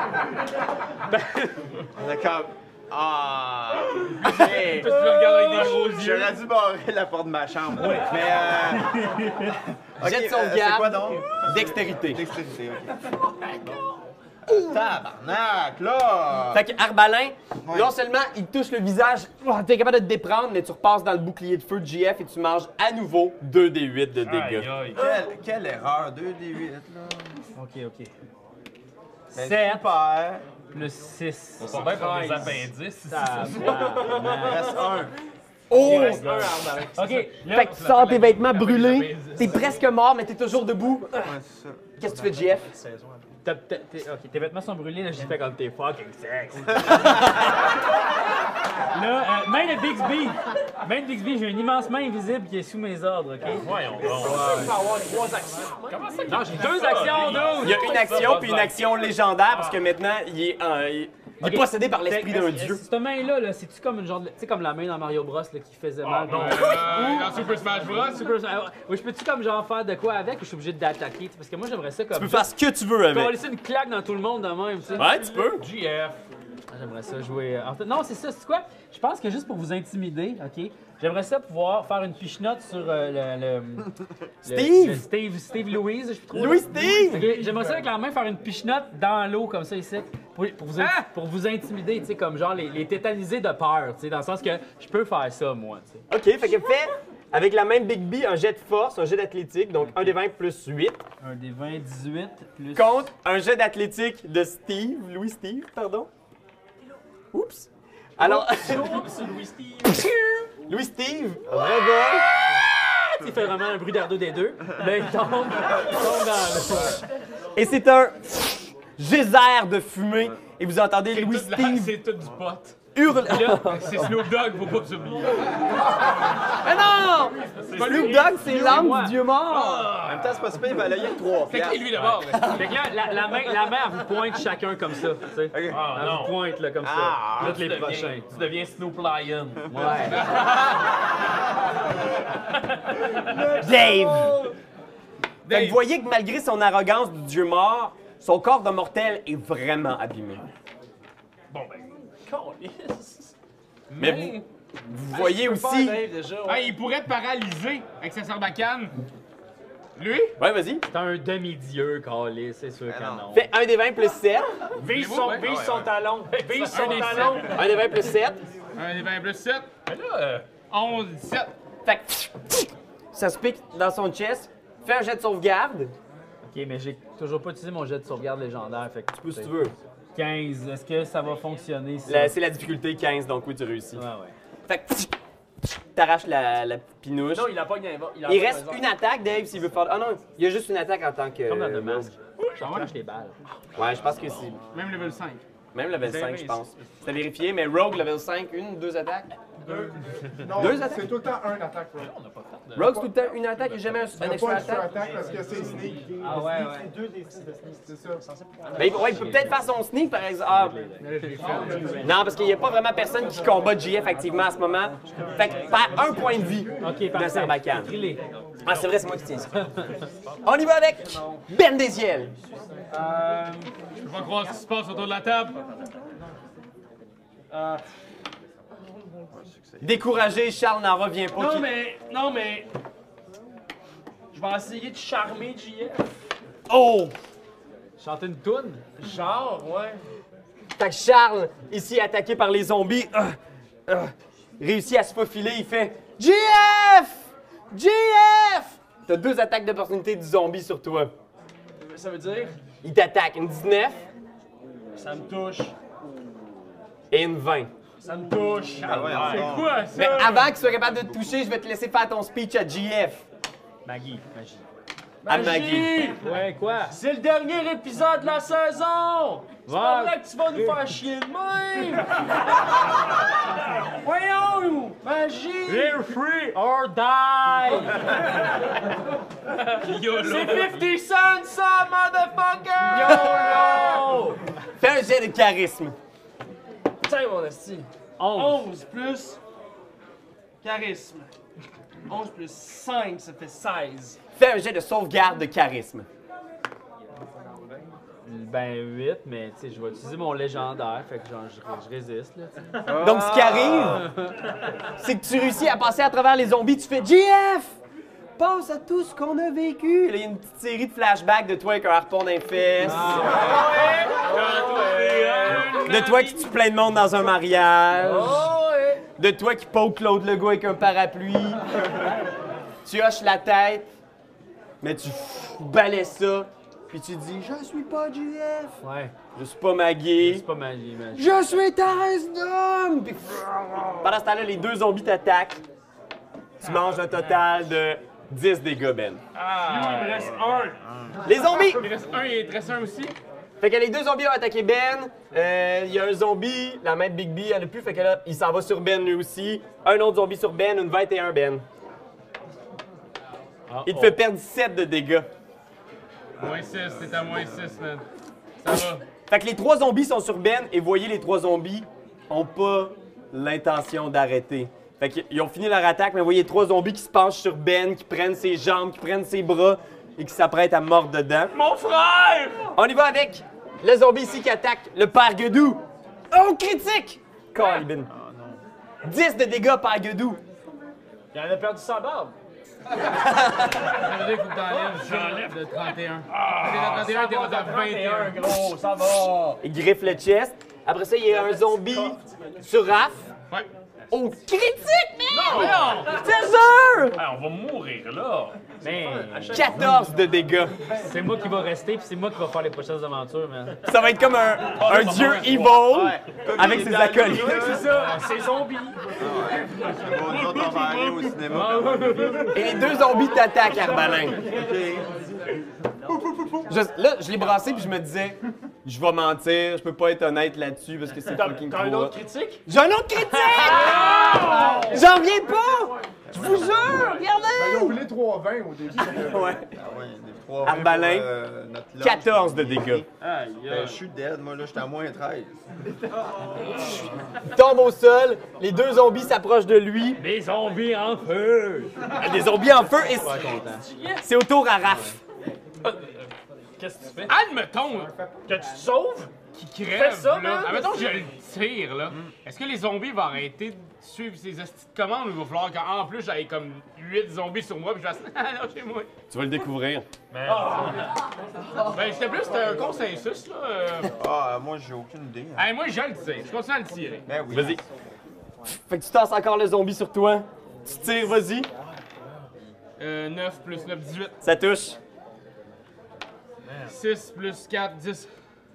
On est comme. Ah! Hey, Tu le regardes avec des gros yeux. j'aurais dû barrer la porte de ma chambre. Oui. Mais ok, Jet de c'est quoi sauvegarde. donc? Dextérité. Dextérité, ok. Tabarnak, là! Fait que Arbalin, non seulement il touche le visage, t'es capable de te déprendre, mais tu repasses dans le bouclier de feu de JF et tu manges à nouveau 2 des 8 de dégâts. Aïe, aïe. Quelle erreur, 2 des 8, là. Ok. Ben, 7 super. plus 6. On pas bien pour des appendices ici. Il reste un. Oh! Ok, là, Fait que tu sors tes vêtements brûlés, t'es presque mort, mais t'es toujours debout. Ouais, c'est ça. Qu'est-ce que tu fais, JF? ok, tes vêtements sont brûlés, là, j'ai fait comme t'es fucking sex. Là, main de Bixby. Main de Bixby, j'ai une immense main invisible qui est sous mes ordres, ok? Voyons donc. Il peut avoir 3 actions. Comment ça? Non, j'ai 2 actions, Il y a une action puis une action légendaire parce que maintenant il est, il est Ok. possédé par l'esprit Fait que, d'un est-ce- dieu. Cette main-là, -là, c'est-tu comme une genre de. Tu sais, comme la main dans Mario Bros là, qui faisait mal? non. Dans Super Smash Bros. Oui, je peux-tu comme genre faire de quoi avec ou je suis obligé d'attaquer? Tu sais, parce que moi, j'aimerais ça comme. Tu peux faire ce que tu veux avec. laisser une claque dans tout le monde de même, tu sais. Ouais, tu peux. GF. Ah, j'aimerais ça jouer. En fait, non, c'est ça, c'est quoi? Je pense que juste pour vous intimider, ok? J'aimerais ça pouvoir faire une pichenote sur Steve! Steve Louise, je trouve. Louis Steve! Ok, j'aimerais ça avec la main faire une pichenote dans l'eau comme ça ici pour vous intimider, tu sais, comme genre les tétaniser de peur, tu sais, dans le sens que je peux faire ça moi, tu sais. Ok, fait que fais avec la même Big B un jet de force, un jet d'athlétique, donc 1 des 20 plus 8, Un des 20, 18 plus. contre un jet d'athlétique de Steve, Louis Steve, pardon. Oups! Alors, Louis Steve, réveille. Il fait vraiment un bruit d'ardo des deux. Là, il tombe dans l'eau. Et c'est un geyser de fumée. Et vous entendez Louis Steve C'est tout du pot. hurler. C'est Snoop Dogg, faut pas s'oublier. Mais non! Snoop Dogg, c'est l'âme moi. du dieu mort. En même temps, c'est pas super, il va aller avec 3 Fait qui lui d'abord? Fait que là, la main, elle vous pointe chacun comme ça, tu sais. Ah, Elle vous non. pointe là, comme Ah, ça. Vous êtes les Tu deviens- prochains. Tu deviens Snoop Lion. Ouais. Dave! Fait que vous voyez que malgré son arrogance du dieu mort, son corps de mortel est vraiment abîmé. Bon, ben. Mais vous voyez aussi... Dave, déjà, ouais. Ah, il pourrait te paralyser avec sa sarbacane. Lui? Ouais, vas-y. C'est un demi-dieu, Calais, c'est sûr que non. Fais 1 des 20 plus 7. Vise Ouais. son talon. Vise son des talon. 1 des 20 plus 7. Un des 20 plus 7. Mais là, 11, 17. Fait que ça se pique dans son chest. Fais un jet de sauvegarde. Ok, mais j'ai toujours pas utilisé mon jet de sauvegarde légendaire, fait que tu Ou si tu veux. 15, est-ce que ça va fonctionner? Ça? C'est la difficulté 15, donc oui, tu réussis. Ouais, ouais. Fait que t'arraches la pinouche. Non, il a pas gagné. Il reste une attaque, Dave, s'il veut faire... Ah non, il y a juste une attaque en tant que... Comme dans le masque. Je recrache les balles. Ouais, je pense que c'est... Même level 5. Même level 5, je pense. C'est à vérifier, mais Rogue, level 5, 2 attaques. Non, Deux attaques? c'est tout le temps un attaque. Rogue. Rogue, c'est tout le temps une attaque et jamais un Il n'y a extra pas une attaque. attaque parce que c'est sneak. Ah ouais, ouais. C'est ça. Ben, ouais, il peut peut-être faire son sneak, par exemple. Ah. Non, parce qu'il n'y a pas vraiment personne qui combat JF activement à ce moment. Fait que perd 1 point de vie Ok, dans parfait. Sarbacane. Écris-les. Ah, c'est vrai, c'est moi qui tiens ça. On y va avec Ben Desiel. Je peux pas croire ce qui se passe autour de la table. Découragé, Charles n'en revient pas. Non, mais. Je vais essayer de charmer JF. Oh! Chanter une toune? Genre, ouais. Fait que Charles, ici attaqué par les zombies, réussit à se faufiler, il fait GF! GF! T'as 2 attaques d'opportunité du zombie sur toi. Ça veut dire? Il t'attaque une 19 Ça me touche. et une 20. Ça me touche. Ah ouais, C'est encore. quoi ça? Mais avant qu'il soit capable de te toucher, je vais te laisser faire ton speech à GF. Magie, magie. À Maggie. Ouais, quoi? C'est le dernier épisode de la saison! C'est pas Va. vrai que tu vas nous faire chier de même! Voyons! Magie! Live free or die! C'est 50 cents, ça, motherfucker! YOLO! Fais un jet de charisme. Tiens, mon esti. 11 plus charisme. 11 plus 5, ça fait 16. Fais un jet de sauvegarde de charisme. Ben 8, mais tu sais, je vais utiliser mon légendaire, fait que genre, je résiste, là, tu sais. Donc, ce qui arrive, c'est que tu réussis à passer à travers les zombies. Tu fais GF! Pense à tout ce qu'on a vécu. Là, il y a une petite série de flashbacks de toi avec un harpon dans les fesses. De toi qui tue plein de monde dans un mariage. De toi qui poke Claude Legault avec un parapluie. Tu hoches la tête, mais tu balais ça. Puis tu dis, je suis pas GF. Ouais, Je suis pas Maggie. c'est pas magie, magie. Je suis Thérèse d'homme! Puis pendant ce temps-là, les 2 zombies t'attaquent. Tu manges un total de 10 dégâts, Ben. Ah, il me reste un. Les zombies! Il reste un, il te reste un aussi. Fait que les 2 zombies ont attaqué Ben. Il y a un zombie, la main de Big B, elle a plus. Fait que là, il s'en va sur Ben lui aussi. Un autre zombie sur Ben, une 21 Ben. Il te fait perdre 7 de dégâts. Moins 6, t'es à moins 6, man. Ça va. Fait que les 3 zombies sont sur Ben et voyez, les 3 zombies ont pas l'intention d'arrêter. Fait qu'ils ont fini leur attaque, mais vous voyez 3 zombies qui se penchent sur Ben, qui prennent ses jambes, qui prennent ses bras et qui s'apprêtent à mordre dedans. Mon frère! On y va avec le zombie ici qui attaque le père Guedou. Oh, critique! Calibin. 10 de dégâts, père Guedou. Il en a perdu sa barbe. Ça veut dire qu'il faut que t'enlèves de 31. T'es à 31, t'es rendu à 21. Gros, ça va. Il griffe le chest. Après ça, il y a un zombie sur Raph. Ouais. Oh, critique, man! Non! C'est sûr! Ah, on va mourir là! Mais 14 de dégâts. c'est moi qui va rester, puis c'est moi qui va faire les prochaines aventures, man. Ça va être comme un dieu evil avec ses acolytes. C'est ça, c'est zombie. Bon, nous autres, on va aller au cinéma. Et les 2 zombies t'attaquent, Arbalin. Là, je l'ai brassé puis je me disais, je vais mentir, je peux pas être honnête là-dessus parce que c'est fucking T'as un trop. autre critique? J'ai un autre critique! J'en reviens pas! Je vous jure, Ben, ils ont regardez! roulé 3-20 au début. Ouais. Ah ouais, des 3 Arbalin, 14 de dégâts. Ben, je suis dead, moi là, j'étais à moins 13. Il tombe au sol, les 2 zombies s'approchent de lui. Des zombies en feu! Des zombies en feu et c'est au tour à Raph. Qu'est-ce que tu fais? Admettons Que tu te sauves? qu'il crève, Fais ça, là. man. Admettons que je le tire, là. Est-ce que les zombies vont arrêter de suivre ces hosties de commandes ou il va falloir qu'en plus j'aille comme 8 zombies sur moi puis je fasse « Ah, lâchez-moi! Tu vas le découvrir. » Ben, c'était un consensus, là. Ah, moi j'ai aucune idée. Hey, moi, je le tire. Je continue à le tirer. Ben oui. Vas-y. Fait que tu tasses encore le zombie sur toi. Tu tires, vas-y. 9 plus 9, 18. Ça touche. 6 plus 4, 10.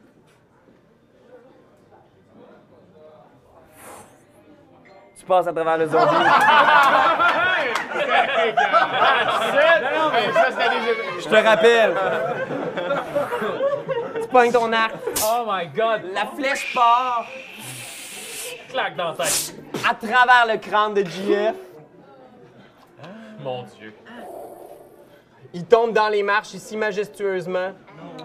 Tu passes à travers le zombie. Je te rappelle. Tu pognes ton arc. Oh my god! La flèche part Claque dans la tête. à travers le crâne de JF. Mon Dieu. Il tombe dans les marches ici majestueusement.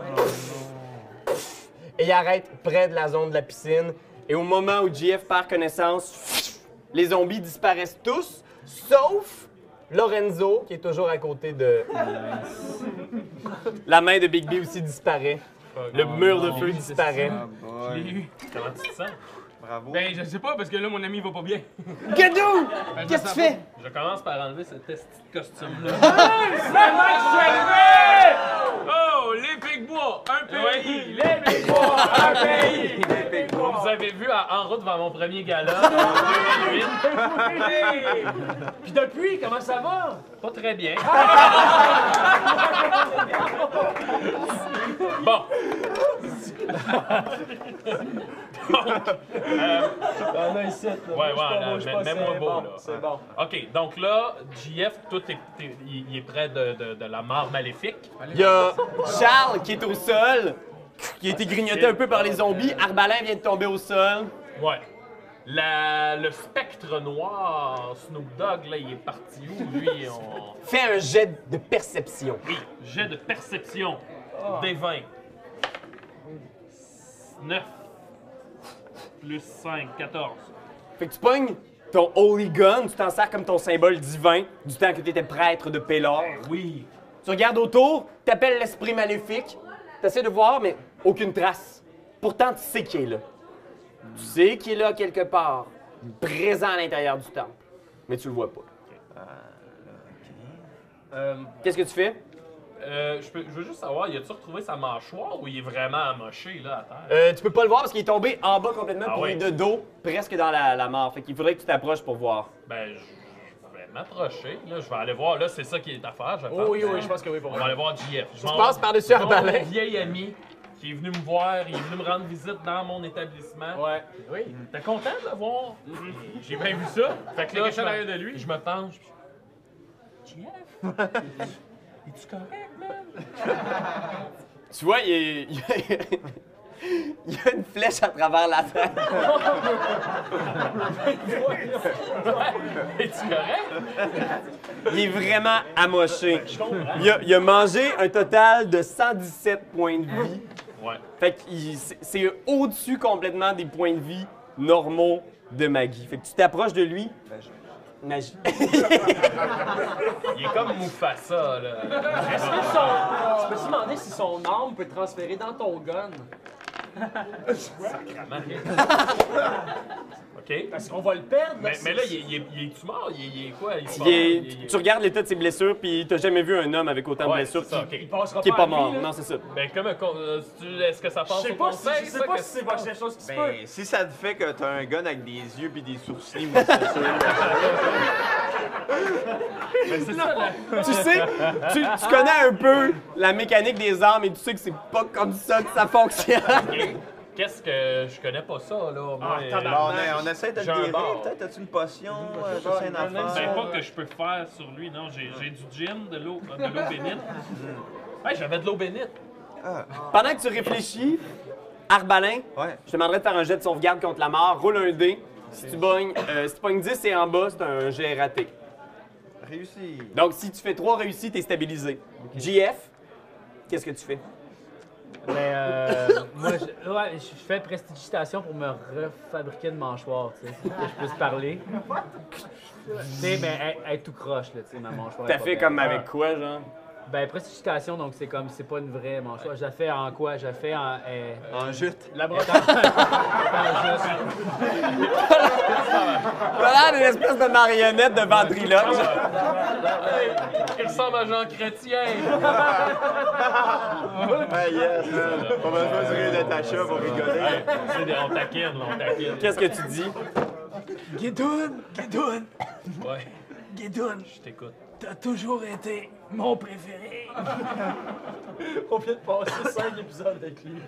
Et il arrête près de la zone de la piscine. Et au moment où JF perd connaissance, les zombies disparaissent tous, sauf Lorenzo, qui est toujours à côté de... La main de Big B aussi disparaît. Le mur de feu disparaît. Ah boy. Comment tu te sens? Bravo. Ben, je sais pas, parce que là, mon ami va pas bien. Gadou! Ben, je Qu'est-ce que me tu sens fais? Je commence par enlever ce petit costume-là. Oh, les Picbois, un pays! Les Picbois, un pays! Vous avez vu en route vers mon premier gala en 2008. Puis depuis, comment ça va? Pas très bien. Bon. On a ici, là. Ouais, mets-moi beau, là. C'est bon. OK, donc là, JF, il est près de la mort maléfique. Il y a Charles qui est au sol, qui a été grignoté un peu par les zombies. Arbalin vient de tomber au sol. Ouais. Le spectre noir, Snoop Dogg, là, il est parti où, lui? Fais un jet de perception. Oui, jet de perception. Des 20. 9. Plus 5, 14. Fait que tu pognes ton Holy Gun, tu t'en sers comme ton symbole divin du temps que tu étais prêtre de Pélor. Oui. Tu regardes autour, t'appelles l'esprit maléfique, t'essaies de voir, mais aucune trace. Pourtant, tu sais qu'il est là. Tu sais qu'il est là quelque part, présent à l'intérieur du temple, mais tu le vois pas. Qu'est-ce que tu fais? Je veux juste savoir, il a-tu retrouvé sa mâchoire ou il est vraiment amoché là à terre? Tu peux pas le voir parce qu'il est tombé en bas complètement, Ah puis ouais. il est de dos, presque dans la mort. Fait qu'il faudrait que tu t'approches pour voir. Ben, je vais m'approcher. Là, je vais aller voir. Là, c'est ça qui est à faire, je pense. Oh, oui, je pense que oui, pour On va aller voir JF. Tu passes par-dessus Arbalin. Mon vieil ami qui est venu me voir, il est venu me rendre visite dans mon établissement. Ouais. Oui. T'es content de le voir? J'ai bien vu ça. Fait que là, quelque chose derrière de lui. Je me penche. puis- JF? Es-tu correct, man? Tu vois, il y a une flèche à travers la tête. Es-tu correct? Il est vraiment amoché. Il a mangé un total de 117 points de vie. Ouais. Fait que c'est au-dessus complètement des points de vie normaux de Maggie. Fait que tu t'approches de lui. Magie. Il est comme Mufasa, là. Est-ce que son... Tu peux te demander si son âme peut transférer dans ton gun? OK? Parce qu'on va le perdre. Mais là, il est-tu mort? Il est quoi? Tu regardes l'état de ses blessures, puis t'as jamais vu un homme avec autant de Ouais, blessures c'est ça, qui, ok. Il passera qui est pas pas à lui, mort. là. Non, c'est ça. Ben, est-ce que ça passe Je sais au pas, conseil? je sais pas si c'est pas quelque chose qui se peut. Ben, si ça te fait que t'as un gun avec des yeux puis des sourcils, moi, c'est sûr. C'est ça, là. Tu sais, tu connais un peu la mécanique des armes et tu sais que c'est pas comme ça que ça fonctionne. Qu'est-ce que je connais pas ça, là? Moi, Bon, on essaie de le J'ai un guérir. bar. Peut-être as-tu une potion, t'as une Je sais affaire. pas que je peux faire sur lui, non. J'ai du gin, de l'eau bénite. Hey, j'avais de l'eau bénite. Pendant que tu réfléchis, Arbalin, Ouais. je te demanderais de faire un jet de sauvegarde contre la mort. Roule un dé. Si tu pognes 10 et en bas, c'est un jet raté. Réussi. Donc, si tu fais 3 réussis, t'es stabilisé. JF, qu'est-ce que tu fais? Mais moi, je fais prestidigitation pour me refabriquer une mâchoire, tu sais, pour que je puisse parler. Tu sais, mais être tout croche, là, tu sais, ma mâchoire. est T'as pas fait belle. comme avec quoi, genre? Ben, prestidigitation, donc c'est comme, c'est pas une vraie mâchoire. Je la fais en quoi? Je la fais en... En jute. T'as l'air d'une espèce de marionnette de ventriloque. Il ressemble à Jean Chrétien. Ah yes, man. Pas besoin de rire de Tacha pour rigoler. On taquine, là, on taquine. Qu'est-ce que tu dis? Guidoun! Ouais, Guidoun! je t'écoute. T'as toujours été mon préféré! On vient de passer 5 épisodes avec lui.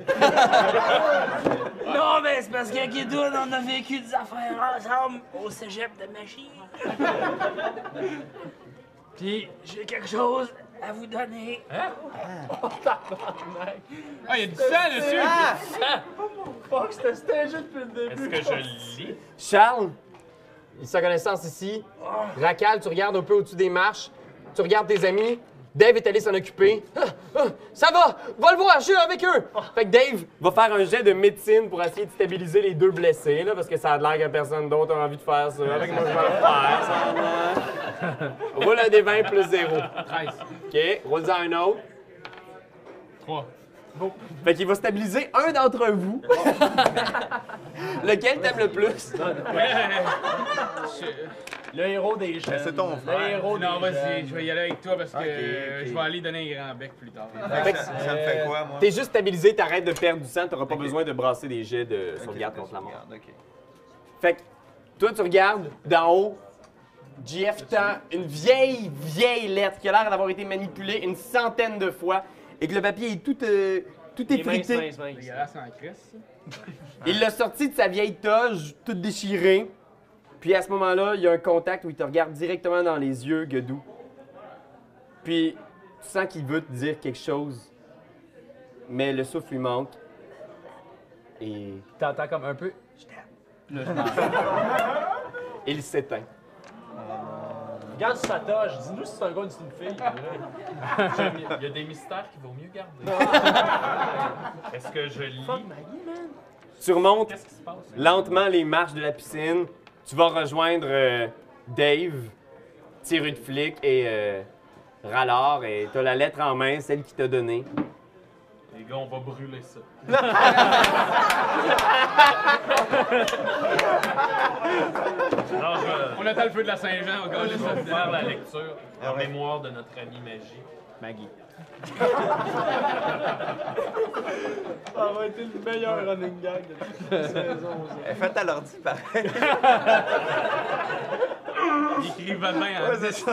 Non, mais c'est parce qu'à Guidoun, on a vécu des affaires ensemble au cégep de magie. Puis, j'ai quelque chose à vous donner. Ah, il y a du sang dessus! Fuck, c'était stagé depuis le début. Est-ce que je lis? Charles, sa connaissance ici. Racal, tu regardes un peu au-dessus des marches. Tu regardes tes amis. Dave est allé s'en occuper. Ça va! Va le voir, je suis avec eux! Fait que Dave va faire un jet de médecine pour essayer de stabiliser les deux blessés, là, parce que ça a l'air que personne d'autre a envie de faire ça. Avec moi, je vais le faire. Ça. Roule un des 20 plus 0. 13. OK, roule-en un autre. 3. Fait qu'il va stabiliser un d'entre vous. Lequel t'aimes le plus? Le héros des jeunes. c'est ton frère. Le héros Non, des vas-y, jeunes. je vais y aller avec toi parce que Ok. je vais aller donner un grand bec plus tard. Fait que ça me fait quoi, moi? T'es juste stabilisé, t'arrêtes de perdre du sang, t'auras pas besoin de brasser des jets de sauvegarde contre la mort. Ok. Fait que toi, tu regardes d'en haut, JF tend une vieille lettre qui a l'air d'avoir été manipulée une centaine de fois et que le papier est tout Les mains, effrité. Dégueulasse en crise. Il l'a sorti de sa vieille toge, toute déchirée. Puis à ce moment-là, il y a un contact où il te regarde directement dans les yeux, Godou. Puis tu sens qu'il veut te dire quelque chose, mais le souffle lui manque. Et T'entends comme un peu. il s'éteint. Regarde sur sa toge, dis-nous si c'est un gars ou si c'est une fille. Il y a des mystères qu'il vaut mieux garder. Est-ce que je lis? Tu remontes Qu'est-ce qui se passe? lentement les marches de la piscine. Tu vas rejoindre Dave, Tiru de flic et Rallard. Et tu as la lettre en main, celle qu'il t'a donnée. Les gars, on va brûler ça. Alors, On attend le feu de la Saint-Jean, on je gâche vais vous faire ça. la lecture en mémoire de notre ami Magie. Maggie. Ça va être le meilleur running gag de toute la saison. Faites à l'ordi, pareil. Il écrit Vabin en Ouais, c'est ça.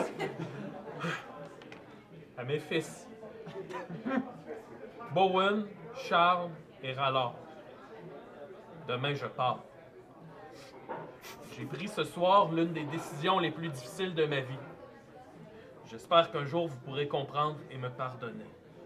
À mes fils. Bowen, Charles et Rallard. Demain, je pars. J'ai pris ce soir l'une des décisions les plus difficiles de ma vie. J'espère qu'un jour vous pourrez comprendre et me pardonner.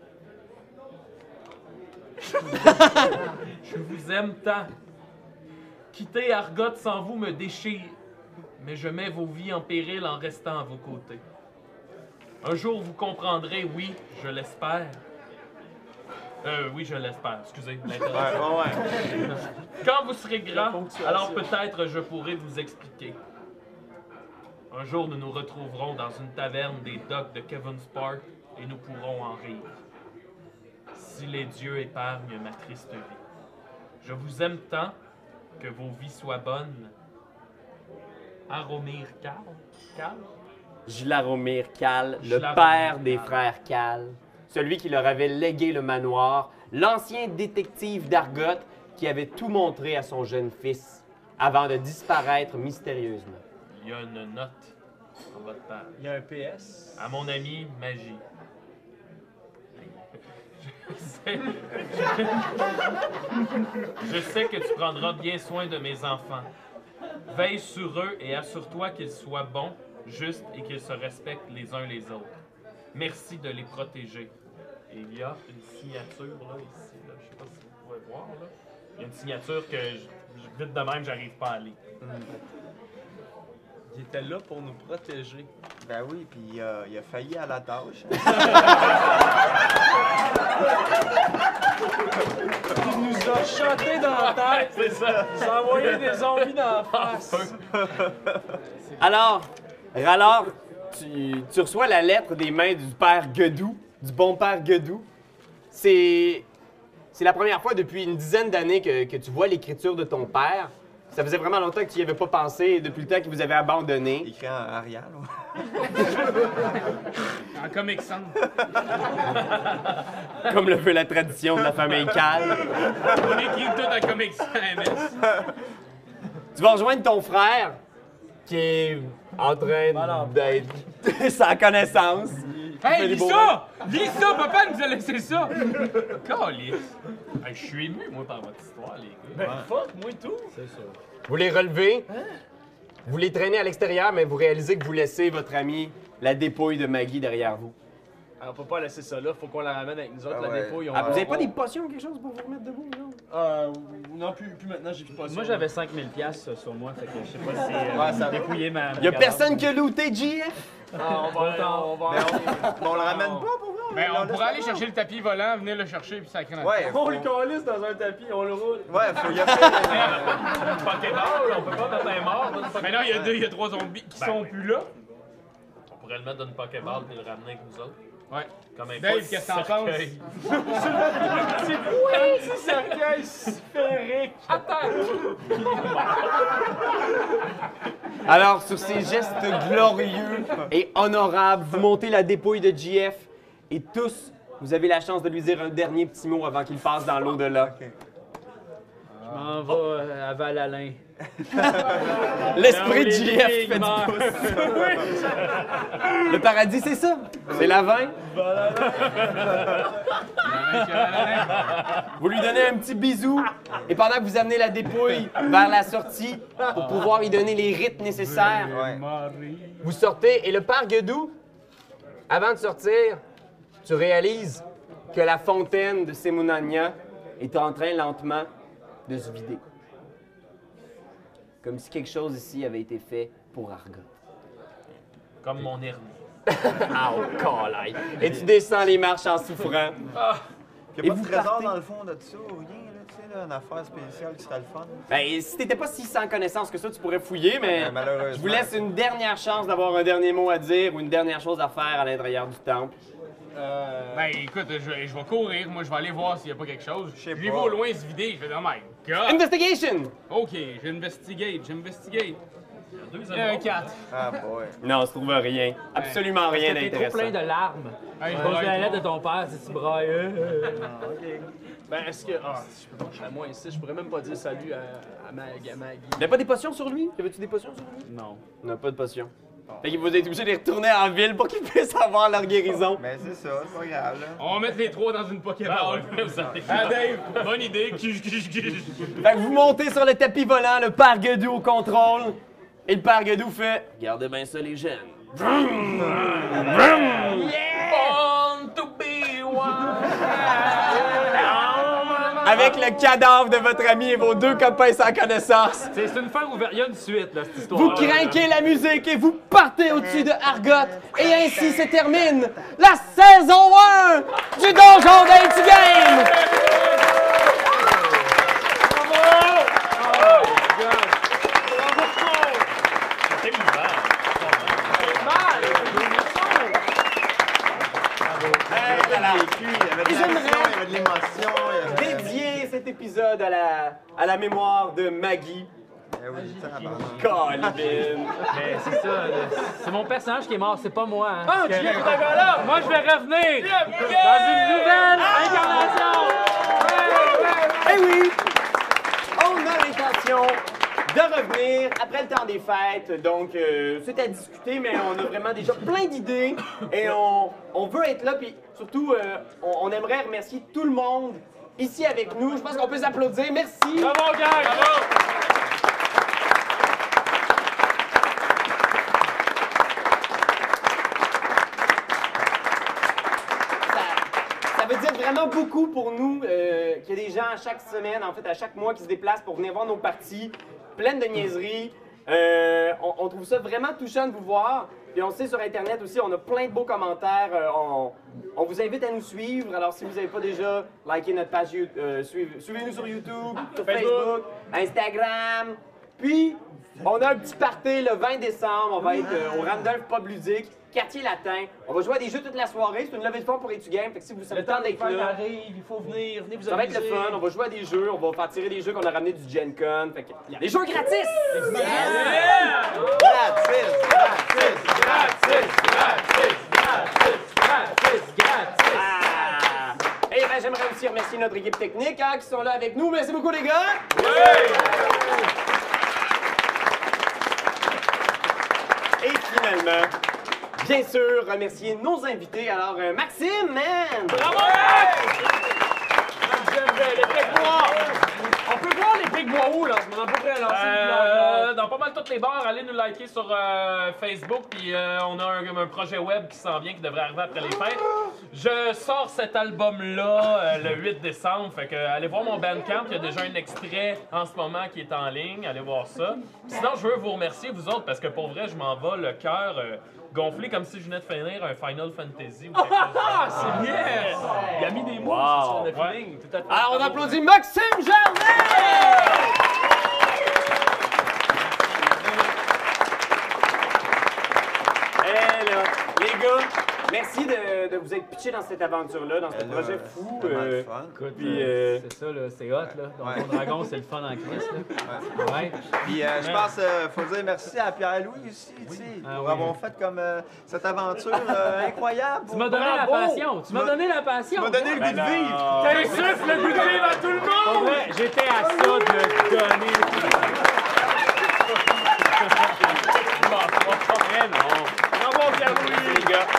Je vous aime tant. Quitter Argot sans vous me déchire, mais je mets vos vies en péril en restant à vos côtés. Un jour, vous comprendrez, oui, je l'espère. Oui, je l'espère, excusez. l'interruption. Quand vous serez grand, alors peut-être je pourrai vous expliquer. Un jour, nous nous retrouverons dans une taverne des docks de Kevin's Park et nous pourrons en rire. Si les dieux épargnent ma triste vie. Je vous aime tant que vos vies soient bonnes. Aromir Cal? Gilaromir Cal, le Gilaromir père des Cal. frères Cal, celui qui leur avait légué le manoir, l'ancien détective d'Argot qui avait tout montré à son jeune fils avant de disparaître mystérieusement. Il y a une note en bas de page. Il y a un PS. À mon ami Magie. Je sais que tu prendras bien soin de mes enfants. Veille sur eux et assure-toi qu'ils soient bons, justes et qu'ils se respectent les uns les autres. Merci de les protéger. Et il y a une signature là, ici. Là. Je sais pas si vous pouvez voir. Là. Il y a une signature que, vite de même, j'arrive pas à lire. Il était là pour nous protéger. Ben oui, puis il a failli à la tâche. Il nous a chanté dans la tête. C'est ça. Il nous a envoyé des zombies dans la face. Alors, Rallard, tu reçois la lettre des mains du père Godou, du bon père Godou. C'est la première fois depuis une dizaine d'années que tu vois l'écriture de ton père. Ça faisait vraiment longtemps que tu n'y avais pas pensé depuis le temps qu'il vous avait abandonné. Écrit en Arial. En Comic Sans. Comme le veut la tradition de la famille Cal. On écrit tout en Comic Sans, MS. Tu vas rejoindre ton frère qui est en train d'être sans connaissance. Hey, lis ça! Lis ça! Papa nous a laissé ça! Calice! Hey, je suis ému, moi, par votre histoire, les gars. Ben fuck, moi et tout. Vous les relevez, vous les traînez à l'extérieur, mais vous réalisez que vous laissez votre ami la dépouille de Maggie derrière vous. Alors, on peut pas laisser ça là, faut qu'on la ramène avec nous autres, Ah la ouais. dépouille. Ah, vous avez pas des potions ou quelque chose pour vous remettre debout, non? Non, plus maintenant, j'ai plus pas ça. Moi, j'avais 5000 piastres sur moi, fait que je sais pas si Ouais, ça va. dépouiller ma. Y a personne qui a looté JF? Ah, on va. Mais on le ramène pas pour vrai? Ben, on le pourrait aller laisse chercher le tapis volant, venir le chercher puis sacrer notre Ouais, On faut... le calisse dans un tapis, on le roule. Ouais, faut y aller. Pokéball, on peut pas mettre un mort dans une Mais là, il y a 3 zombies qui sont plus là. On pourrait le mettre dans une Pokéball et le ramener avec nous autres. Ouais. Comme un Dave, faux qu'est-ce que t'en penses? cercueil. C'est Cercueil sphérique. Alors, sur ces gestes glorieux et honorables, vous montez la dépouille de JF et tous, vous avez la chance de lui dire un dernier petit mot avant qu'il passe dans l'au-delà. Je m'en vais à Val-Alain. L'esprit de les JF filles fait du meurent. pouce. Le paradis, c'est ça. C'est la vin. Vous lui donnez un petit bisou et pendant que vous amenez la dépouille vers la sortie pour pouvoir lui donner les rites nécessaires, Ouais. vous sortez et le père Guédou, avant de sortir, tu réalises que la fontaine de Semunania est en train lentement de se vider. Comme si quelque chose ici avait été fait pour Argot. Comme mon hernie. Ah, oh, colaille. Et tu descends les marches en souffrant. Il Et n'y a pas vous de trésor partez. dans le fond de ça ou rien, là, tu sais, là, une affaire spéciale qui serait le fun. Ben, si t'étais pas si sans connaissance que ça, tu pourrais fouiller, mais Ben, malheureusement. je vous laisse une dernière chance d'avoir un dernier mot à dire ou une dernière chose à faire à l'intérieur du temple. Ben écoute, je vais courir, moi je vais aller voir s'il n'y a pas quelque chose. Je sais Je les pas. vois au loin se vider, je fais oh my god! Investigation! Ok, j'investigate. Un 4. Ah, boy. Non, on se trouve rien. Absolument rien T'es trop d'intéressant. plein de larmes. Hey, À cause de la lettre de ton père, si tu brailles. Ben, est-ce que. Ah, je peux pas, je serais moi ici, je pourrais même pas dire salut à Maggie. Y'avais pas des potions sur lui? Y'avais-tu des potions sur lui? Non. Non, pas de potions. Fait que vous êtes obligé de les retourner en ville pour qu'ils puissent avoir leur guérison. Mais c'est ça, c'est pas grave, là. On va mettre les trois dans une Pokéball. Ah Dave, bonne idée. Fait que vous montez sur le tapis volant, le père Guédou au contrôle. Et le père Guédou fait « Gardez bien ça, les jeunes. » Born to be one. Avec le cadavre de votre ami et vos deux copains sans connaissance. C'est une fin ouverte. Il y a une suite, là, cette histoire. Vous craquez la musique et vous partez au-dessus de Argot. Et ainsi se termine la saison 1 du Donjon d'Haïti Game. C'était l'hiver. Il y avait de l'action, il y avait de l'émotion. il y avait- Dédié cet épisode à la mémoire de Maggie. Eh oui, tabarnak. Colvin. Mais c'est ça, c'est mon personnage qui est mort, c'est pas moi. Hein. Ah, Parce que- tu es encore là! Moi, je vais revenir dans une nouvelle incarnation. Eh oui! On a l'intention de revenir après le temps des fêtes. Donc, c'est à discuter, mais on a vraiment déjà plein d'idées. Et on veut être là. Puis surtout, on aimerait remercier tout le monde ici avec nous. Je pense qu'on peut s'applaudir. Merci! Bravo, gang! Ça veut dire vraiment beaucoup pour nous qu'il y a des gens à chaque semaine, en fait à chaque mois, qui se déplacent pour venir voir nos parties pleines de niaiseries. On trouve ça vraiment touchant de vous voir. Puis on sait sur Internet aussi, on a plein de beaux commentaires. On vous invite à nous suivre. Alors si vous n'avez pas déjà liké notre page, suivez-nous sur YouTube, sur Facebook, Instagram. Puis, on a un petit party le 20 décembre. On va être au Randolph Pub Ludique, quartier latin. On va jouer à des jeux toute la soirée. C'est une levée de fonds pour Etu-Game. Fait que si vous avez le temps d'être là, arrive, il faut venir, venez vous ça va être le fun. On va jouer à des jeux. On va faire tirer des jeux qu'on a ramenés du Gen Con. Fait que, des jeux gratis! Ah! Et ben, j'aimerais aussi remercier notre équipe technique qui sont là avec nous. Merci beaucoup, les gars! Et finalement, bien sûr, remercier nos invités. Alors, Maxime, man! On peut voir les Big Bois où, là, en ce moment, à peu près, là. Dans pas mal toutes les bars, allez nous liker sur Facebook. Puis on a un projet web qui s'en vient, qui devrait arriver après les fêtes. Je sors cet album-là le 8 décembre. Fait que allez voir mon Bandcamp. Il y a déjà un extrait en ce moment qui est en ligne. Allez voir ça. Sinon, je veux vous remercier, vous autres, parce que pour vrai, je m'en vais le cœur gonflé comme si je venais de finir un Final Fantasy ou quelque chose. Ah, c'est bien! Il a mis des mots sur le feeling. Tout à fait. Alors, on applaudit Maxime Jardin! Et là, les gars, Merci de vous être pitché dans cette aventure-là, dans ce projet fou. Vraiment le fun. Écoute, Puis, c'est ça, là, c'est hot, là. Donjon Dragon, c'est le fun en crise, là. Ouais. Puis je pense faut dire merci à Pierre-Louis aussi, tu sais, pour avoir fait comme cette aventure incroyable. Tu m'as donné la passion, tu m'as donné la passion. Tu m'as donné le goût de vivre. T'insuffles le goût de vivre à tout le Pour monde! vrai, j'étais à ça de le donner. Bravo, Pierre-Louis! Les gars.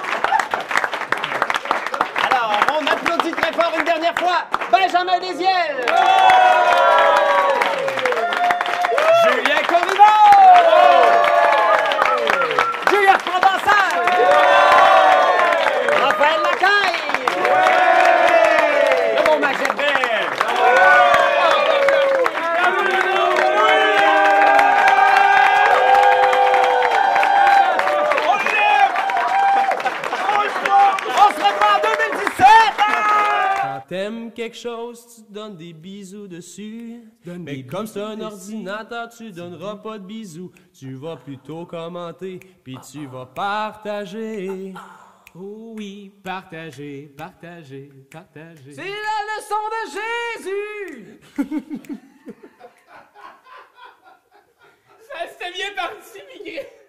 Alors, on applaudit très fort une dernière fois Benjamin Desiel! Julien Corriveau! Julien Provençal! Raphaël Lacaille! Le bon Magébert! On se revoit en 2017! Quand t'aimes quelque chose, tu te donnes des bisous dessus. Mais comme c'est un ordinateur, tu donneras pas de bisous. Tu vas plutôt commenter, puis tu vas partager. Oh oui, partager, partager, partager. C'est la leçon de Jésus! C'était bien parti, Migré!